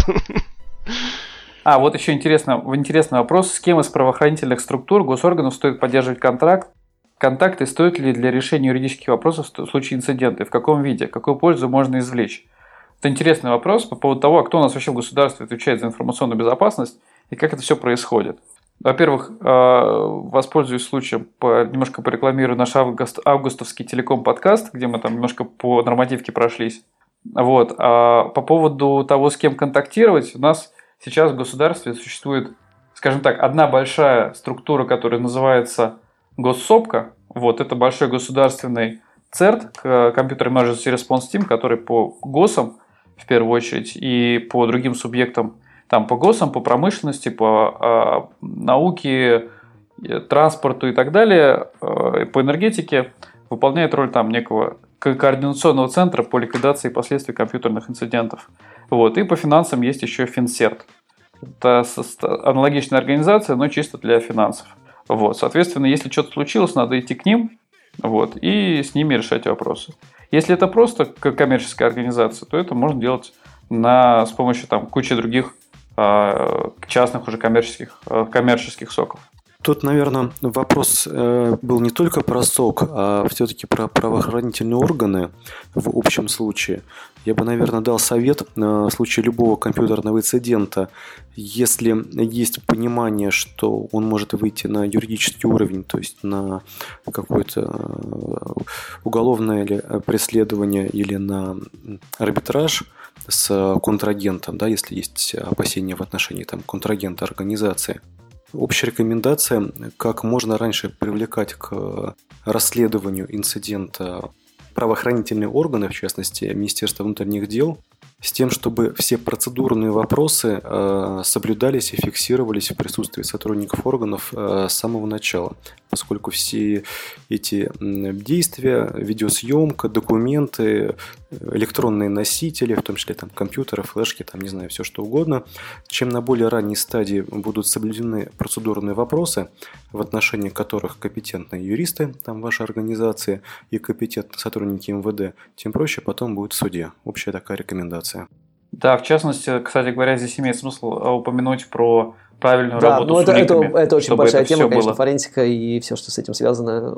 А, вот еще интересно, интересный вопрос. С кем из правоохранительных структур, госорганов стоит поддерживать контракт? Контакты стоит ли для решения юридических вопросов в случае инцидента? И в каком виде? Какую пользу можно извлечь? Это интересный вопрос по поводу того, а кто у нас вообще в государстве отвечает за информационную безопасность и как это все происходит. Во-первых, воспользуюсь случаем, немножко порекламирую наш август, августовский телеком-подкаст, где мы там немножко по нормативке прошлись. Вот. А по поводу того, с кем контактировать, у нас сейчас в государстве существует, скажем так, одна большая структура, которая называется Госсопка. Вот, это большой государственный ЦЕРТ, Computer Emergency Response Team, который по ГОСам, в первую очередь, и по другим субъектам, там по ГОСам, по промышленности, по э, науке, транспорту и так далее, э, по энергетике, выполняет роль там некого координационного центра по ликвидации последствий компьютерных инцидентов. Вот. И по финансам есть еще Финсерт. Это аналогичная организация, но чисто для финансов. Вот. Соответственно, если что-то случилось, надо идти к ним, вот, и с ними решать вопросы. Если это просто коммерческая организация, то это можно делать на, с помощью там, кучи других э, частных уже коммерческих, э, коммерческих соков. Тут, наверное, вопрос э, был не только про СОК, а все-таки про правоохранительные органы в общем случае. Я бы, наверное, дал совет в случае любого компьютерного инцидента, если есть понимание, что он может выйти на юридический уровень, то есть на какое-то уголовное преследование или на арбитраж с контрагентом, да, если есть опасения в отношении там, контрагента организации. Общая рекомендация, как можно раньше привлекать к расследованию инцидента правоохранительные органы, в частности, Министерство внутренних дел, с тем, чтобы все процедурные вопросы э, соблюдались и фиксировались в присутствии сотрудников органов э, с самого начала, поскольку все эти действия, видеосъемка, документы, электронные носители, в том числе там, компьютеры, флешки, там, не знаю, все что угодно, чем на более ранней стадии будут соблюдены процедурные вопросы, в отношении которых компетентные юристы там, вашей организации и компетентные сотрудники эм вэ дэ, тем проще потом будет в суде. Общая такая рекомендация. Да, в частности, кстати говоря, здесь имеет смысл упомянуть про правильную да, работу ну с это, уликами. Это, это очень большая это тема, конечно, было. форензика и все, что с этим связано.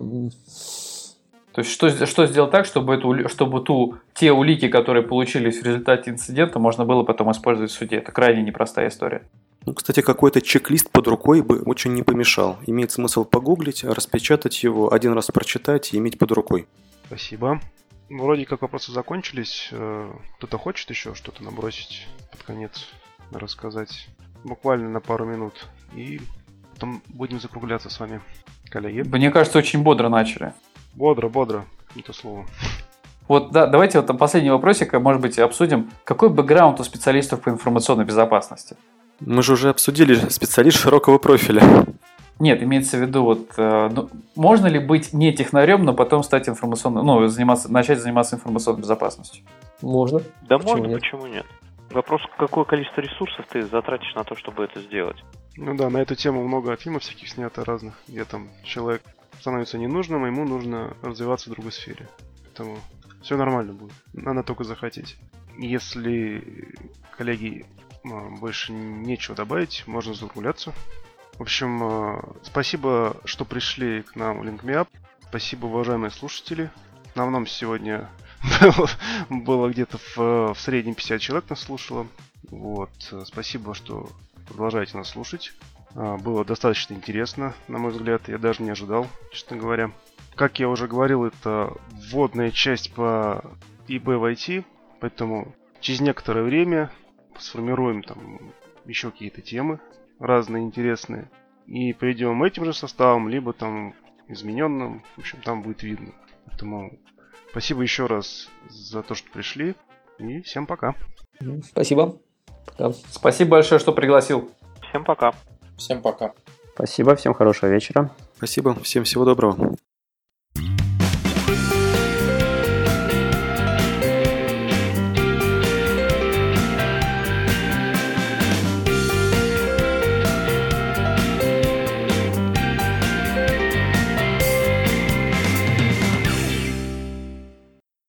То есть, что, что сделать так, чтобы, эту, чтобы ту, те улики, которые получились в результате инцидента, можно было потом использовать в суде. Это крайне непростая история. Ну, кстати, какой-то чек-лист под рукой бы очень не помешал. Имеет смысл погуглить, распечатать его, один раз прочитать и иметь под рукой. Спасибо. Вроде как вопросы закончились. Кто-то хочет еще что-то набросить под конец, рассказать? Буквально на пару минут. И потом будем закругляться с вами, коллеги. Мне кажется, очень бодро начали. Бодро, бодро. Не то слово. Вот, да, давайте вот там последний вопросик, может быть, обсудим. Какой бэкграунд у специалистов по информационной безопасности? Мы же уже обсудили специалист широкого профиля. Нет, имеется в виду, вот, э, ну, можно ли быть не технарем, но потом стать информационным, ну, заниматься, начать заниматься информационной безопасностью? Можно. Да Почему можно, нет? почему нет? Вопрос, какое количество ресурсов ты затратишь на то, чтобы это сделать. Ну да, на эту тему много фильмов всяких снято разных, где там человек становится ненужным, а ему нужно развиваться в другой сфере. Поэтому все нормально будет. Надо только захотеть. Если, коллеги, больше нечего добавить, можно закругляться. В общем, спасибо, что пришли к нам в LinkMeUp. Спасибо, уважаемые слушатели. В основном сегодня Было где-то в, в среднем пятьдесят человек нас слушало. Вот. Спасибо, что продолжаете нас слушать. Было достаточно интересно, на мой взгляд. Я даже не ожидал, честно говоря. Как я уже говорил, это вводная часть по и бэ в ай ти. Поэтому через некоторое время сформируем там еще какие-то темы разные, интересные. И пойдем этим же составом, либо там измененным. В общем, там будет видно. Поэтому спасибо еще раз за то, что пришли. И всем пока. Спасибо. Пока. Спасибо большое, что пригласил. Всем пока. Всем пока. Спасибо, всем хорошего вечера. Спасибо, всем всего доброго.